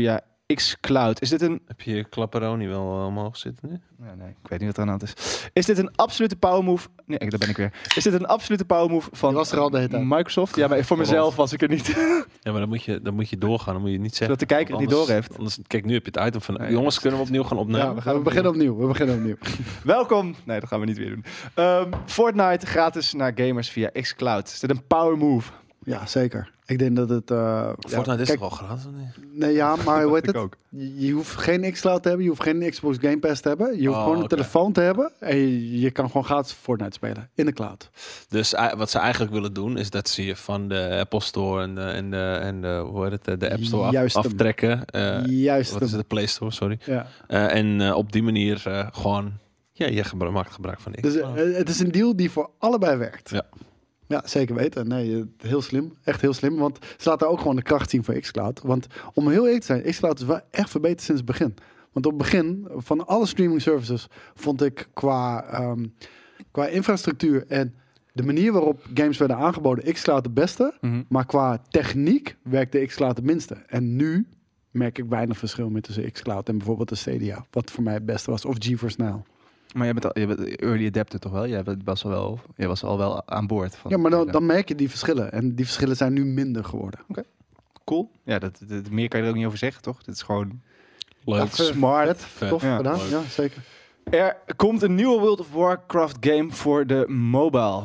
xCloud. Is dit een... Heb je je klapperoni wel uh, omhoog zitten nu? Ja, nee, ik weet niet wat er aan de hand is. Is dit een absolute power move? Nee, daar ben ik weer. Is dit een absolute power move van Je was er al de hele tijd. Microsoft? Ja, maar voor mezelf was ik er niet. Ja, maar dan moet je, dan moet je doorgaan. Dan moet je niet zeggen. Zodat de kijker het niet Anders- door heeft. Anders, kijk, nu heb je het item van... Nee, jongens, kunnen we opnieuw gaan opnemen? Ja, we We, gaan beginnen opnieuw. We beginnen opnieuw. Welkom. Nee, dat gaan we niet weer doen. Um, Fortnite gratis naar gamers via xCloud. Is dit een power move? Ja, zeker. Ik denk dat het... uh, Fortnite ja, is kijk, toch al gratis? of niet? Nee, ja, maar hoe heet ik het? ook. Je, je hoeft geen xCloud te hebben. Je hoeft geen Xbox Game Pass te hebben. Je hoeft Oh, gewoon een oké. telefoon te hebben. En je, je kan gewoon gratis Fortnite spelen. In de cloud. Dus uh, wat ze eigenlijk willen doen, is dat ze je van de Apple Store en de, en de, en de, hoe heet het, de App Store af- Juist hem. aftrekken. Uh, Juist. wat is het, de Play Store, sorry. Ja. Uh, en uh, op die manier uh, gewoon, ja, je gebruik, maakt gebruik van Dus xCloud. uh, het is een deal die voor allebei werkt. Ja. Ja, zeker weten. Nee, eh, heel slim. Echt heel slim. Want ze laten ook gewoon de kracht zien van xCloud. Want om heel eerlijk te zijn, xCloud is wel echt verbeterd sinds het begin. Want op het begin van alle streaming services vond ik qua, um, qua infrastructuur en de manier waarop games werden aangeboden xCloud de beste. Mm-hmm. Maar qua techniek werkte xCloud het minste. En nu merk ik weinig verschil meer tussen xCloud en bijvoorbeeld de Stadia. Wat voor mij het beste was. Of GeForce Now. Maar je bent, al, je bent early adapter toch wel? Jij was al wel, jij was al wel aan boord. Van, Ja, maar dan, dan merk je die verschillen. En die verschillen zijn nu minder geworden. Cool. Ja, dat, dat, meer kan je er ook niet over zeggen, toch? Dit is gewoon Leuk. Ja, smart. vet, Vet. tof Ja. gedaan. Leuk. Ja, zeker. Er komt een nieuwe World of Warcraft game voor de mobile.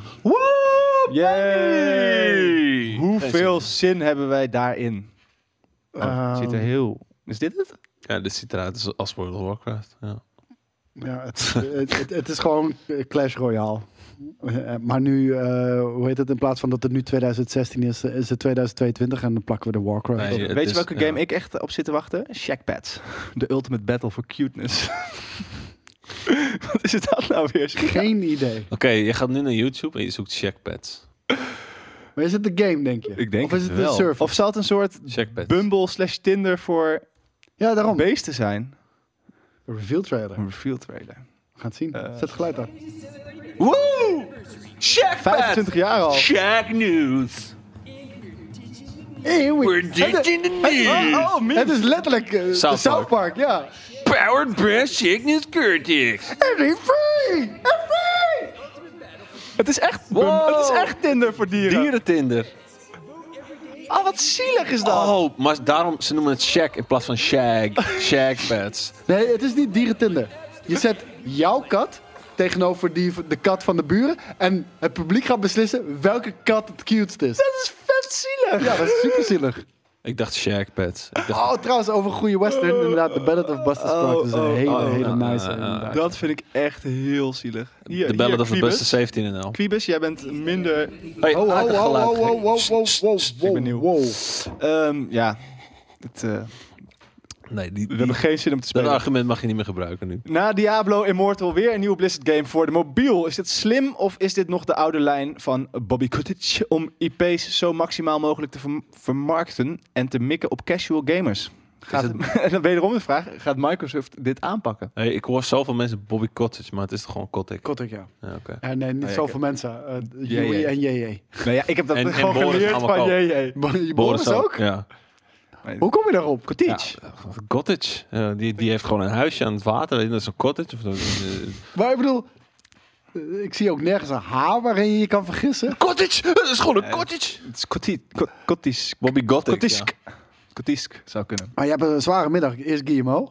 Yay! Hoeveel zin hebben wij daarin? Oh, het ziet er heel... Is dit het? Ja, dit ziet eruit als, als World of Warcraft. Ja. Ja, het, het, het, het is gewoon Clash Royale. Eh, Maar nu, eh, hoe heet het, in plaats van dat het nu twintig zestien is, eh, is het twintig tweeëntwintig en dan plakken we de Warcraft Nee, op. het Weet je is- welke ja. game ik echt op zit te wachten? Shackpads. The Ultimate Battle for Cuteness. Wat is het dat nou weer? Geen idee. Oké, je gaat nu naar YouTube en je zoekt Shackpads. Maar is het de game, denk je? Ik denk of is het het wel. de service? Of zal het een soort Shackpads. Bumble slash Tinder voor Ja, daarom. beesten zijn? Een reveal trailer. Een reveal trailer. We gaan het zien. Eh. Zet het geluid aan. Woe! Shackpads! vijfentwintig jaar al. Shack News. Hey, We're ditching the news. Oh, oh, het is letterlijk eh, South de South Park, ja. Powered by Shack News Curtix. En die free! Het is echt, Wow. het is echt Tinder voor dieren. Dierentinder. Oh, wat zielig is dat. Oh, maar daarom, ze noemen het Shack in plaats van Shag. Shackpads. Nee, het is niet dierentinder. Je zet jouw kat tegenover die, de kat van de buren en het publiek gaat beslissen welke kat het cutest is. Dat is vet zielig. Ja, dat is super zielig. Ik dacht Shackpads. Ik dacht, Oh, trouwens, over een goede western. Inderdaad, The Ballad of Buster Scruggs is een oh, hele, oh, hele oh, nice. oh, oh, inderdaad. Dat vind ik echt heel zielig. Hier, de Ballad hier, of the Quibus. Buster zeventien en al. Quibus, jij bent minder... Hey, Oh, oh, aardig oh, geluid. oh, oh, oh, oh, oh, Ik ben nieuw. wow. Ehm, ja, het, eh, Nee, die, we die, hebben geen zin om te dat spelen. argument mag je niet meer gebruiken nu. Na Diablo Immortal weer een nieuwe Blizzard game voor de mobiel. Is dit slim of is dit nog de oude lijn van Bobby Kotick om I P's zo maximaal mogelijk te verm- vermarkten en te mikken op casual gamers? Gaat Is het, en dan wederom de vraag, gaat Microsoft dit aanpakken? Hey, ik hoor zoveel mensen Bobby Cottage, maar het is toch gewoon Kotick? Kotick, ja. Ja, oké. Ja, nee, niet Oh, ja, zoveel ik- mensen. Uh, J J. Joey en J J. Nou ja, ik heb dat En- en gewoon Boris geleerd allemaal van ook. J J. Je Boris ook? Ja. Hoe kom je daarop? Kotick. Ja, cottage. Ja, die, die heeft gewoon een huisje aan het water. weet je, Dat is een cottage. Of zo. Eh, Maar ik bedoel, eh, ik zie ook nergens een H waarin je je kan vergissen. cottage! Dat is gewoon een Eh, cottage. Het is Kotick. Ko- Kotick. Bobby Gothic. Kotick. Kotick zou kunnen. Maar je hebt een zware middag. Eerst Guillermo.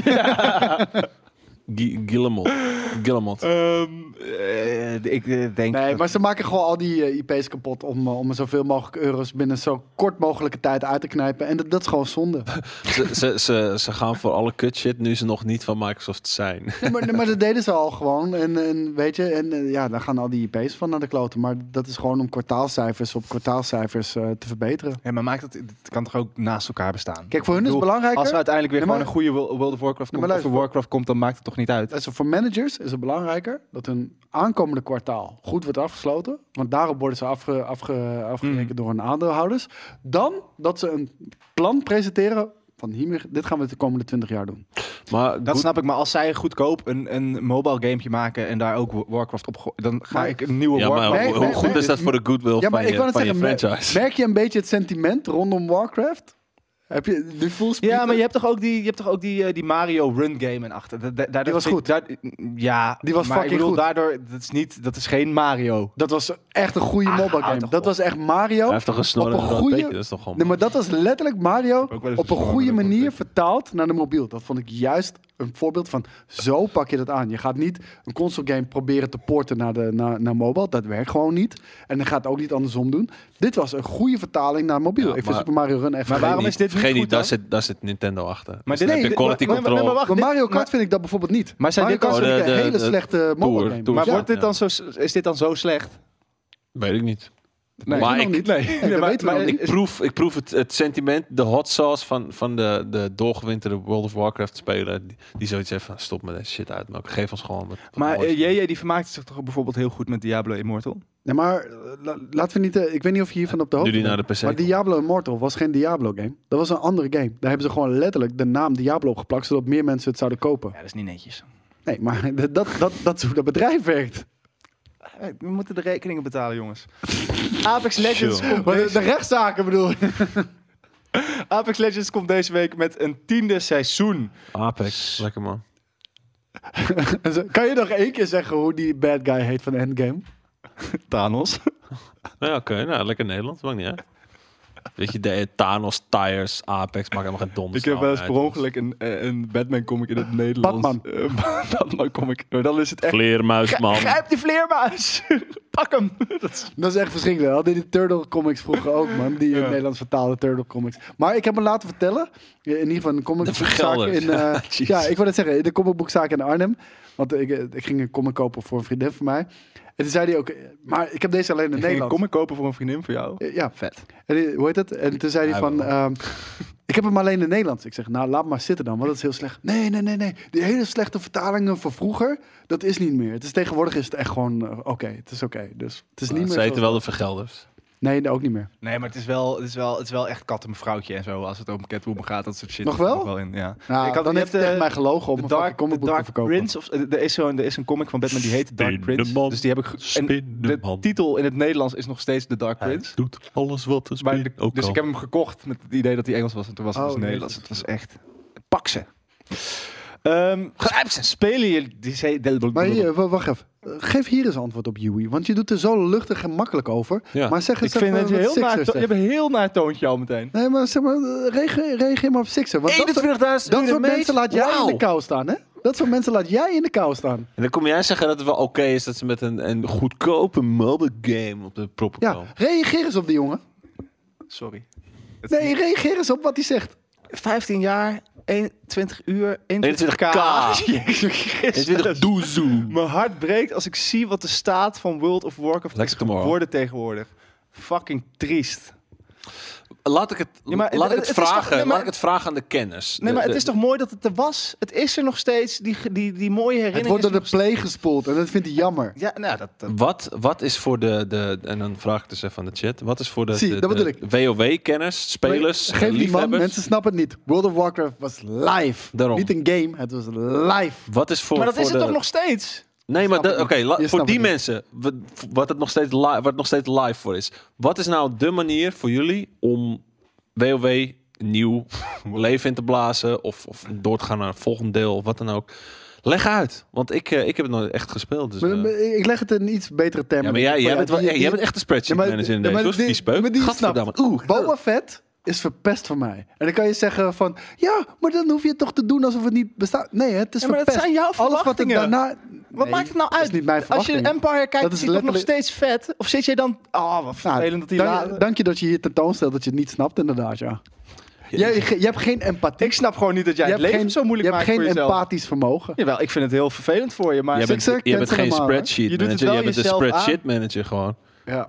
Guillemot. Guillemot. Ehm, eh, ik eh, denk... Nee, dat- maar ze maken gewoon al die eh, I P's kapot om, eh, om er zoveel mogelijk euro's binnen zo kort mogelijke tijd uit te knijpen. En dat, dat is gewoon zonde. ze, ze, ze, ze gaan voor alle kut shit nu ze nog niet van Microsoft zijn. Nee, maar, maar dat deden ze al gewoon. En, en weet je, en eh, ja, dan gaan al die I P's van naar de kloten. Maar dat is gewoon om kwartaalcijfers op kwartaalcijfers eh, te verbeteren. Ja, maar maakt het, het kan toch ook naast elkaar bestaan? Kijk, voor hun Ik is het bedoel, belangrijker. Als er uiteindelijk weer Ja, maar- gewoon een goede Wo- World of Warcraft Ja, komt, maar of een luister, Warcraft komt, dan maakt het toch niet uit? Also, voor managers is het belangrijker dat hun aankomende kwartaal goed wordt afgesloten. Want daarop worden ze afge, afge, afgerekend Mm. door hun aandeelhouders. Dan dat ze een plan presenteren van hiermee, dit gaan we de komende twintig jaar doen. Maar Dat goed, snap ik, maar als zij goedkoop een, een mobile gamepje maken en daar ook Wa- Warcraft op gooien, dan ga Maar- ik een nieuwe ja, maar Warcraft... Nee, hoe, nee, hoe goed nee, is dat voor de goodwill Ja, maar van, ik je, wou net van je zeggen, mer- franchise? merk je een beetje het sentiment rondom Warcraft? Heb je die full speed? Ja, maar je hebt toch ook die, je hebt toch ook die, uh, die Mario Run game en achter. Da- da- daardoor Die was vind- goed. daar- ja, Die was maar fucking ik bedoel, goed. daardoor, dat is niet, dat is geen Mario. Dat was echt een goede Ah, mobile houd game. toch Dat op. was echt Mario. Hij heeft toch een snor op en een een rood goede- beetje, dat is toch gewoon... Nee, maar dat was letterlijk Mario Ook wel eens op een een goede snor, manier dat vertaald naar de mobiel. Dat vond ik juist een voorbeeld van zo pak je dat aan. Je gaat niet een console game proberen te porten naar, de, naar, naar mobile. Dat werkt gewoon niet. En dan gaat het ook niet andersom doen. Dit was een goede vertaling naar mobiel. Ja, ik vind maar- Super Mario Run echt Maar waarom vergeten. is dit niet Vergeet goed niet, daar dan? zit, daar zit Nintendo achter. Maar Dus dit- dan heb nee, je dit- quality maar- maar- control. maar wacht, Maar dit- Mario Kart maar- vind ik dat bijvoorbeeld niet. Maar zijn Mario dit Kart dan- vind ik Oh, een de- hele de- slechte mobile Tour- game. Tour. Maar Ja. wordt dit Ja. dan zo, is dit dan zo slecht? Weet ik niet. Nee, maar nog ik, niet. nee, Nee, nee, dat maar- weten we maar nog is- niet. ik proef, ik proef het, het sentiment, de hot sauce van, van de, de doorgewinterde World of Warcraft speler. Die, die zoiets heeft van, stop met deze shit uit. Maar geef ons gewoon wat, wat Maar moois. uh, J J die vermaakte zich toch bijvoorbeeld heel goed met Diablo Immortal? Nee, maar eh, la- laten we niet... eh, ik weet niet of je hiervan op de hoogte Nu die naar bent. de P C Maar komt. Diablo Immortal was geen Diablo game. Dat was een andere game. Daar hebben ze gewoon letterlijk de naam Diablo opgeplakt, zodat meer mensen het zouden kopen. Ja, dat is niet netjes. Nee, maar dat, dat, dat, dat is hoe dat bedrijf werkt. Hey, we moeten de rekeningen betalen, jongens. Apex Legends, Chill. komt Maar de, deze, de rechtszaken bedoel ik. Apex Legends komt deze week met een tiende seizoen. Apex, lekker man. Kan je nog één keer zeggen hoe die bad guy heet van Endgame? Thanos. Ja, oké, nou, lekker Nederlands, maakt niet uit. Weet je, de Thanos, Tires, Apex, maakt helemaal geen donder. Ik heb wel eens per ongeluk een, eh, een Batman comic in het Nederlands. Batman. Eh, Batman comic. Maar dan is het echt... Vleermuisman. Grijp die vleermuis! Pak hem! Dat is- Dat is echt verschrikkelijk. We hadden die Turtle comics vroeger ook, man. Die in Ja. het Nederlands vertaalde Turtle comics. Maar ik heb me laten vertellen, in ieder geval een comicboekzaak vergelders. in... eh, Jeez. ja, ik wil het zeggen, in de comicboekzaak in Arnhem. Want ik, eh, ik ging een comic kopen voor een vriendin van mij. En toen zei hij ook, eh, maar ik heb deze alleen in het Ik ging een Nederlands. comic kopen voor een vriendin voor jou. Eh, Ja, Vet. en die- hoe heet het? En toen zei hij Hij van, wel. ehm, ik heb hem alleen in het Nederlands. Ik zeg, nou laat maar zitten dan, want dat is heel slecht. Nee, nee, nee, nee. Die hele slechte vertalingen van vroeger, dat is niet meer. Het is tegenwoordig is het echt gewoon, eh, oké, het is oké. Dus het is niet meer Ze heten zoals- wel de vergelders. Nee, nee, ook niet meer. Nee, maar het is wel, het is wel, het is wel echt kat en mevrouwtje en zo. Als het om Catwoman gaat, dat soort shit. Nog dat zit wel? er in, ja. Nou, Ik had- dan je heeft hebt, hij tegen eh, mij gelogen om De een Dark, fucking comic de boek te Dark verkopen. Prince, of, er, is zo, er is een comic van Batman die heet The Dark Spin de Prince. man. Dus die heb ik... ge- En Spin de de man. titel in het Nederlands is nog steeds The Dark Prince. Doet alles wat een Maar spin de- ook dus kan. ik heb hem gekocht met het idee dat hij Engels was. En toen was het Oh, dus nee. Nederlands. Het was echt... Pak ze. Ehm Grijp ze. Spelen jullie... Die zei, Maar hier, w- wacht even. Uh, Geef hier eens antwoord op, Yui. Want je doet er zo luchtig en makkelijk over. Ja. Maar zeg eens ik vind even het je wat heel Sixer naar, to- je zegt. hebt een heel naar toontje al meteen. Nee, maar zeg maar, uh, reageer, reageer maar op Sixer. Want dat soort, eenentwintigduizend dat uur soort meet? mensen laat jij in Wauw. de kou staan, hè? Dat soort mensen laat jij in de kou staan. En dan kom jij zeggen dat het wel oké is dat ze met een, een goedkope mobile game op de proppen Ja, komen. reageer eens op die jongen. Sorry. Nee, reageer eens op wat hij zegt. vijftien jaar, eenentwintig uur, eenentwintig k. Jezus Christus. eenentwintig doezoe. Mijn hart breekt als ik zie wat de staat van World of Warcraft Lekker is tomorrow. geworden tegenwoordig. Fucking triest. Laat ik het, Ja, maar laat het- ik het het is toch- vragen. nee, maar- laat ik het vragen aan de kennis. Nee, maar De- het is de- toch mooi dat het er was? Het is er nog steeds. Die, die, die mooie Het herinnering wordt door is de nog play gespoeld en dat vindt hij jammer. Ja, nou, dat... dat Wat, wat is voor de, de, en dan vraag ik dus even aan de chat, wat is voor de, Zie, de, dat bedoel de ik. WoW-kenners, spelers, Geef die man, liefhebbers? mensen snappen het niet. World of Warcraft was live. Daarom. Niet een game, het was live. Wat is voor, maar dat voor is het de, toch nog steeds? Nee, maar Snap dat- ik oké, niet. la- Je voor snapt die het niet. mensen, wat, wat, het nog steeds li- wat het nog steeds live voor is. Wat is nou de manier voor jullie om WoW nieuw leven in te blazen of, of door te gaan naar het volgende deel of wat dan ook? Leg uit, want ik, eh, ik heb het nooit echt gespeeld. Dus, Maar- eh, maar ik leg het in iets betere termen. ja, maar jij, jij, bent wel, Die- jij die- bent echt een spreadsheet Ja, maar- manager in ja, deze, maar hoor. die- Die speuk. maar die Gadverdamme. snapt. Oeh, Boba Fett is verpest voor mij. En dan kan je zeggen van... Ja, maar dan hoef je het toch te doen alsof het niet bestaat. Nee, het is Ja, maar dat verpest. zijn jouw Alles wat er verwachtingen. daarna... Wat Nee, maakt het nou dat uit? is niet mijn Als je verwachting. Empire kijkt, Dat is is hij toch nog letterlijk- steeds vet? Of zit jij dan... Oh, wat Nou, vervelend dat hij... dank, la- dank je dat je hier tentoonstelt dat je het niet snapt, inderdaad, ja. Jij, je, je hebt geen empathie. Ik snap gewoon niet dat jij je het hebt leven geen, zo moeilijk je hebt maakt geen voor jezelf. empathisch vermogen. Jawel, ik vind het heel vervelend voor je, maar... Jij bent, Sixer, jij bent kent ze geen allemaal, hè? spreadsheet Je doet het manager, wel jij bent een jezelf spreadsheet manager gewoon. Ja.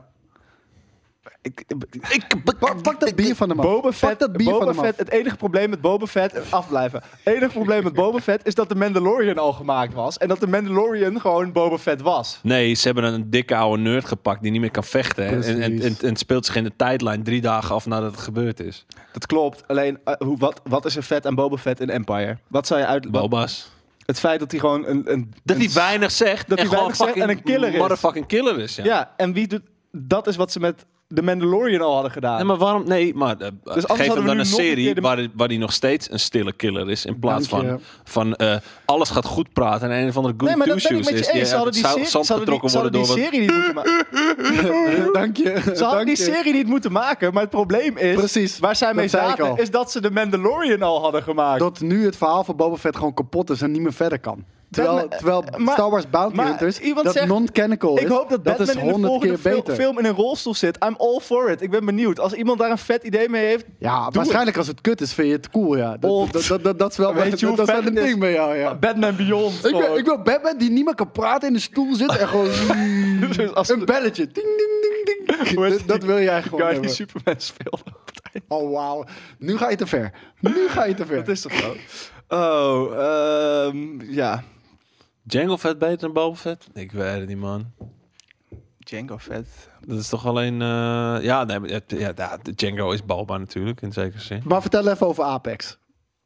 Ik, Pak, pak dat bier van hem af. Boba Pak Fett, dat bier Boba van hem af. Fett, het enige probleem met Boba Fett, afblijven. Het enige probleem met Boba Fett is dat de Mandalorian al gemaakt was. En dat de Mandalorian gewoon Boba Fett was. Nee, ze hebben een dikke oude nerd gepakt die niet meer kan vechten. hè. En, en, en, Precies. en het speelt zich in de tijdlijn drie dagen af nadat het gebeurd is. Dat klopt. Alleen, uh, hoe, wat, wat is er vet aan Boba Fett in Empire? Wat zou je uit... wat- Boba's. het feit dat hij gewoon een... een Dat een hij weinig zegt. dat en hij gewoon weinig zegt en fucking een killer is. Motherfucking killer is, ja. Ja, en wie doet... Dat is wat ze met The Mandalorian al hadden gedaan. Nee, maar waarom? Nee, maar uh, Dus geef hem hadden we dan nu een nog een serie keer de- waar, waar die nog steeds een stille killer is. In plaats Dank je. van, van uh, alles gaat goed praten en een of andere good Nee, maar two dat ben ik shoes met is. je eens. Die Ze hadden die uit serie, het zand ze hadden die, getrokken ze hadden worden die door wat... Dank serie niet moeten maken. Dank je. Ze hadden Dank die je. serie niet moeten maken. Maar het probleem is, Precies, waar zij mee dat zei ik zaten, al. is dat ze de Mandalorian al hadden gemaakt. Dat nu het verhaal van Boba Fett gewoon kapot is en niet meer verder kan. Terwijl, Batman- terwijl maar- Star Wars Bounty maar Hunters iemand dat zegt- non-canonical is. Ik hoop dat dat Batman is in de honderd volgende keer fil- beter. film in een rolstoel zit. I'm all for it. Ik ben benieuwd. Als iemand daar een vet idee mee heeft... Ja, waarschijnlijk als het kut is, vind je het cool, ja. Dat, Old. dat, dat, dat, dat is wel, Weet je hoe dat is wel vet een het is? ding bij jou, ja. Batman Beyond. Ik wil, gewoon. ik wil Batman die niet meer kan praten in de stoel zit en gewoon Dus als een belletje. Ding, ding, ding, ding. Hoe heet Dat, die dat wil jij gewoon guy hebben. die Superman speelde. Oh, wauw. Nu ga je te ver. Nu ga je te ver. Dat is toch zo? Oh, ehm, ja. Jango Fett beter dan Boba Fett? Ik weet het niet, man. Django Fett. Dat is toch alleen... Uh, ja, nee, maar het- ja, ja, Django is Boba natuurlijk, in zekere zin. Maar vertel even over Apex.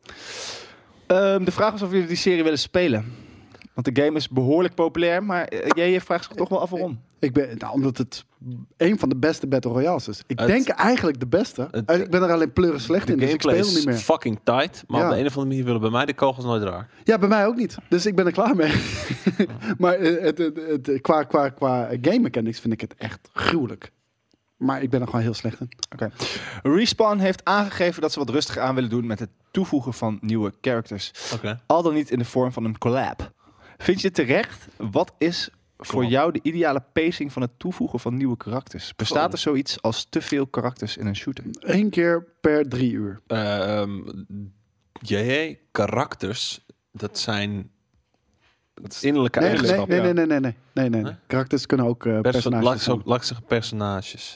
Ehm, de vraag was of jullie die serie willen spelen. Want de game is behoorlijk populair, maar eh, jij vraagt zich toch wel af waarom. Ik ben, nou, omdat het een van de beste Battle Royales is. Ik Het- denk eigenlijk de beste. het- Eh, ik ben er alleen pleuren slecht De in, dus ik gameplay speel niet is meer. fucking tight, maar Ja. op de een of andere manier willen bij mij de kogels nooit raken. Ja, bij mij ook niet. Dus ik ben er klaar mee. maar eh, het, het, het, qua, qua, qua game mechanics vind ik het echt gruwelijk. Maar ik ben er gewoon heel slecht in. Respawn heeft aangegeven dat ze wat rustiger aan willen doen met het toevoegen van nieuwe characters. Oké. Al dan niet in de vorm van een collab. Vind je het terecht? Wat is voor Collab. jou de ideale pacing van het toevoegen van nieuwe karakters? Bestaat Oh. er zoiets als te veel karakters in een shooter? Eén keer per drie uur. Uh, um, J J, karakters, dat zijn innerlijke Nee, nee, eigenschappen. nee, nee, nee, nee, nee, nee, nee. Nee? Karakters kunnen ook eh, Perso- personages laat, ik zijn. zo- laat ik zeggen personages.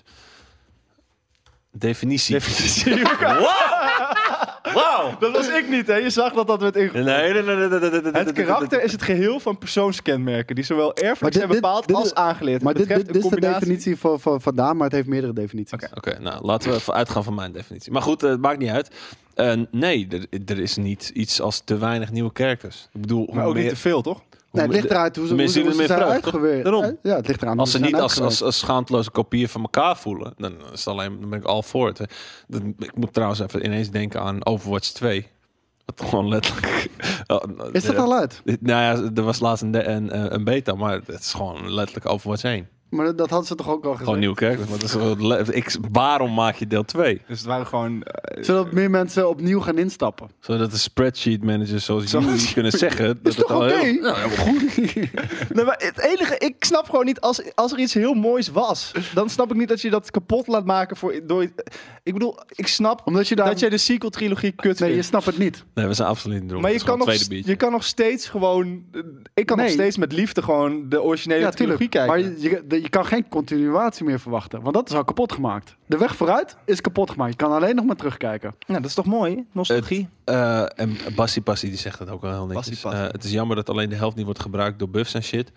Definitie. Wauw! Dat was ik niet, hè? Je zag dat dat werd ingevuld. Nee, nee, nee, nee, nee, nee, nee, nee, Het nee, karakter is het geheel van persoonskenmerken die zowel erfelijk Maar dit- zijn dit- bepaald dit is- als aangeleerd. Maar Het dit, dit, betreft dit is een de combinatie- definitie van, van, van Daan, maar het heeft meerdere definities. Oké. Oké, nou laten we even uitgaan van mijn definitie. Maar goed, eh, het maakt niet uit. Uh, nee, er, er is niet iets als te weinig nieuwe characters. Ik bedoel, hoe Maar ook meer- niet te veel, toch? Nee, het hoe ligt eruit hoe ze, de hoe ze, mensen hoe ze zien er zijn meer vreugd, toch? uitgewerkt. Daarom. Ja, het ligt eraan Als ze hoe niet zijn als, als, uitgewerkt. als schaamteloze kopieën van elkaar voelen, dan, is het alleen, dan ben ik all for it. Dat, ik moet trouwens even ineens denken aan Overwatch twee. Wat gewoon letterlijk... Is dat Ja, al uit? Nou ja, er was laatst een, een, een beta, maar het is gewoon letterlijk Overwatch één. Maar dat, dat hadden ze toch ook al gezegd? Gewoon nieuwe characters. Maar dat is gewoon le- ik, waarom maak je deel twee? Dus het waren gewoon... eh, Zodat meer mensen opnieuw gaan instappen. Zodat de spreadsheet managers zoals Zo- jullie kunnen zeggen... Dat Is toch het al oké? heel- Nou, helemaal goed. nee, maar het enige, ik snap gewoon niet, als, als er iets heel moois was, dan snap ik niet dat je dat kapot laat maken voor... Door, ik bedoel, ik snap Omdat je daar... dat jij de sequel-trilogie kut Nee, je vindt. snapt het niet. Nee, we zijn absoluut niet dronken. Maar je Het is kan, gewoon nog, een tweede je kan nog steeds gewoon... eh, Ik kan Nee. nog steeds met liefde gewoon de originele Ja, trilogie tuurlijk. kijken. Maar je, je, je kan geen continuatie meer verwachten. Want dat is al kapot gemaakt. De weg vooruit is kapot gemaakt. Je kan alleen nog maar terugkijken. Nou, dat is toch mooi? Nostalgie. Uh, en Bassie Passie die zegt dat ook wel heel netjes. Bassie Passie. Uh, het is jammer dat alleen de helft niet wordt gebruikt door buffs en shit.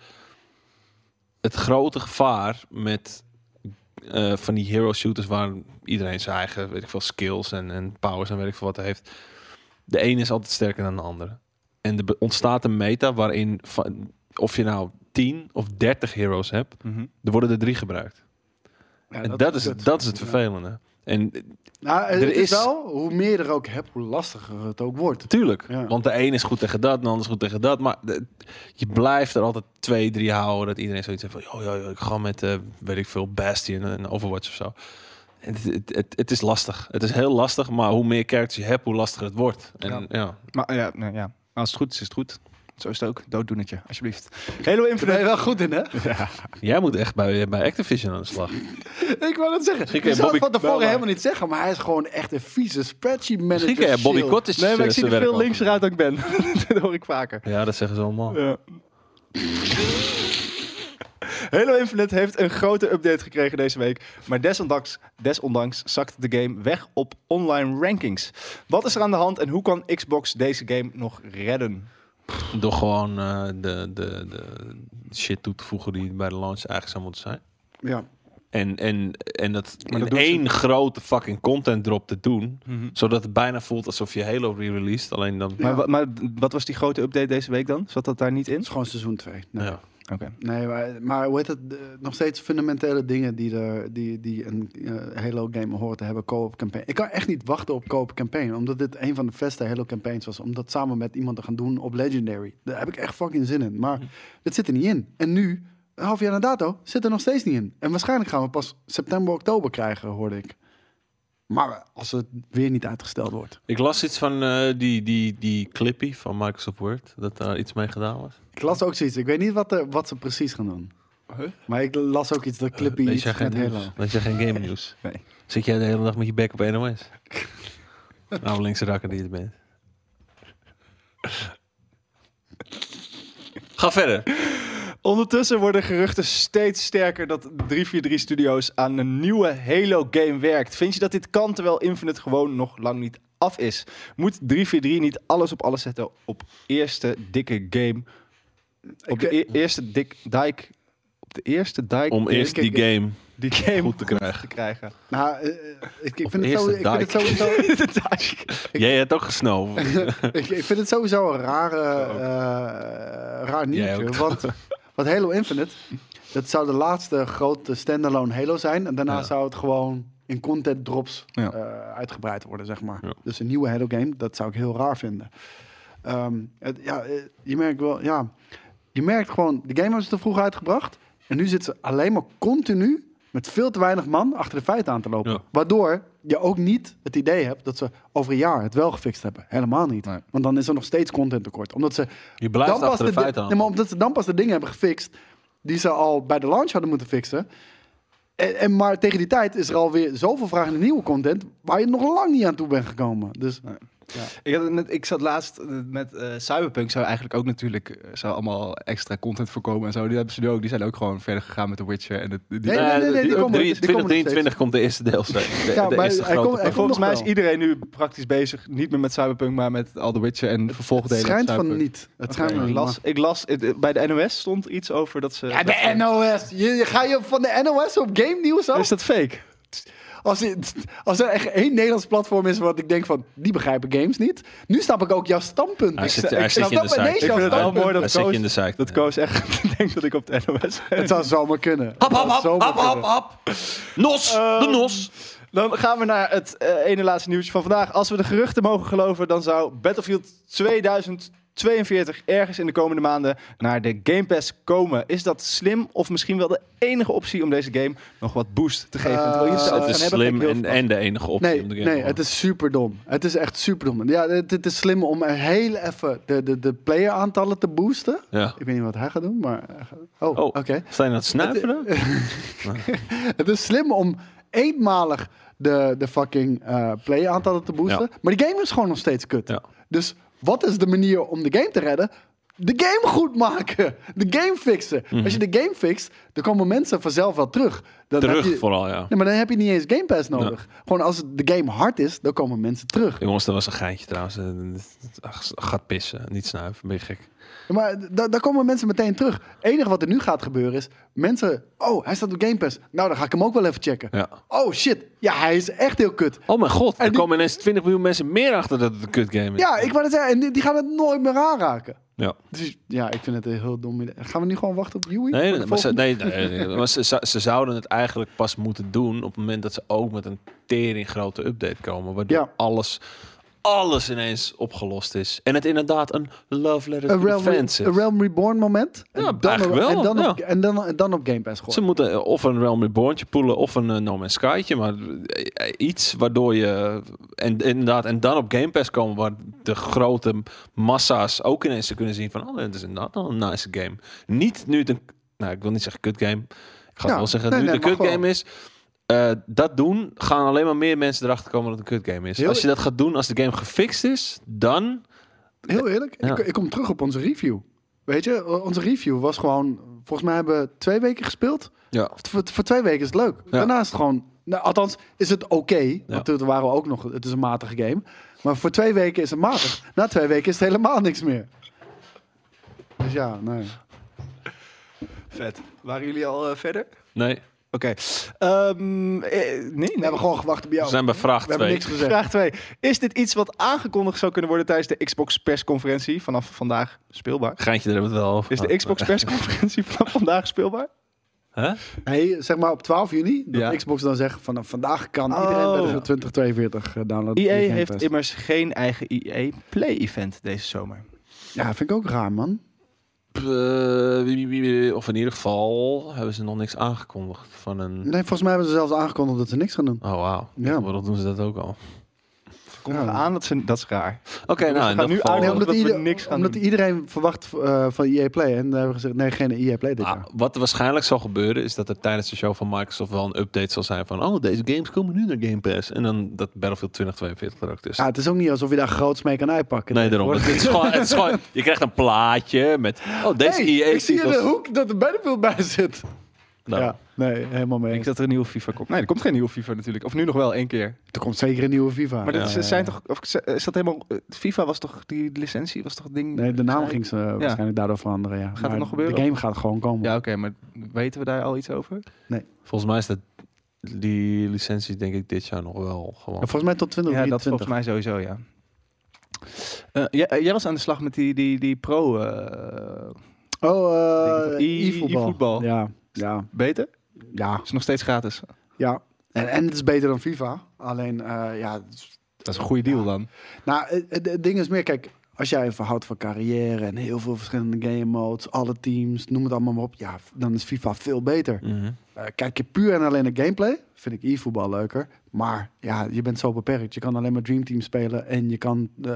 Het grote gevaar met uh, van die hero shooters waar iedereen zijn eigen, weet ik veel, skills en, en powers en weet ik veel wat heeft. De een is altijd sterker dan de andere. En er be- ontstaat een meta waarin van, of je nou tien of dertig heroes hebt, Mhm. er worden er drie gebruikt. Ja, en dat, is, kut. dat is het Ja. vervelende. En Nou, het Er is, is- wel, hoe meer je er ook hebt, hoe lastiger het ook wordt. Tuurlijk, Ja. want de een is goed tegen dat, de ander is goed tegen dat. Maar de- je blijft er altijd twee, drie houden dat iedereen zoiets heeft van... joh, joh, joh, ik ga met, uh, weet ik veel, Bastion en Overwatch of zo. En het, het, het, het is lastig. Het is heel lastig, maar hoe meer characters je hebt, hoe lastiger het wordt. En, Ja. ja. Maar ja, nou, ja, als het goed is, is het goed. Zo is het ook. Dooddoenertje, alsjeblieft. Halo Daar ben je Infinite. wel goed in, hè? Jij moet echt bij, bij Activision aan de slag. Ik wou dat zeggen. Misschien Ik kun je zou het Bobby- van tevoren Wel, helemaal niet zeggen, maar hij is gewoon echt een vieze spreadsheet manager. Misschien kun je Bobby shield. Cottage Nee, maar ik eh, zie er zijn veel werk linkser uit dan ik ben. Dat hoor ik vaker. over. Ja, dat zeggen ze allemaal. Ja. Halo Infinite heeft een grote update gekregen deze week. Maar desondanks, desondanks zakt de game weg op online rankings. Wat is er aan de hand en hoe kan Xbox deze game nog redden? Door gewoon uh, de, de, de shit toe te voegen die bij de launch eigenlijk zou moeten zijn. Ja. En, en, en dat Maar in dat doen ze- één grote fucking content drop te doen. Zodat het bijna voelt alsof je Halo re-released. Alleen dan... Ja. Maar, wa- maar wat was die grote update deze week dan? Zat dat daar niet in? Het is gewoon seizoen twee. Nee. Ja. Oké. Nee, maar, maar hoe heet het? Uh, nog steeds fundamentele dingen die, er, die, die een uh, Halo-game hoort te hebben. Co-op campaign. Ik kan echt niet wachten op co-op campaign. Omdat dit een van de beste Halo-campaigns was. Om dat samen met iemand te gaan doen op Legendary. Daar heb ik echt fucking zin in. Maar hm. dit zit er niet in. En nu, een half jaar na dato, zit er nog steeds niet in. En waarschijnlijk gaan we pas september, oktober krijgen, hoorde ik. Maar als het weer niet uitgesteld wordt. Ik las iets van uh, die, die, die Clippy van Microsoft Word. Dat daar iets mee gedaan was. Ik las ook zoiets. Ik weet niet wat, er, wat ze precies gaan doen. Huh? Maar ik las ook iets dat Clippy uh, iets met Halo. Weet je geen game nieuws? Nee. Zit jij de hele dag met je bek op N O S? Nou, linkse rakker die je bent. Ga verder. Ondertussen worden geruchten steeds sterker dat driehonderdvierentveertig Studios aan een nieuwe Halo-game werkt. Vind je dat dit kan, terwijl Infinite gewoon nog lang niet af is? Moet driehonderdvierentveertig niet alles op alles zetten op eerste dikke game? Op de e- eerste dik dike... Op de eerste dike... Om eerst die game... Die game goed te krijgen. Te krijgen. Nou, uh, ik, ik, vind het zo, ik vind het sowieso... Jij hebt ook gesnoven. ik, ik vind het sowieso een rare, uh, raar nieuwtje. Want wat Halo Infinite, dat zou de laatste grote standalone Halo zijn. En daarna ja. zou het gewoon in content drops ja. uh, uitgebreid worden, zeg maar. Ja. Dus een nieuwe Halo game, dat zou ik heel raar vinden. Um, het, ja, je merkt wel, ja... Je merkt gewoon, de game hebben ze te vroeg uitgebracht. En nu zitten ze alleen maar continu met veel te weinig man achter de feiten aan te lopen. Ja. Waardoor je ook niet het idee hebt dat ze over een jaar het wel gefixt hebben. Helemaal niet. Nee. Want dan is er nog steeds content tekort. Omdat ze je blijft dan achter de, de feiten aan. Nee, maar omdat ze dan pas de dingen hebben gefixt die ze al bij de launch hadden moeten fixen. En, en maar tegen die tijd is er alweer zoveel vraag naar nieuwe content waar je nog lang niet aan toe bent gekomen. Dus... Nee. Ja. Ik, had net, ik zat laatst met uh, Cyberpunk, zou eigenlijk ook natuurlijk uh, zou allemaal extra content voorkomen en zo. Die hebben ze nu ook. Die zijn ook gewoon verder gegaan met The Witcher. En de, die, nee, nee, nee, nee, die komen, twintig drieëntwintig komt de eerste deel. De, ja, de maar eerste hij komt, hij volgens mij is iedereen nu praktisch bezig, niet meer met Cyberpunk, maar met al The Witcher en de vervolgdelen. Het schijnt van niet. Het schijnt okay. van ik las, ik las bij de N O S stond iets over dat ze. Ja, de N O S. Je, je, ga je van de N O S op game nieuws af? Is dat fake? Als, als er echt één Nederlands platform is wat ik denk van, die begrijpen games niet. Nu snap ik ook jouw standpunt. Hij ik zit, hij zit je in de ik vind het wel mooi dat Koos, in de dat Koos echt denkt dat ik op de N O S ben. Het zou zomaar kunnen. Hap, hap, hap, hap, hap, hap. Nos, um, de nos. Dan gaan we naar het uh, ene laatste nieuwtje van vandaag. Als we de geruchten mogen geloven, dan zou Battlefield tweeduizend tweeënveertig ergens in de komende maanden naar de Game Pass komen. Is dat slim of misschien wel de enige optie om deze game nog wat boost te geven? Uh, je het is slim en, en de enige optie nee, om de game Nee, het is super dom. Het is echt super dom. Ja, het, het is slim om er heel even de, de, de player aantallen te boosten. Ja. Ik weet niet wat hij gaat doen, maar... Oh, oh oké. Okay. Sta je aan het snuiven dan? Het is slim om eenmalig de, de fucking uh, player aantallen te boosten. Ja. Maar die game is gewoon nog steeds kut. Ja. Dus... Wat is de manier om de game te redden? De game goed maken. De game fixen. Mm-hmm. Als je de game fixt, dan komen mensen vanzelf wel terug. Dan terug heb je, vooral, ja. Nee, maar dan heb je niet eens Game Pass nodig. Ja. Gewoon als de game hard is, dan komen mensen terug. Jongens, dat was een geintje trouwens. Gaat pissen, niet snuiven. Ben je gek? Ja, maar daar da komen mensen meteen terug. Het enige wat er nu gaat gebeuren is... Mensen... Oh, hij staat op Game Pass. Nou, dan ga ik hem ook wel even checken. Ja. Oh, shit. Ja, hij is echt heel kut. Oh mijn god. En er die... komen ineens twintig miljoen mensen meer achter dat het een kut game is. Ja, ik wou het zeggen. En die, die gaan het nooit meer aanraken. Ja. Dus ja, ik vind het een heel dom idee. Gaan we nu gewoon wachten op Yui? Nee, nee, maar, ze, nee, nee, nee, maar ze, ze zouden het eigenlijk pas moeten doen op het moment dat ze ook met een tering grote update komen. Waardoor ja. alles, alles ineens opgelost is. En het inderdaad een love letter to the fans is. Een Realm Reborn moment. Ja, en dan eigenlijk wel. En dan, ja. op, en, dan, en dan op Game Pass gooien. Ze moeten of een Realm Reborntje poelen of een uh, No Man's Skytje. Maar iets waardoor je... En, inderdaad, en dan op Game Pass komen waar de grote massa's ook ineens te kunnen zien van... Oh, dit is inderdaad wel een nice game. Niet nu het een... Nou, ik wil niet zeggen kut game. Ik ga ja, wel zeggen, nee, nu nee, de kut game is... Uh, dat doen, gaan alleen maar meer mensen erachter komen dat het een kut game is. Heel als je dat gaat doen, als de game gefixt is, dan... Heel eerlijk, ja. ik, ik kom terug op onze review. Weet je, onze review was gewoon... Volgens mij hebben we twee weken gespeeld. Ja. Voor, voor twee weken is het leuk. Ja. Daarna is het gewoon... Nou, althans, is het oké. Okay, want ja. toen waren we ook nog... Het is een matige game. Maar voor twee weken is het matig. Na twee weken is het helemaal niks meer. Dus ja, nee. Vet. Waren jullie al uh, verder? Nee. Oké. Ehm, eh, nee, nee. We hebben gewoon gewacht op jou. We zijn bij vraag We hebben twee. niks gezegd. Vraag twee. Is dit iets wat aangekondigd zou kunnen worden tijdens de Xbox persconferentie vanaf vandaag speelbaar? Geintje, daar hebben we het wel over. Is de Xbox persconferentie vanaf vandaag speelbaar? Huh? Hey, zeg maar op twaalf juni, dat Ja. Xbox dan zegt vanaf vandaag kan Oh. iedereen Battlefield twintig tweeënveertig uh, downloaden. E A via Game heeft Pass. immers geen eigen E A Play-event deze zomer. Ja, vind ik ook raar, man. Uh, wie- wie- wie- of in ieder geval hebben ze nog niks aangekondigd van een... Nee, volgens mij hebben ze zelfs aangekondigd dat ze niks gaan doen. Oh, wauw. Ja. Waarom doen ze dat ook al? Kom Ja. aan, dat, ze, dat is raar. Oké, Dus nou, we in gaan dat nu geval... uit- Nee, Oh, omdat, dat we ieder- niks gaan omdat doen. iedereen verwacht uh, van E A Play. En daar hebben we gezegd, nee, geen E A Play dit Ah, jaar. wat er waarschijnlijk zal gebeuren is dat er tijdens de show van Microsoft wel een update zal zijn van oh, deze games komen nu naar Game Pass. En dan dat Battlefield twintig tweeënveertig er ook tussen. Ja, het is ook niet alsof je daar groots mee kan uitpakken. Nee, daarom. Het is gewoon, het is gewoon, je krijgt een plaatje met oh, deze Hey, E A ik zie in de titels. hoek dat er Battlefield bij zit. Nou, Ja, nee, helemaal mee. Ik denk dat er een nieuwe FIFA komt. Nee, er komt geen nieuwe FIFA natuurlijk. Of nu nog wel één keer. Er komt zeker een nieuwe FIFA. Maar dat Ja, is, ja, zijn ja. toch, of is dat helemaal... eh, FIFA was toch, die licentie was toch het ding... Nee, de naam Zijn- ging ze uh, waarschijnlijk daardoor veranderen, ja. het Maar nog gebeuren? De game gaat gewoon komen. Ja, oké, maar weten we daar al iets over? volgens mij is dat die licentie denk ik dit jaar nog wel gewoon. Ja, volgens mij tot twintig Ja, dat vierentwintig. volgens mij sowieso, ja. Eh, jij, eh, jij was aan de slag met die, die, die pro... eh, Oh, eh E- e-voetbal. e-voetbal. Ja, ja, beter? ja, Is nog steeds gratis. ja. En, en het is beter dan FIFA. Alleen, eh, ja... het is- Dat is een goede deal dan. Nou, het, het- het ding is meer, kijk... Als jij even houdt van carrière en heel veel verschillende game modes, alle teams, noem het allemaal maar op. Ja, dan is FIFA veel beter. Mhm. Eh, kijk je puur en alleen naar gameplay, vind ik e-voetbal leuker. Maar ja, je bent zo beperkt. Je kan alleen maar Dream Team spelen en je kan eh,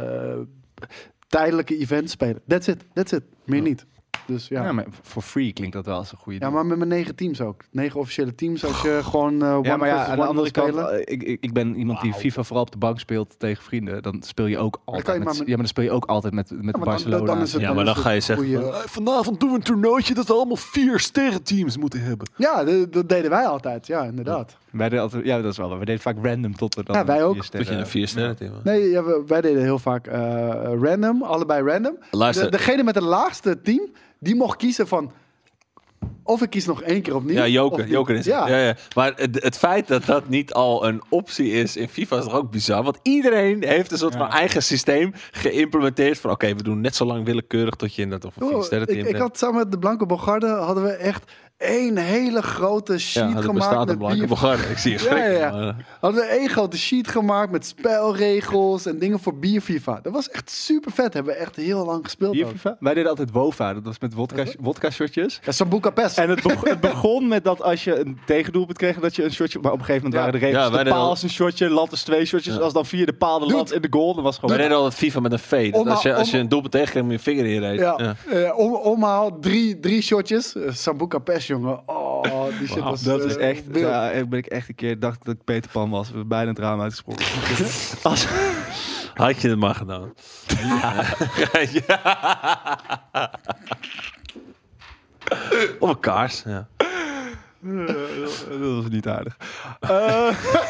tijdelijke events spelen. That's it, that's it. Meer Ja. niet. Dus ja. Ja, Ja, maar voor free klinkt dat wel als een goede deal. maar met mijn negen teams ook. Negen officiële teams als je gewoon eh Ja, one maar ja, versus aan de one andere wil kant, spelen. eh, ik, ik, ik ben iemand die Wauw. FIFA vooral op de bank speelt tegen vrienden. Dan speel je ook altijd kan je met, maar met- ja, maar dan speel je ook altijd met, met Ja, maar dan- Barcelona. dan is het- Ja, dan maar is dan ga je het zeggen goeie- van, "Eh, vanavond doen we een toernooitje dat we allemaal vier sterrenteams moeten hebben. Ja, dat, dat deden wij altijd. Ja, inderdaad. Wij deden altijd, ja, dat is wel waar. We deden vaak random tot er dan Ja, wij vier ook. Dat sterren- je een vier sterren team hebt. Nee, ja, we- wij deden heel vaak eh, random. Allebei random. Luister, De, degene met het laagste team, die mocht kiezen van... Of ik kies nog één keer opnieuw. ja, of joker, niet. joker is het. Ja. Ja. Ja, Maar het, het feit dat dat niet al een optie is in FIFA is toch ook bizar. Want iedereen heeft een soort Ja. van eigen systeem geïmplementeerd. Van oké, we doen net zo lang willekeurig tot je inderdaad of een vier Oh, sterren team ik, ik had samen met de Blanco Bogarde hadden we echt één hele grote sheet ja, er gemaakt. bestaat een met blanke bier- Bogarde. Ik zie je Ja, schrikken. ja, ja. maar- Hadden we één grote sheet gemaakt met spelregels en dingen voor bier FIFA. Dat was echt super vet. Hebben we echt heel lang gespeeld. Hier ook. FIFA? Wij deden altijd WOFA. Dat was met wodka, wodka shotjes. Ja, Sambuca Pest. En het, beg- het begon met dat als je een tegendoelpunt kreeg, dat je een shotje... Maar op een gegeven moment Ja. waren de regels. Ja, wij de deden paal al- is een shotje, lat is twee shotjes. Ja. Als dan via de paal de Dude. lat in de goal, dan was het We gewoon... deden altijd FIFA met een fade. Dat Omhaal- als, je, als je om- een doelpunt tegenkrijgt, moet je vinger in reed. Ja, Ja. eh, om, omhaal, drie, drie shotjes. Uh, Sambuca Pest, jongen. Oh, die shit Wauw, was Dat is eh, echt, wild. ja, ik ben ik echt een keer dacht dat ik Peter Pan was. We hebben bijna een drama uitgesproken. Als, Had je het maar gedaan. Ja. Of een kaars. Ja. dat was niet aardig. Eh,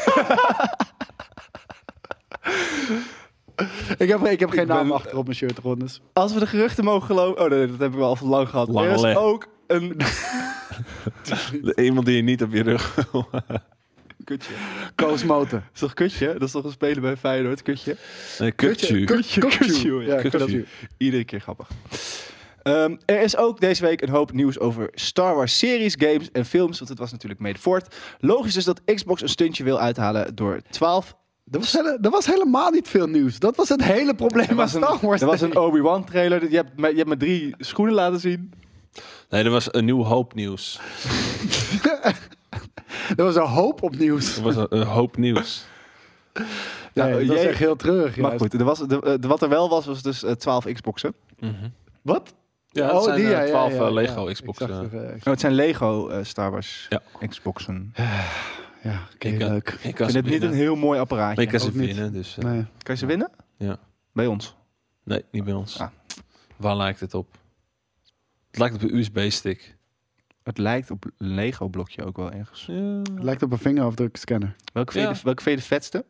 Ik heb, ik heb geen Ik naam ben- achter op mijn shirt, Rondes. als we de geruchten mogen geloven... Oh nee, dat hebben we al lang gehad. Lang er is geleden. ook een... Iemand die je niet op je rug... Kutje. Koos Moten. Dat is toch Kutje? Dat is toch een speler bij Feyenoord? Kutje? Nee, kutje. Kutje, Kutje. Ja, Ja, Kutje. Kutje. Iedere keer grappig. Ehm, er is ook deze week een hoop nieuws over Star Wars series, games en films. Want het was natuurlijk made voort. Logisch is dat Xbox een stuntje wil uithalen door twaalf... Er was, hele- er was helemaal niet veel nieuws. Dat was het hele probleem Er aan was, een, Star Wars. er was een Obi-Wan trailer. Je hebt, me- je hebt me drie schoenen laten zien. Nee, er was een nieuw hoop nieuws. Er was een hoop op nieuws. Er was een, een hoop nieuws. Ja, Nou, dat is jij- echt heel treurig. Maar juist. goed, er was, de, de- wat er wel was, was dus eh, twaalf Xboxen. Mhm. Wat? Ja, het zijn die, eh, ja, ja, twaalf ja, eh, Lego ja. Ik Xbox. zag eh. er, eh, Oh, het zijn Lego eh, Star Wars Ja. Xboxen. Ja, oké, Ik, eh, leuk. Ik Ik kan vind ze het niet een winnen. heel mooi Maar apparaatje. ik kan ze ook niet. winnen, dus... eh, Nee. Kan je ze winnen? Ja. Bij ons. Nee, niet bij ons. Ah. Waar lijkt het op? Het lijkt op een U S B-stick. Het lijkt op een Lego blokje ook wel ergens. Ja. Het lijkt op een vingerafdrukscanner. Welke vind, je Ja. de, welke vind je de vetste?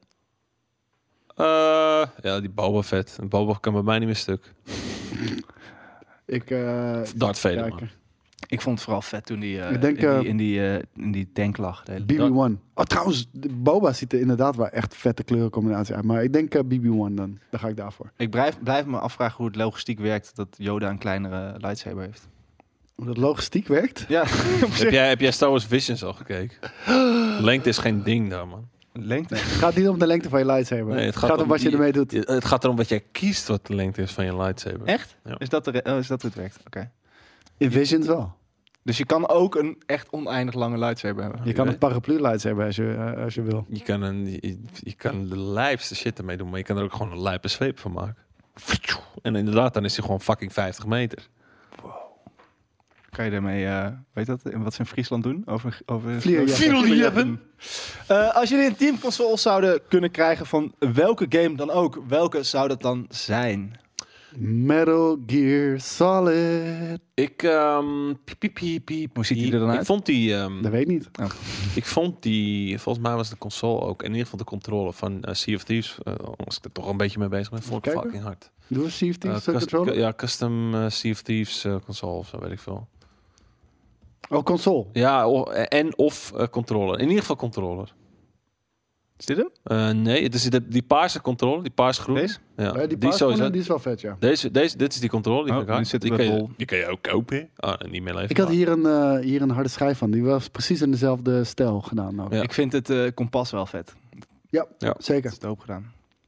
Eh, ja, die Boba Fett. Een Boba kan bij mij niet meer stuk. Ik, eh Darth Vader, man. kijken. Ik vond het vooral vet toen die, uh, Ik denk, in, die, uh, in, die, uh, in die tank lag. de hele B B dag. one. Oh, trouwens, de Boba ziet er inderdaad wel echt vette kleurencombinatie uit. Maar ik denk uh, B B one dan. Dan ga ik daarvoor. Ik blijf, blijf me afvragen hoe het logistiek werkt dat Yoda een kleinere lightsaber heeft. Hoe dat logistiek werkt. Ja, Heb jij, heb jij Star Wars Visions al gekeken? Lengte is geen ding daar, man. lengte. Het gaat niet om de lengte van je lightsaber. Nee, het gaat, om wat je die- ermee doet. Het gaat erom wat jij kiest wat de lengte is van je lightsaber. Echt? Ja. Is, dat de, re- oh, is dat hoe het werkt? Oké. In Visions wel. Dus je kan ook een echt oneindig lange lightsaber hebben. Je kan een paraplu lightsaber als je, uh, als je wil. Je kan, een, je, je kan de lijpste shit ermee doen, maar je kan er ook gewoon een lijpe zweep van maken. En inderdaad, dan is hij gewoon fucking vijftig meter. Kan je daarmee, uh, weet dat, wat ze in Friesland doen? Over, over Vlierjappen. Vlierjappen. Uh, als jullie een teamconsole zouden kunnen krijgen van welke game dan ook, welke zou dat dan zijn? Metal Gear Solid. Ik, um, piep, piep, piep, piep. Hoe ziet die er dan Ik uit? vond die, um, Dat weet ik niet. ik vond die, volgens mij was de console ook, in ieder geval de controle van uh, Sea of Thieves, uh, was ik er toch een beetje mee bezig ben, vond ik Kijken. fucking hard. Doe een C F T Uh, cust- controller? ja, custom uh, Sea of Thieves uh, console of zo, weet ik veel. Oh, console. Ja, o- en of uh, controller. In ieder geval controller. Is dit hem? Uh, nee, het is de, die paarse controller, die paars-groen. Deze? Ja, Ja, die, die, paars- sowieso. die is wel vet, ja. Deze, deze, dit is die controller. Die Oh, vind ik hard. nu zitten die we kan je, bol. die kan je ook kopen. Ah, en niet meer leven. Ik had hier een, uh, hier een harde schijf van. Die was precies in dezelfde stijl gedaan. Nou. Ja. Ik vind het uh, kompas wel vet. Ja, Ja. Dat zeker. is dope gedaan.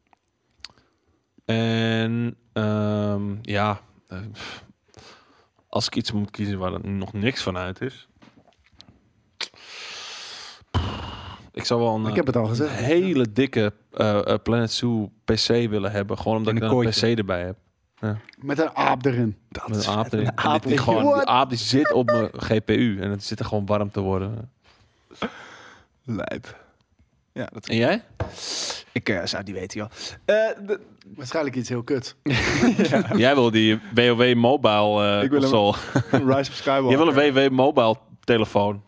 En um, ja, uh, als ik iets moet kiezen waar er nog niks van uit is. Ik zou wel een Ik heb het al gezegd. hele dikke uh, uh, Planet Zoo P C willen hebben. Gewoon omdat In ik een dan een kooitje. P C erbij heb. Met een aap erin. Dat Met is een aap vet. erin. Een En aap die, die in- gewoon, What? die aap die zit op mijn G P U. En het zit er gewoon warm te worden. Lijp. Ja, dat En jij? ik uh, zou die weten, joh. Uh, de- Waarschijnlijk iets heel kut. Jij wil die W O W mobile uh, Ik wil hem- console. Rise of Skywalker. Je wil een W O W mobile telefoon.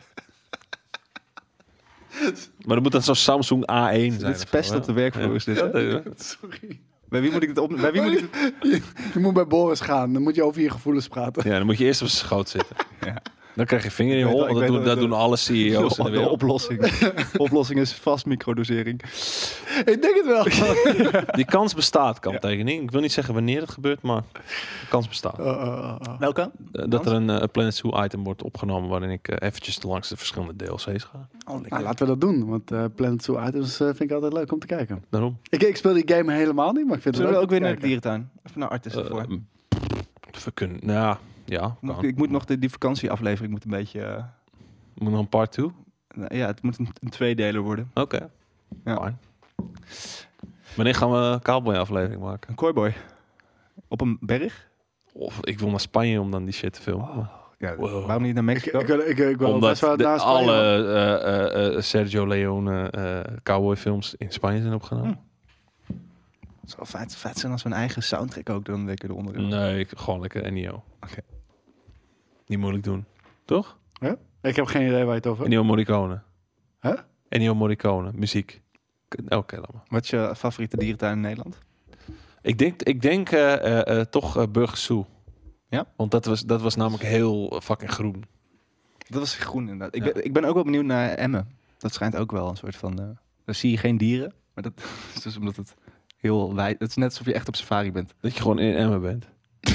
Maar dat moet dan zo'n Samsung A één zijn. Dit is pest op de werkvloer, is dit, hè? Ja, Sorry. Bij wie moet ik het op? Bij wie moet ik het? Je moet bij Boris gaan. Dan moet je over je gevoelens praten. Ja, dan moet je eerst op zijn schoot zitten. Ja. Dan krijg je vinger in je Ik weet hol. wel- Dat, ik doen, weet dat wel- doen alle C E O's in de De wereld. oplossing. De oplossing is vast microdosering. Ik denk het wel. Die kans bestaat, Ja. kanttekening. Ik wil niet zeggen wanneer het gebeurt, maar de kans bestaat. Uh, uh, uh. Welke? Uh, dat er een uh, Planet Zoo item wordt opgenomen waarin ik uh, eventjes langs de verschillende D L C's ga. Oh, Nou, laten we dat doen. Want uh, Planet Zoo Items uh, vind ik altijd leuk om te kijken. Daarom. Ik, ik speel die game helemaal niet, maar ik vind het Zullen we leuk ook weer om naar te de kijken. dierentuin? Even naar Artis ervoor. Uh, we kunnen, nou ja, Moet- kan. ik moet nog de, die vakantieaflevering moet een beetje... uh, Moet nog een part two? nou ja, het moet een, een tweedeler worden. Oké. Ja. Fine. Wanneer gaan we een Cowboy aflevering maken? Een kooiboy. Op een berg? Of ik wil naar Spanje om dan die shit te filmen. Oh, ja, Wow. waarom niet naar Ik, Mexico? ik, wil, ik, ik wil Omdat best wel de, naar Spanje, hoor. alle uh, uh, uh, Sergio Leone uh, cowboy films in Spanje zijn opgenomen. Het zou vet, vet zijn als we een eigen soundtrack ook dan lekker eronder hebben. Nee, ik, gewoon lekker N I O. Oké. Niet moeilijk doen. Toch? Ik heb geen idee waar je het over hebt. Ennio Morricone. Huh? Ennio Morricone, muziek. Oké, okay, laat maar. Wat is je favoriete dierentuin in Nederland? Ik denk, ik denk uh, uh, uh, toch uh, Burgers Zoo. Ja? Want dat was, dat was namelijk heel uh, fucking groen. Dat was groen inderdaad. Ik, Ja. ben, ik ben ook wel benieuwd naar Emmen. Dat schijnt ook wel een soort van... Uh, daar zie je geen dieren. Maar dat is dus omdat het heel wijd... Het is net alsof je echt op safari bent. Dat je gewoon in Emmen bent.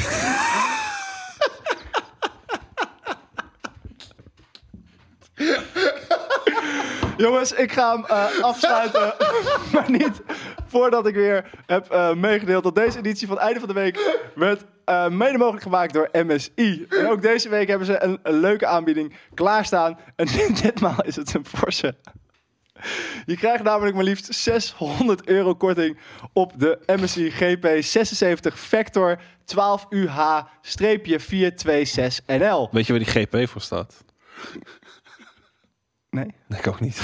Jongens, ik ga hem uh, afsluiten. Maar niet voordat ik weer heb uh, meegedeeld dat deze editie van het einde van de week werd uh, mede mogelijk gemaakt door M S I. En ook deze week hebben ze een, een leuke aanbieding klaarstaan. En ditmaal is het een forse. Je krijgt namelijk maar liefst zeshonderd euro korting op de M S I G P zesenzeventig Vector twaalf U H vier twee zes N L. Weet je waar die G P voor staat? Nee? Nee, ik ook niet.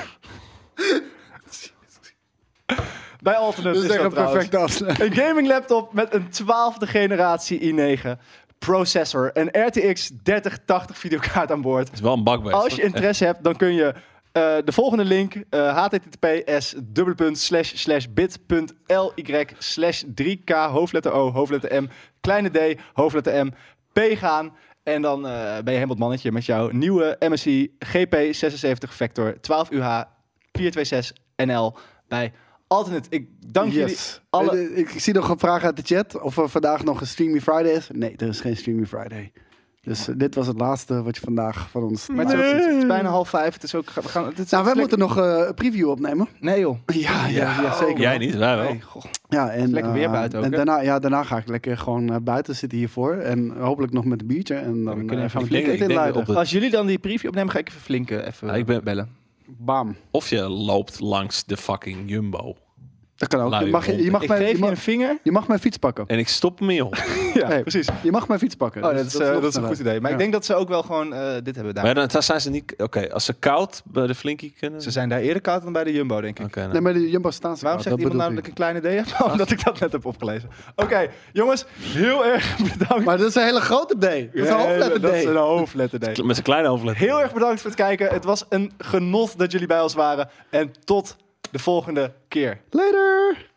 Bij Alternate Dat is is echt dat een trouwens. perfecte afsluiting. Een gaming laptop met een twaalfde generatie i negen processor. Een R T X dertig tachtig videokaart aan boord. Het is wel een bakbeest. Als je interesse hebt, dan kun je uh, de volgende link uh, h t t p s slash slash bit.ly slash 3k hoofdletter O hoofdletter M kleine d hoofdletter M p gaan En dan uh, ben je helemaal het mannetje met jouw nieuwe M S I G P zesenzeventig Vector twaalf U H vierhonderdzesentwintig N L bij Alternate. Ik dank yes. jullie alle... Uh, ik zie nog een vraag uit de chat of er vandaag nog een Streamy Friday is. Nee, er is geen Streamy Friday. Dus uh, dit was het laatste wat je vandaag van ons... Maar het is, ook, het is bijna half vijf. Het is ook... We gaan, het is nou, wij lekker... moeten nog uh, een preview opnemen. Nee joh. Ja, ja, ja, ja zeker. Jij niet, wij wel. Nee, goh. Ja, en, lekker weer buiten ook, en hè? daarna, ja, daarna ga ik lekker gewoon uh, buiten zitten hiervoor. En hopelijk nog met een biertje. En dan we uh, kunnen gaan we even flink flink- ik denk inluiden. op de- Als jullie dan die preview opnemen, ga ik even flink uh, even Ja, ik ben- bellen. Bam. Of je loopt langs de fucking Jumbo. Dat kan ook. Lui Je mag, je, je, mag Ik mijn, geef je, je mag, een vinger. je mag mijn fiets pakken. En ik stop hem in je hond. Ja, Hey, precies. Je mag mijn fiets pakken. Oh, Dus dat is, uh, nog dat is een goed sneller. idee. Maar Ja. ik denk dat ze ook wel gewoon uh, dit hebben daar. Maar dan dan zijn ze niet... Oké, als ze koud bij de Flinky kunnen... Ze zijn daar eerder koud dan bij de Jumbo, denk ik. Oké, nou. Nee, maar de Jumbo staan ze Waarom koud, zegt dat iemand bedoel namelijk een kleine D? Oh, omdat ik dat net heb opgelezen. Oké, okay, jongens, heel erg bedankt. ik. Maar dat is een hele grote D. Dat is een hoofdletter D. Dat is een hoofdletter D. Met zijn kleine hoofdletter. Heel erg bedankt voor het kijken. Het was een genot dat jullie bij ons waren. En tot de volgende keer. Later!